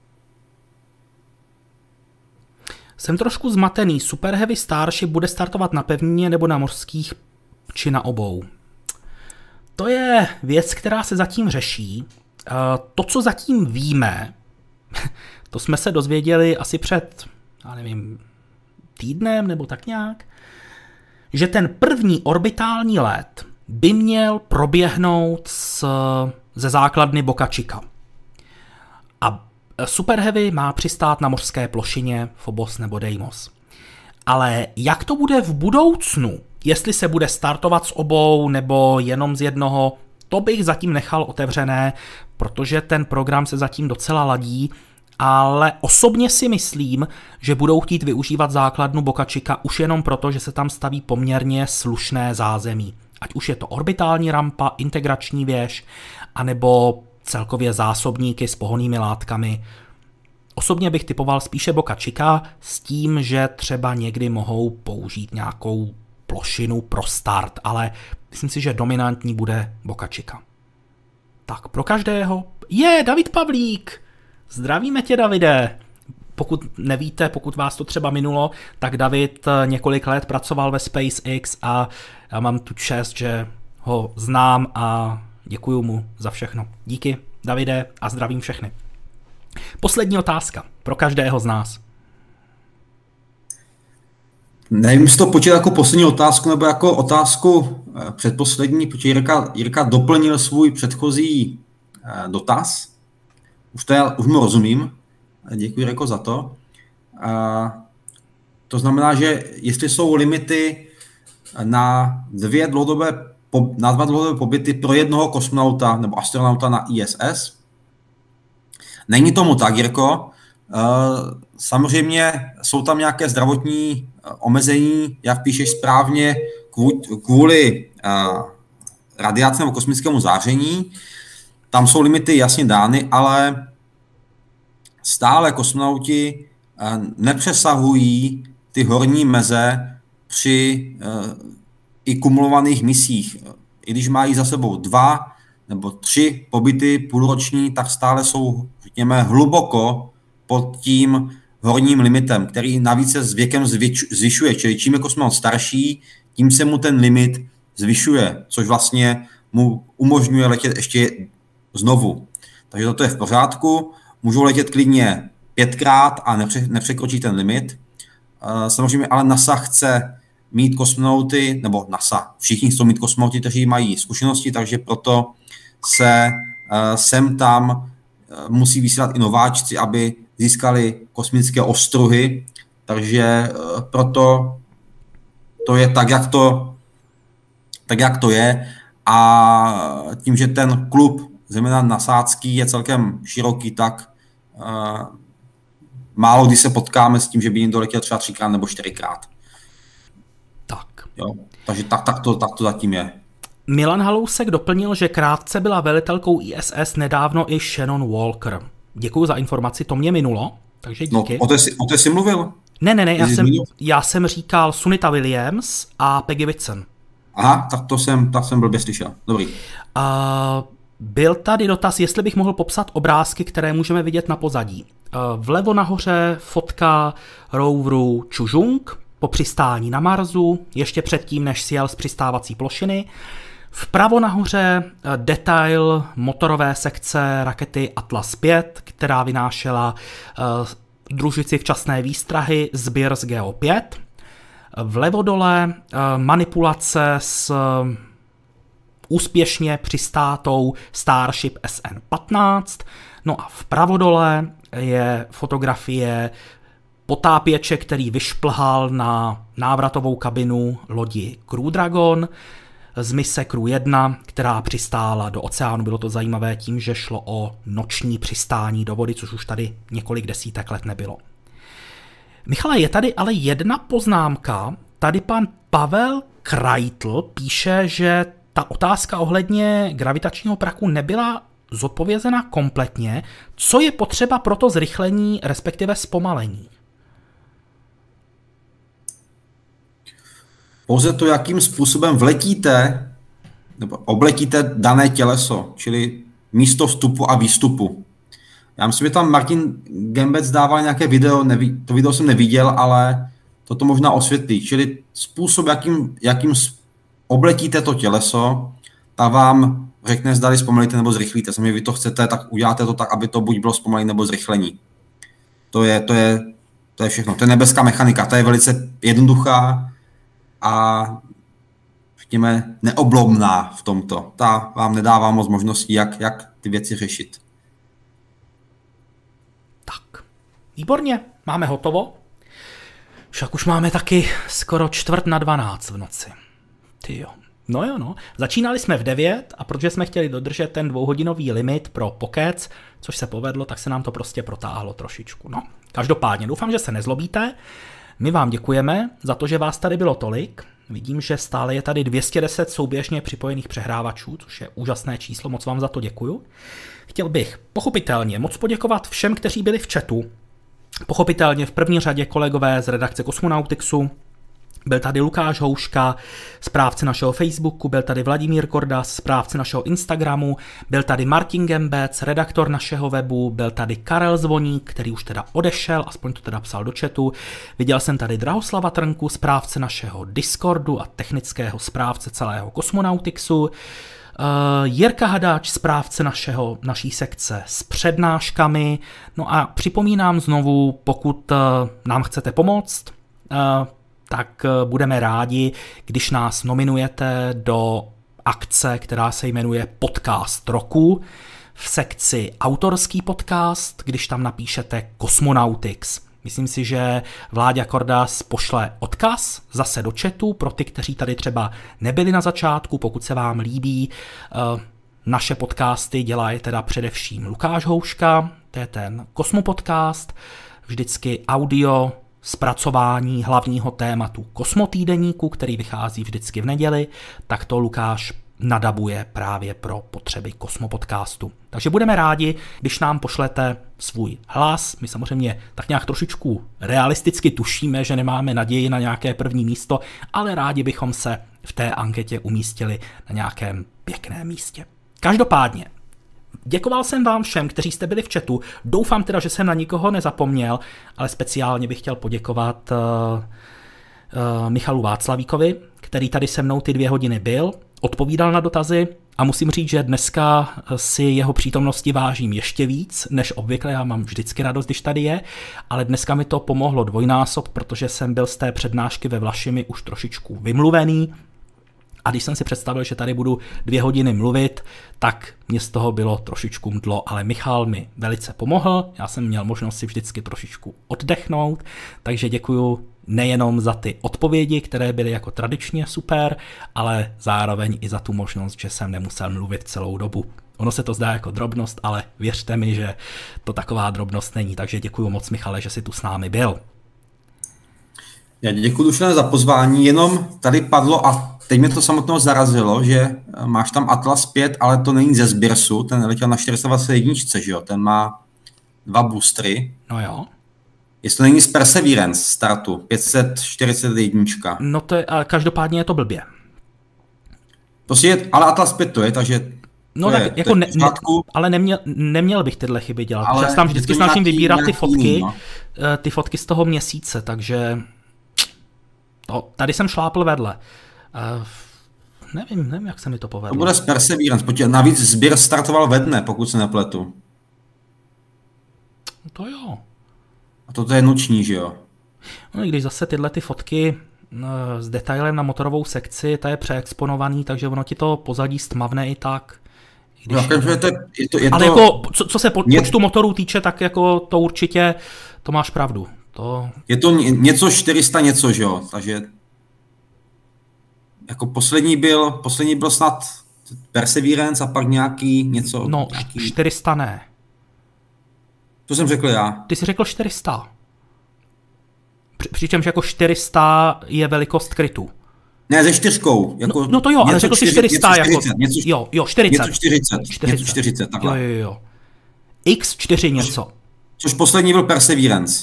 Jsem trošku zmatený. Super Heavy Starship bude startovat na pevnině nebo na mořských, či na obou? To je věc, která se zatím řeší. To, co zatím víme, to jsme se dozvěděli asi před, já nevím, týdnem nebo tak nějak, že ten první orbitální let by měl proběhnout ze základny Boca Chica. A Super Heavy má přistát na mořské plošině Phobos nebo Deimos. Ale jak to bude v budoucnu, jestli se bude startovat s obou nebo jenom z jednoho, to bych zatím nechal otevřené, protože ten program se zatím docela ladí, ale osobně si myslím, že budou chtít využívat základnu Boca Chica už jenom proto, že se tam staví poměrně slušné zázemí. Ať už je to orbitální rampa, integrační věž, anebo celkově zásobníky s pohonnými látkami. Osobně bych typoval spíše Boca Chica s tím, že třeba někdy mohou použít nějakou plošinu pro start, ale myslím si, že dominantní bude Boca Chica. Tak pro každého. David Pavlík! Zdravíme tě, Davide. pokud nevíte, pokud vás to třeba minulo, tak David několik let pracoval ve SpaceX a já mám tu čest, že ho znám a děkuju mu za všechno. Díky, Davide, a zdravím všechny. Poslední otázka pro každého z nás.
Nevím, jestli to počít jako poslední otázku nebo jako otázku předposlední, protože Jirka doplnil svůj předchozí dotaz. Už mu rozumím. Děkuji, Jirko, za to. To znamená, že jestli jsou limity na dva dlouhodobé pobyty pro jednoho kosmonauta nebo astronauta na ISS. Není tomu tak, Jirko. Samozřejmě jsou tam nějaké zdravotní omezení, jak píšeš správně, kvůli radiaci nebo kosmickému záření. Tam jsou limity jasně dány, ale stále kosmonauti nepřesahují ty horní meze při i kumulovaných misích. I když mají za sebou 2 nebo 3 pobyty půlroční, tak stále jsou, řekněme, hluboko pod tím horním limitem, který navíc se s věkem zvyšuje. Čili čím je kosmonaut starší, tím se mu ten limit zvyšuje, což vlastně mu umožňuje letět ještě znovu. Takže toto je v pořádku. Můžou letět klidně 5krát a nepřekročí ten limit. Samozřejmě ale NASA chce mít kosmonauty, nebo NASA, všichni chcou mít kosmonauty, kteří mají zkušenosti, takže proto se sem tam musí vysílat i nováčci, aby získali kosmické ostruhy, takže proto to je tak, jak to je, a tím, že ten klub zejména nasácký je celkem široký, tak málo kdy se potkáme s tím, že by někdo letěl třeba 3krát nebo 4krát.
Tak.
Jo, takže tak to zatím je.
Milan Halousek doplnil, že krátce byla velitelkou ISS nedávno i Shannon Walker. Děkuji za informaci, to mě minulo, takže díky.
No, o té jsi mluvil?
Ne, já jsem říkal Sunita Williams a Peggy Whitson.
Aha, tak jsem blbě slyšel. Dobrý.
Byl tady dotaz, jestli bych mohl popsat obrázky, které můžeme vidět na pozadí. Vlevo nahoře fotka roveru Chujung po přistání na Marsu, ještě předtím, než sjel z přistávací plošiny. Vpravo nahoře detail motorové sekce rakety Atlas 5, která vynášela družici včasné výstrahy Sběr z GO5. Vlevo dole manipulace s úspěšně přistátou Starship SN-15. No a vpravo dole je fotografie potápěče, který vyšplhal na návratovou kabinu lodi Crew Dragon z mise Crew 1, která přistála do oceánu. Bylo to zajímavé tím, že šlo o noční přistání do vody, což už tady několik desítek let nebylo. Michale, je tady ale jedna poznámka. Tady pan Pavel Krajtl píše, že ta otázka ohledně gravitačního prachu nebyla zodpovězena kompletně. Co je potřeba pro to zrychlení, respektive zpomalení?
Pouze to, jakým způsobem vletíte nebo obletíte dané těleso, čili místo vstupu a výstupu. Já myslím, že tam Martin Gembec dával nějaké video, to video jsem neviděl, ale toto možná osvětlí. Čili způsob, jakým obletíte to těleso, ta vám řekne, zdali zpomalíte nebo zrychlíte. Samozřejmě vy to chcete, tak uděláte to tak, aby to buď bylo zpomalení nebo zrychlení. To je všechno. To je nebeská mechanika, ta je velice jednoduchá a řekněme neoblomná v tomto. Ta vám nedává moc možností, jak ty věci řešit.
Tak, výborně, máme hotovo. Však už máme taky skoro 11:45 v noci. Tyjo. No. Začínali jsme v 9 a protože jsme chtěli dodržet ten 2hodinový limit pro pokec, což se povedlo, tak se nám to prostě protáhlo trošičku. No, každopádně doufám, že se nezlobíte. My vám děkujeme za to, že vás tady bylo tolik. Vidím, že stále je tady 210 souběžně připojených přehrávačů, což je úžasné číslo, moc vám za to děkuju. Chtěl bych pochopitelně moc poděkovat všem, kteří byli v chatu. Pochopitelně v první řadě kolegové z redakce Cosmonautixu, Byl tady Lukáš Houška, správce našeho Facebooku, byl tady Vladimír Kordas, správce našeho Instagramu, byl tady Martin Gembec, redaktor našeho webu, byl tady Karel Zvoník, který už teda odešel, aspoň to teda psal do chatu. Viděl jsem tady Drahoslava Trnku, správce našeho Discordu a technického správce celého Kosmonautixu. Jirka Hadáč, správce naší sekce s přednáškami. No a připomínám znovu, pokud nám chcete pomoct, tak budeme rádi, když nás nominujete do akce, která se jmenuje Podcast roku v sekci Autorský podcast, když tam napíšete Kosmonautix. Myslím si, že Vláďa Kordas pošle odkaz zase do chatu pro ty, kteří tady třeba nebyli na začátku, pokud se vám líbí. Naše podcasty dělá je teda především Lukáš Houška, to je ten Kosmopodcast, vždycky audio, zpracování hlavního tématu Kosmotýdeníku, který vychází vždycky v neděli, tak to Lukáš nadabuje právě pro potřeby Kosmopodcastu. Takže budeme rádi, když nám pošlete svůj hlas. My samozřejmě tak nějak trošičku realisticky tušíme, že nemáme naději na nějaké první místo, ale rádi bychom se v té anketě umístili na nějakém pěkném místě. Každopádně, děkoval jsem vám všem, kteří jste byli v chatu. Doufám teda, že jsem na nikoho nezapomněl, ale speciálně bych chtěl poděkovat Michalu Václavíkovi, který tady se mnou ty 2 hodiny byl, odpovídal na dotazy a musím říct, že dneska si jeho přítomnosti vážím ještě víc než obvykle. Já mám vždycky radost, když tady je, ale dneska mi to pomohlo dvojnásob, protože jsem byl z té přednášky ve Vlašimi už trošičku vymluvený. A když jsem si představil, že tady budu 2 hodiny mluvit, tak mě z toho bylo trošičku mdlo, ale Michal mi velice pomohl, já jsem měl možnost si vždycky trošičku oddechnout, takže děkuju nejenom za ty odpovědi, které byly jako tradičně super, ale zároveň i za tu možnost, že jsem nemusel mluvit celou dobu. Ono se to zdá jako drobnost, ale věřte mi, že to taková drobnost není, takže děkuju moc, Michale, že jsi tu s námi byl.
Já děkuji, Dušane, za pozvání, jenom tady padlo a teď mě to samotnou zarazilo, že máš tam Atlas 5, ale to není ze Sbirsu, ten letěl na 421, že jo, ten má 2 boostery.
No jo.
Jestli to není z Perseverance startu, 541.
No to je, každopádně je to blbě.
Prostě ale Atlas 5 to je, takže
no tak jako ale neměl bych tyhle chyby dělat, ale já se tam vždycky snažím vybírat ty fotky, jiný, no. Ty fotky z toho měsíce, takže tady jsem šlápl vedle. Nevím, jak se mi to povedlo.
To bude z Perseverance, protože navíc sběr startoval ve dne, pokud se nepletu.
To jo.
A to je noční, že jo?
No i když zase tyhle ty fotky s detailem na motorovou sekci, ta je přeexponovaný, takže ono ti to pozadí stmavne i tak.
No,
ale jako, co se počtu motorů týče, tak jako to určitě, to máš pravdu.
Je to něco 400 něco, že jo? Takže jako poslední byl snad Perseverance a pak nějaký něco.
No, 400 ne.
To jsem řekl já.
Ty jsi řekl 400. Přičemž jako 400 je velikost krytu.
Ne, ze 4. Jako
no to jo, ale řekl jsi 400
něco 40,
jako... Jo, 40.
Něco 40, takhle.
Jo. X4 něco.
Což poslední byl Perseverance.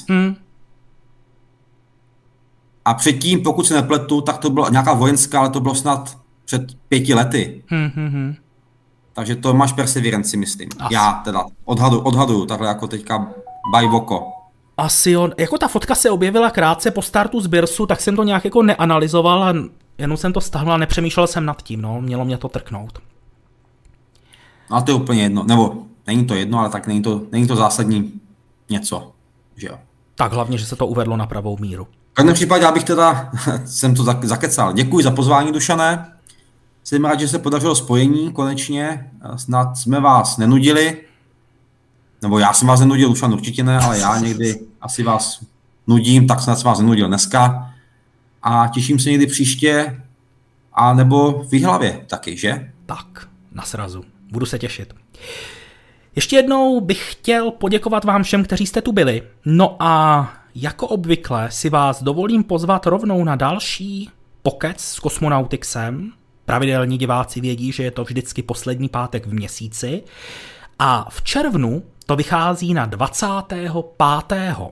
A předtím, pokud se nepletu, tak to byla nějaká vojenská, ale to bylo snad před 5 lety. Takže to máš Perseverance, myslím. Asi. Já teda odhaduju, takhle jako teďka by voko.
Asi jo, jako ta fotka se objevila krátce po startu Sbirsu, tak jsem to nějak jako neanalyzoval a jenom jsem to stáhl a nepřemýšlel jsem nad tím, no, mělo mě to trknout.
No to je úplně jedno, nebo není to jedno, ale tak není to zásadní něco, že jo.
Tak hlavně, že se to uvedlo na pravou míru.
V každém případě já bych teda, jsem to zakecal. Děkuji za pozvání, Dušane. Jsem rád, že se podařilo spojení konečně. Snad jsme vás nenudili. Nebo já jsem vás nenudil, Dušan určitě ne, ale já někdy asi vás nudím, tak snad jsem vás nenudil dneska. A těším se někdy příště, a nebo v Jihlavě taky, že?
Tak, na srazu. Budu se těšit. Ještě jednou bych chtěl poděkovat vám všem, kteří jste tu byli. No a jako obvykle si vás dovolím pozvat rovnou na další pokec s Kosmonautixem. Pravidelní diváci vědí, že je to vždycky poslední pátek v měsíci. A v červnu to vychází na 25.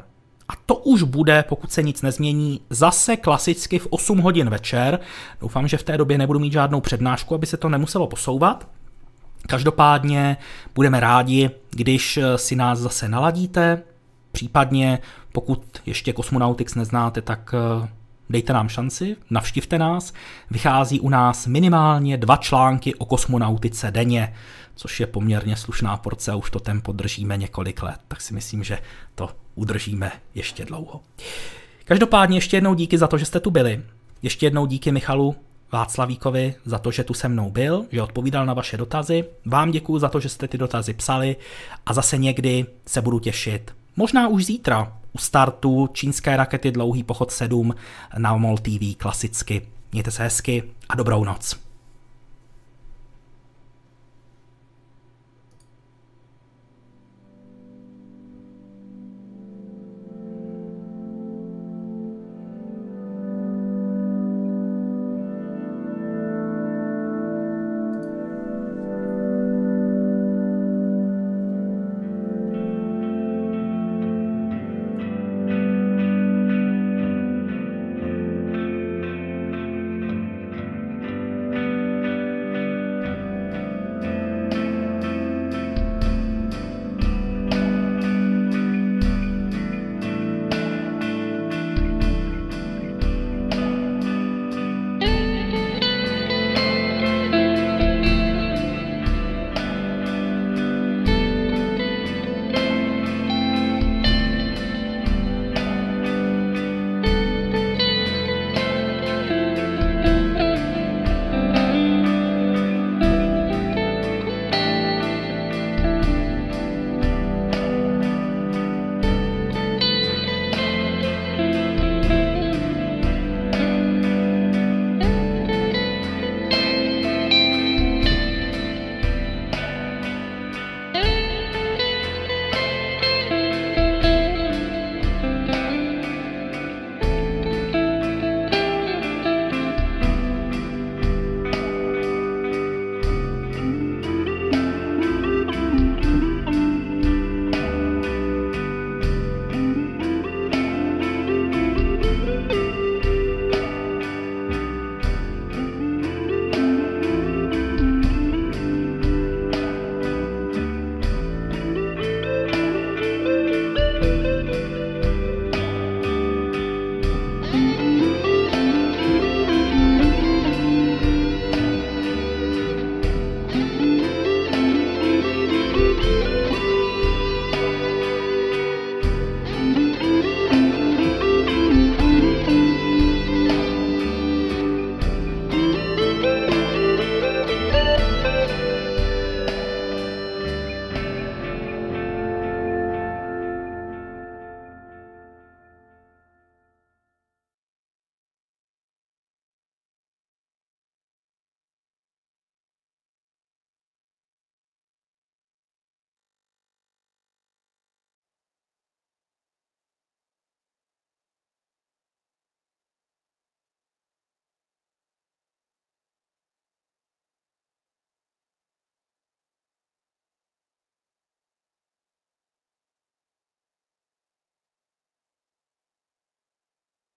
A to už bude, pokud se nic nezmění, zase klasicky v 8 hodin večer. Doufám, že v té době nebudu mít žádnou přednášku, aby se to nemuselo posouvat. Každopádně budeme rádi, když si nás zase naladíte, případně pokud ještě Cosmonautics neznáte, tak dejte nám šanci, navštivte nás. Vychází u nás minimálně 2 články o kosmonautice denně, což je poměrně slušná porce a už to tempo držíme několik let, tak si myslím, že to udržíme ještě dlouho. Každopádně ještě jednou díky za to, že jste tu byli. Ještě jednou díky Michalu Václavíkovi za to, že tu se mnou byl, že odpovídal na vaše dotazy. Vám děkuju za to, že jste ty dotazy psali a zase někdy se budu těšit. Možná už zítra u startu čínské rakety Dlouhý pochod 7 na MOL TV klasicky. Mějte se hezky a dobrou noc.